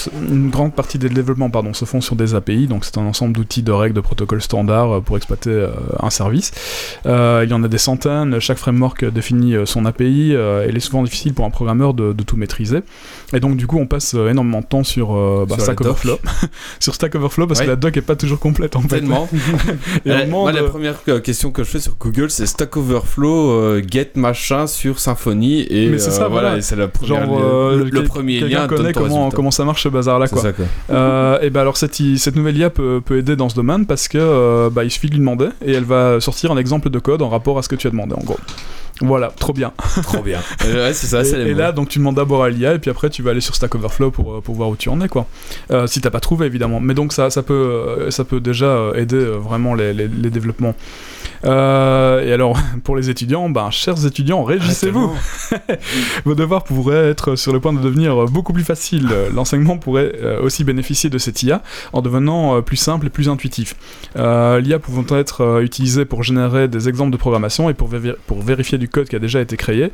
se font sur des API, donc c'est un ensemble d'outils, de règles, de protocoles standards pour exploiter un service. Il y en a des centaines, chaque framework définit son API. Il est souvent difficile pour un programmeur de tout maîtriser, et donc du coup on passe énormément de temps sur Stack Overflow sur Stack Overflow parce que la doc est pas toujours complète en fait. Tellement. Moi la première question que je fais sur Google, c'est Stack Overflow get machin sur Symfony, et mais c'est ça, voilà. Et c'est le premier lien. Quelqu'un connaît comment ça marche ce bazar là, quoi. Ça, quoi. Et alors cette nouvelle IA peut aider dans ce domaine parce que il suffit de lui demander et elle va sortir un exemple de code en rapport à ce que tu as demandé, en gros. Voilà, trop bien. Trop bien. Ouais, c'est ça, et là, donc tu demandes d'abord à l'IA et puis après tu vas aller sur Stack Overflow pour voir où tu en es, quoi. Si t'as pas trouvé, évidemment. Mais donc ça peut déjà aider vraiment les développements. Et alors, pour les étudiants, chers étudiants, réjouissez-vous. Vos devoirs pourraient être sur le point de devenir beaucoup plus faciles. L'enseignement pourrait aussi bénéficier de cette IA en devenant plus simple et plus intuitif. L'IA pouvant être utilisée pour générer des exemples de programmation et pour vérifier du code qui a déjà été créé.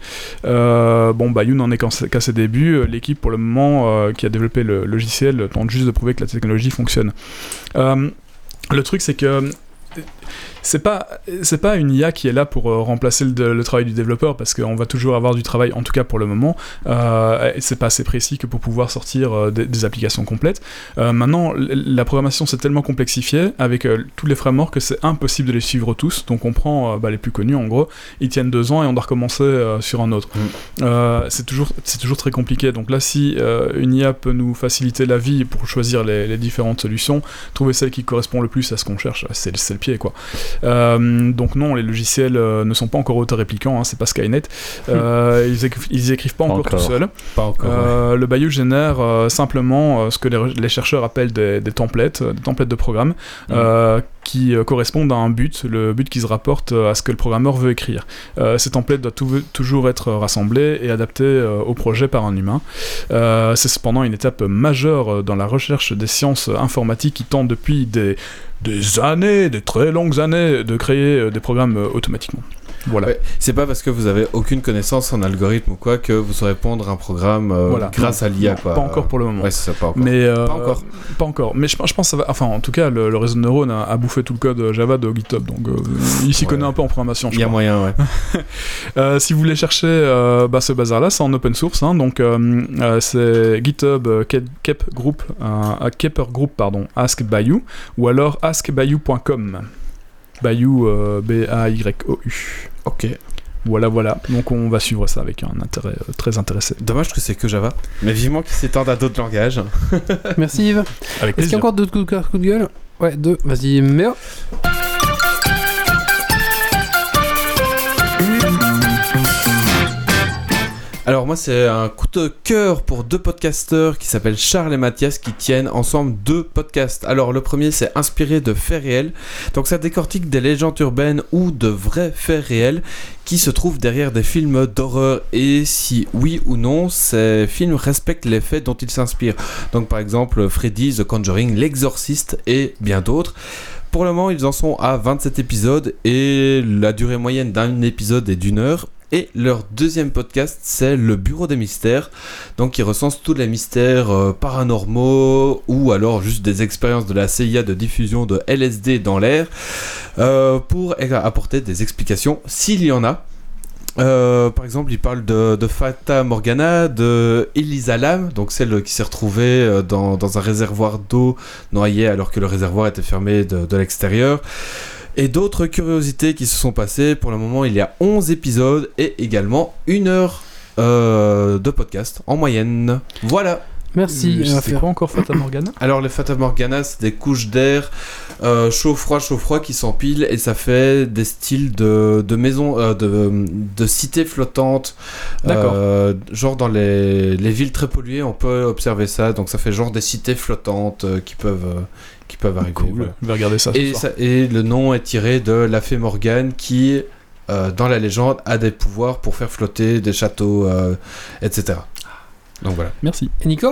You n'en est qu'à ses débuts. L'équipe, pour le moment, qui a développé le logiciel, tente juste de prouver que la technologie fonctionne. Le truc, c'est que c'est pas une IA qui est là pour remplacer le travail du développeur, parce qu'on va toujours avoir du travail, en tout cas pour le moment, et c'est pas assez précis que pour pouvoir sortir des applications complètes. Maintenant, la programmation s'est tellement complexifiée avec tous les frameworks que c'est impossible de les suivre tous, donc on prend les plus connus, en gros, ils tiennent 2 ans et on doit recommencer sur un autre. C'est toujours très compliqué, donc là si une IA peut nous faciliter la vie pour choisir les différentes solutions, trouver celle qui correspond le plus à ce qu'on cherche, c'est le pied, quoi. Donc non, les logiciels ne sont pas encore autoréplicants, c'est pas Skynet. Ils écrivent pas encore tout seuls. Pas encore. Le Bayou génère simplement ce que les chercheurs appellent des templates de programme qui correspondent à un but, le but qui se rapporte à ce que le programmeur veut écrire. Ces templates doivent toujours être rassemblés et adaptés au projet par un humain. C'est cependant une étape majeure dans la recherche des sciences informatiques qui tentent depuis des années, des très longues années, de créer des programmes automatiquement. Voilà. Ouais, c'est pas parce que vous avez aucune connaissance en algorithme ou quoi que vous saurez pondre un programme grâce à l'IA, quoi. Pas encore pour le moment. Ouais, c'est ça, pas encore. Mais pas encore. Mais je pense que ça va. Enfin, en tout cas, le réseau de neurones a bouffé tout le code Java de GitHub, donc il s'y connaît un peu en programmation. Il y a moyen, ouais. Si vous voulez chercher ce bazar-là, c'est en open source, donc c'est GitHub Keper Group, Ask Bayou, ou alors askbayou.com. Bayou, B-A-Y-O-U. Ok. Voilà. Donc on va suivre ça avec un intérêt très intéressé. Dommage que c'est que Java. Mais vivement qu'ils s'étendent à d'autres langages. Merci Yves. Avec plaisir. Est-ce qu'il y a encore d'autres coups de gueule ? Ouais, 2. Vas-y, Méo. Alors moi c'est un coup de cœur pour 2 podcasteurs qui s'appellent Charles et Mathias qui tiennent ensemble 2 podcasts. Alors le premier c'est inspiré de faits réels, donc ça décortique des légendes urbaines ou de vrais faits réels qui se trouvent derrière des films d'horreur et si oui ou non ces films respectent les faits dont ils s'inspirent. Donc par exemple Freddy, The Conjuring, L'Exorciste et bien d'autres. Pour le moment ils en sont à 27 épisodes et la durée moyenne d'un épisode est d'1 heure. Et leur deuxième podcast, c'est Le Bureau des Mystères, donc qui recense tous les mystères paranormaux ou alors juste des expériences de la CIA de diffusion de LSD dans l'air pour apporter des explications s'il y en a. Par exemple, il parle de Fata Morgana, de Elisa Lam, donc celle qui s'est retrouvée dans un réservoir d'eau noyée alors que le réservoir était fermé de l'extérieur. Et d'autres curiosités qui se sont passées. Pour le moment, il y a 11 épisodes et également 1 heure de podcast en moyenne. Voilà. Merci. C'est quoi encore Fata Morgana? Alors, les Fata Morgana, c'est des couches d'air chaud-froid qui s'empilent et ça fait des styles de maisons, de cités flottantes. D'accord. Genre dans les villes très polluées, on peut observer ça. Donc, ça fait genre des cités flottantes qui peuvent arriver. Cool. Voilà. Je vais regarder ça ce soir. Et le nom est tiré de la fée Morgane qui, dans la légende, a des pouvoirs pour faire flotter des châteaux, etc. Donc voilà. Merci. Et Nico?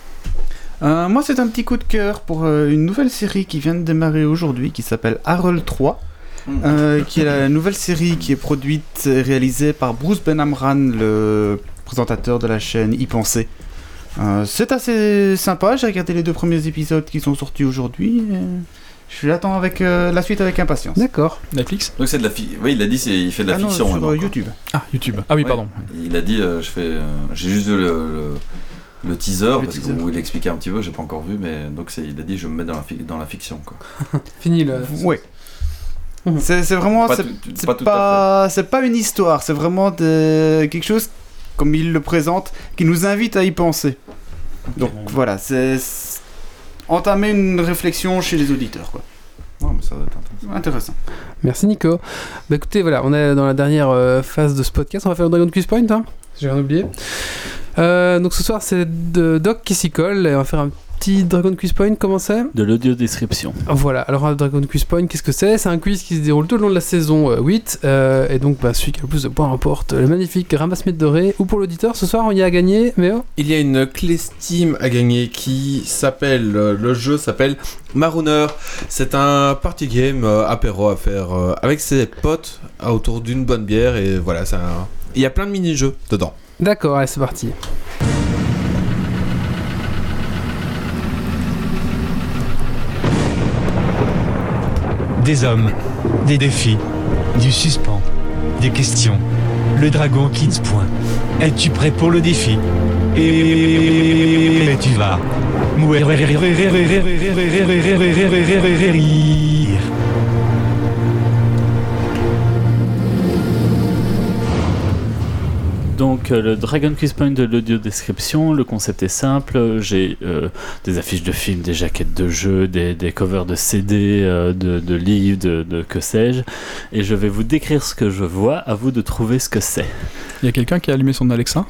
Moi, c'est un petit coup de cœur pour une nouvelle série qui vient de démarrer aujourd'hui, qui s'appelle Harold 3, qui est la nouvelle série qui est produite et réalisée par Bruce Ben-Amran, le présentateur de la chaîne Y Penser. C'est assez sympa, j'ai regardé les 2 premiers épisodes qui sont sortis aujourd'hui. Je l'attends avec la suite avec impatience. D'accord. Netflix? Donc c'est de la fiction. Oui, il a dit il fait de la fiction. Non, sur maintenant, YouTube. Ah, YouTube. Ah oui, Ouais. pardon. Il a dit j'ai juste vu le teaser parce teaser. où il expliquait un petit peu, j'ai pas encore vu, mais donc il a dit je me mets dans la fiction quoi. Fini le. Ouais. C'est vraiment c'est pas une histoire, c'est vraiment quelque chose comme il le présente qui nous invite à y penser. Donc voilà, c'est entamer une réflexion chez les auditeurs quoi. Non, mais ça doit être Intéressant. Merci Nico. Bah écoutez, voilà, on est dans la dernière phase de ce podcast. On va faire le Dragon Quiz Point, hein, si j'ai rien oublié. Donc ce soir, c'est Doc qui s'y colle et on va faire un petit Dragon Quiz Point. Comment c'est? De l'audio description. Voilà, alors un Dragon Quiz Point, qu'est-ce que c'est? C'est un quiz qui se déroule tout le long de la saison 8 et donc celui qui a le plus de points remporte le magnifique ramasse-miettes doré. Ou pour l'auditeur, ce soir on y a gagné, Méo? Il y a une clé Steam à gagner qui s'appelle, le jeu s'appelle Marooner. C'est un party game apéro à faire avec ses potes autour d'une bonne bière et voilà, il y a plein de mini-jeux dedans. D'accord, allez c'est parti. Des hommes, des défis, du suspens, des questions. Le Dragon Kids Point. Es-tu prêt pour le défi? Et tu vas mourir. Donc le Dragon Quiz Point de l'audio description, le concept est simple, j'ai des affiches de films, des jaquettes de jeux, des covers de CD, de livres, de que sais-je, et je vais vous décrire ce que je vois, à vous de trouver ce que c'est. Il y a quelqu'un qui a allumé son Alexa?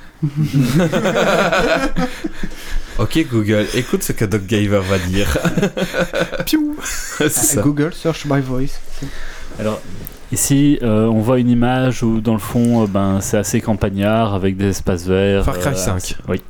Ok Google, écoute ce que Doc Giver va dire. Piou. C'est ça. Google, search by voice. Alors ici, on voit une image où dans le fond, c'est assez campagnard avec des espaces verts. Far Cry 5. Oui.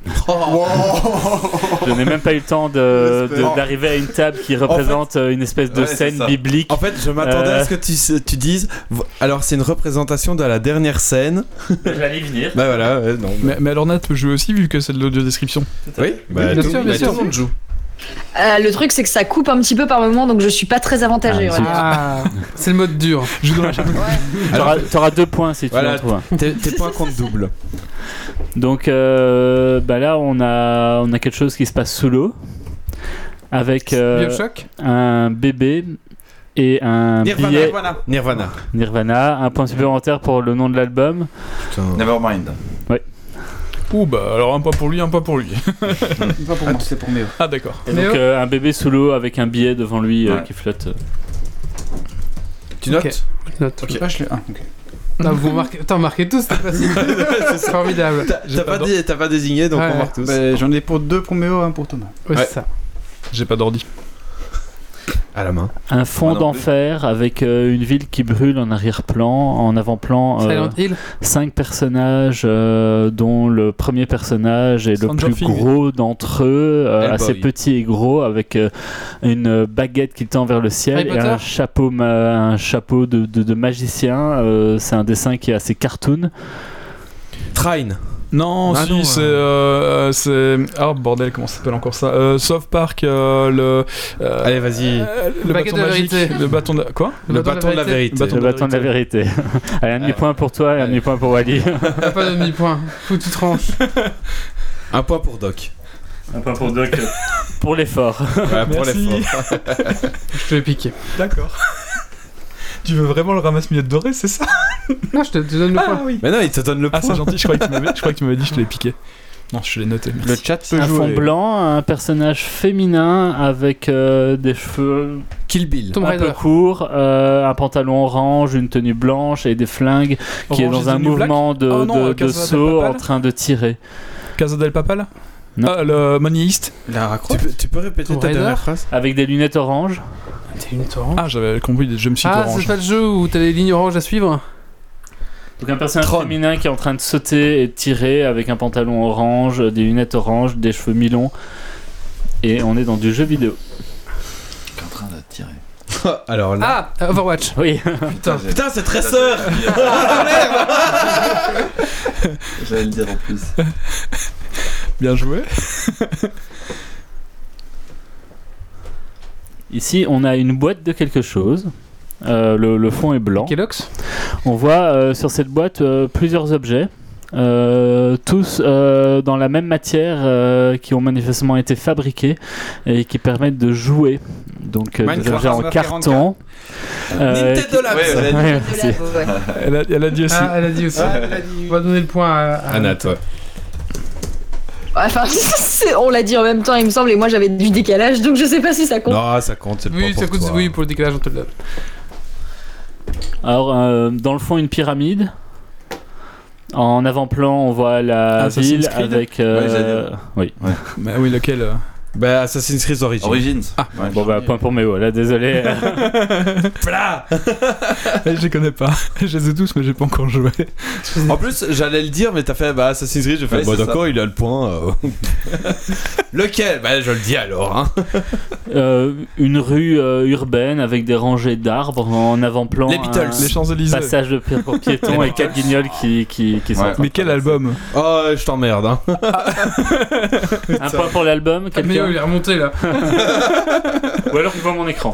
Je n'ai même pas eu le temps d'arriver à une table qui représente une espèce de scène biblique. En fait, je m'attendais à ce que tu dises. Alors, c'est une représentation de la dernière scène. J'allais y venir. Bah voilà, non. Mais alors Nat peut jouer aussi vu que c'est de l'audio description. Oui, bien sûr, bien sûr. Tout le monde joue. Le truc, c'est que ça coupe un petit peu par moment, donc je suis pas très avantagée. C'est le mode dur. Je dois T'auras 2 points si tu en trouves un. Tes points comptent double. Donc là, on a quelque chose qui se passe sous l'eau avec Bioshock, un bébé et un billet. Nirvana, un point supplémentaire pour le nom de l'album. Nevermind. Ouais. Ouh bah alors un pas pour lui, un pas pour lui. Pas pour moi, c'est pour Méo. Ah d'accord. Et donc un bébé sous l'eau avec un billet devant lui qui flotte. Tu notes? Note. Ok. Ah, je l'ai. Ah, ok. Ah, vous marquez tous, c'est facile. C'est formidable. T'as pas désigné, donc on marque tous. Bah, j'en ai pour 2 pour Méo, 1 pour Thomas. Ouais, c'est ça. J'ai pas d'ordi. À la main. Un fond d'enfer avec une ville qui brûle en arrière-plan, en avant-plan. Silent Hill. 5 personnages, dont le premier personnage est Stranger le plus Things. gros d'entre eux, assez Hellboy. petit et gros, avec une baguette qui tend vers le ciel Harry et Potter. un chapeau de magicien. C'est un dessin qui est assez cartoon. Trine. Non, Ah si, non, c'est. Ah, bordel, comment ça s'appelle encore ça South Park, le. Allez, vas-y. Le Baguette bâton de la magique. vérité. Le bâton de. Quoi Le bâton de la vérité. Le bâton de la vérité. Allez, un demi-point pour toi et un demi-point pour Wally. Y a pas de demi-point. Foutu tranche. Un point pour Doc. Un point pour Doc. Pour l'effort. Ouais, pour Merci. l'effort. Je te l'ai piqué. D'accord. Tu veux vraiment le ramasse-miettes doré, c'est ça? Non, je te donne le Ah point. oui. Mais non, il te donne le point. Ah, c'est gentil, je croyais que tu m'avais dit, je te l'ai piqué. Non, je l'ai noté. Le Merci. chat peut Un fond jouer. blanc, un personnage féminin avec des cheveux Kill Bill. Tomb un peu Raider. court, un pantalon orange, une tenue blanche et des flingues, qui est Orange dans is un the New mouvement de, Oh non, de Casa del saut Papel. en train de tirer. Casa del Papal? Non. Ah, le Money East? La raccroche. Tu peux répéter Tomb ta Raider. dernière phrase? Avec des lunettes oranges. T'es une torrent. Ah, j'avais compris des jump suits Ah, orange. c'est pas le jeu où t'as les lignes oranges à suivre? Donc un personnage Tron. féminin qui est en train de sauter et de tirer avec un pantalon orange, des lunettes oranges, des cheveux mi-longs. Et on est dans du jeu vidéo. Qui est en train de tirer. Alors là. Ah, Overwatch. Oui. Putain, c'est Tracer. J'allais le dire en plus. Bien joué. Ici, on a une boîte de quelque chose. Le fond est blanc. Kellogg's. On voit sur cette boîte plusieurs objets, tous dans la même matière, qui ont manifestement été fabriqués et qui permettent de jouer. Donc des Minecraft, objets en 44. carton. Nintendo Labs. Ouais, ouais. Ouais, merci. Ouais. Elle a dit aussi. Ah, elle a dit aussi. On va donner le point à Anna, toi. Enfin, on l'a dit en même temps, il me semble, et moi j'avais du décalage, donc je sais pas si ça compte. Non, ça compte, c'est le Oui, point ça pour coûte. toi. Oui, pour le décalage, on te le donne. Alors, dans le fond, une pyramide. En avant-plan, on voit la Assassin's ville Creed. avec. j'allais oui. Bah oui, lequel Bah, Assassin's Creed Origins. Origins. Ah, Ouais. Bon, bah, point pour Méo, là, désolé. Pla. Je les connais pas. Je les ai tous, mais j'ai pas encore joué. En plus, j'allais le dire, mais t'as fait bah, Assassin's Creed. J'ai fait Ouais, bah c'est d'accord, il a le point. Lequel? Bah, je le dis alors. Hein. Une rue urbaine avec des rangées d'arbres en avant-plan. Les Beatles. Les Champs-Élysées. Passage de pour piétons et 4 guignols qui sont. Ouais. en train Mais de quel traverser. album? Oh, je t'emmerde. Hein. Un point pour l'album, Mais quelqu'un. il est remonté là. Ou alors tu vois mon écran.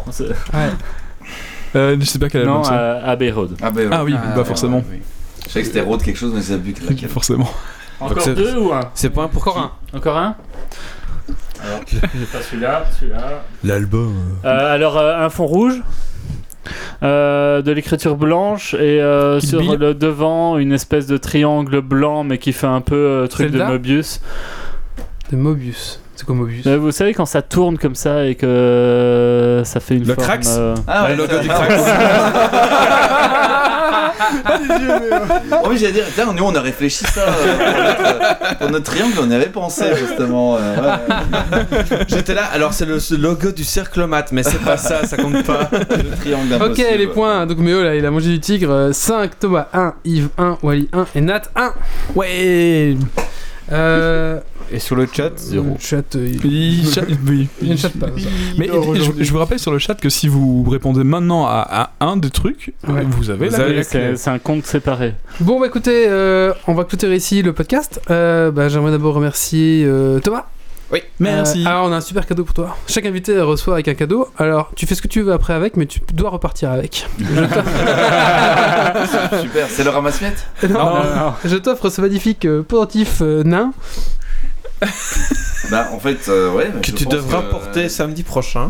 Je sais pas quel album Non, c'est. Abbey Road. Ah, bah, ouais. Ah oui, bah forcément. oui. Je savais que c'était Road quelque chose, mais j'ai vu que laquelle. Forcément. Encore c'est- deux ou un? C'est pas un pour Encore un. Encore un? Alors, j'ai pas celui-là, celui-là. L'album. Alors, un fond rouge. De l'écriture blanche et Kill sur Bill. le devant une espèce de triangle blanc mais qui fait un peu truc Zelda de Mobius. De Mobius. C'est quoi Mobius? Vous savez quand ça tourne comme ça et que ça fait une Le forme. Crax Ah ouais, Le logo c'est du vrai. Crax. Oh oui, j'allais dire, tiens, nous on a réfléchi ça pour notre triangle, on y avait pensé justement. Ouais. J'étais là, alors c'est le logo du cercle mat, mais c'est pas ça, ça compte pas. Le triangle Ok, impossible. les points. Donc Méo là, il a mangé du tigre. 5, Thomas 1, Yves 1, Wally 1 et Nat 1. Ouais. Et sur le chat, 0. Le chat, Oui. il ne chatte pas. Ça. Mais je vous rappelle sur le chat que si vous répondez maintenant à un des trucs, Ouais. vous avez Vous la avez clé. la clé. C'est un compte séparé. Bon bah écoutez, on va clôturer ici le podcast. J'aimerais d'abord remercier Thomas. Oui, merci. Alors on a un super cadeau pour toi. Chaque invité reçoit avec un cadeau. Alors tu fais ce que tu veux après avec, mais tu dois repartir avec. Super, c'est le ramasse-miettes. Non, je t'offre ce magnifique pendentif nain. Bah en fait, ouais. mais Que je tu pense devras que, porter samedi prochain.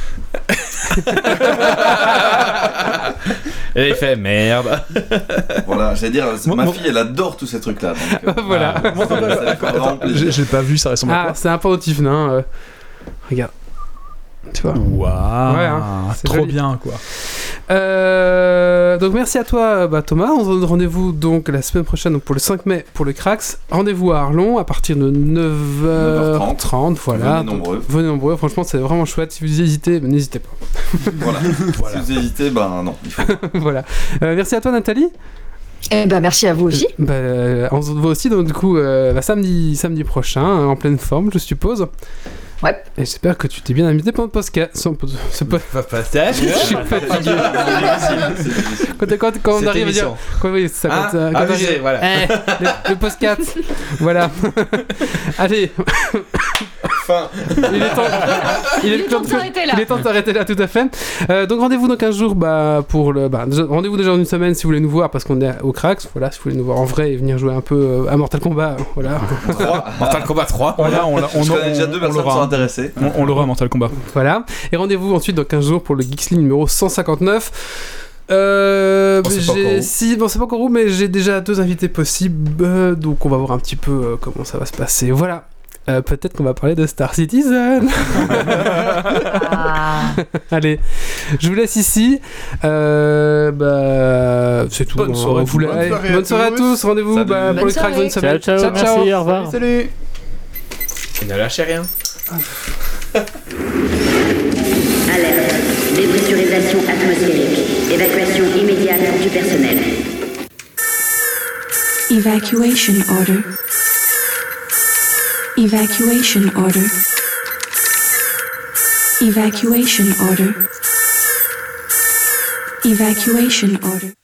Et il fait merde. Voilà, j'allais dire, Moi- ma moi- fille elle adore tous ces trucs là. Voilà. Ça lui fait vraiment plaisir. J'ai pas vu, ça ressemble à Ah, c'est un pendentif nain. Regarde. Tu vois. quoi? Waouh, Ouais, hein, c'est trop joli. bien quoi. Donc merci à toi Thomas, on se donne rendez-vous donc la semaine prochaine donc pour le 5 mai pour le Crax. Rendez-vous à Arlon à partir de 9h30, voilà. Venez nombreux, franchement c'est vraiment chouette, si vous hésitez, n'hésitez pas. Voilà. Si vous hésitez, non, il faut pas. Voilà. Merci à toi Nathalie. Merci à vous aussi. On se voit aussi donc du coup samedi prochain en pleine forme je suppose. Ouais. Et j'espère que tu t'es bien amusé pendant le podcast. Je suis fatigué. Quand on arrive à dire. Oui, ça voilà. Le podcast. Voilà. Allez. Fin. Il est temps de s'arrêter là, tout à fait. Donc rendez-vous dans 15 jours pour le. Rendez-vous déjà dans une semaine si vous voulez nous voir parce qu'on est au Crax. Voilà, si vous voulez nous voir en vrai et venir jouer un peu à Mortal Kombat. Voilà. Mortal Kombat 3. Voilà, on connais déjà 2 personnes qui sont intéressées. On l'aura à Mortal Kombat. Voilà. Et rendez-vous ensuite dans 15 jours pour le Geeks League numéro 159. C'est pas encore où, mais j'ai déjà 2 invités possibles, donc on va voir un petit peu comment ça va se passer. Voilà. Peut-être qu'on va parler de Star Citizen. Allez, je vous laisse ici. C'est tout. Bonne soirée à tous. Rendez-vous pour le Crack d'une semaine. Ciao, merci, au revoir. Salut. Ne lâchez rien. Alerte. Dépressurisation atmosphérique. Évacuation immédiate du personnel. Evacuation order. Evacuation order. Evacuation order. Evacuation order.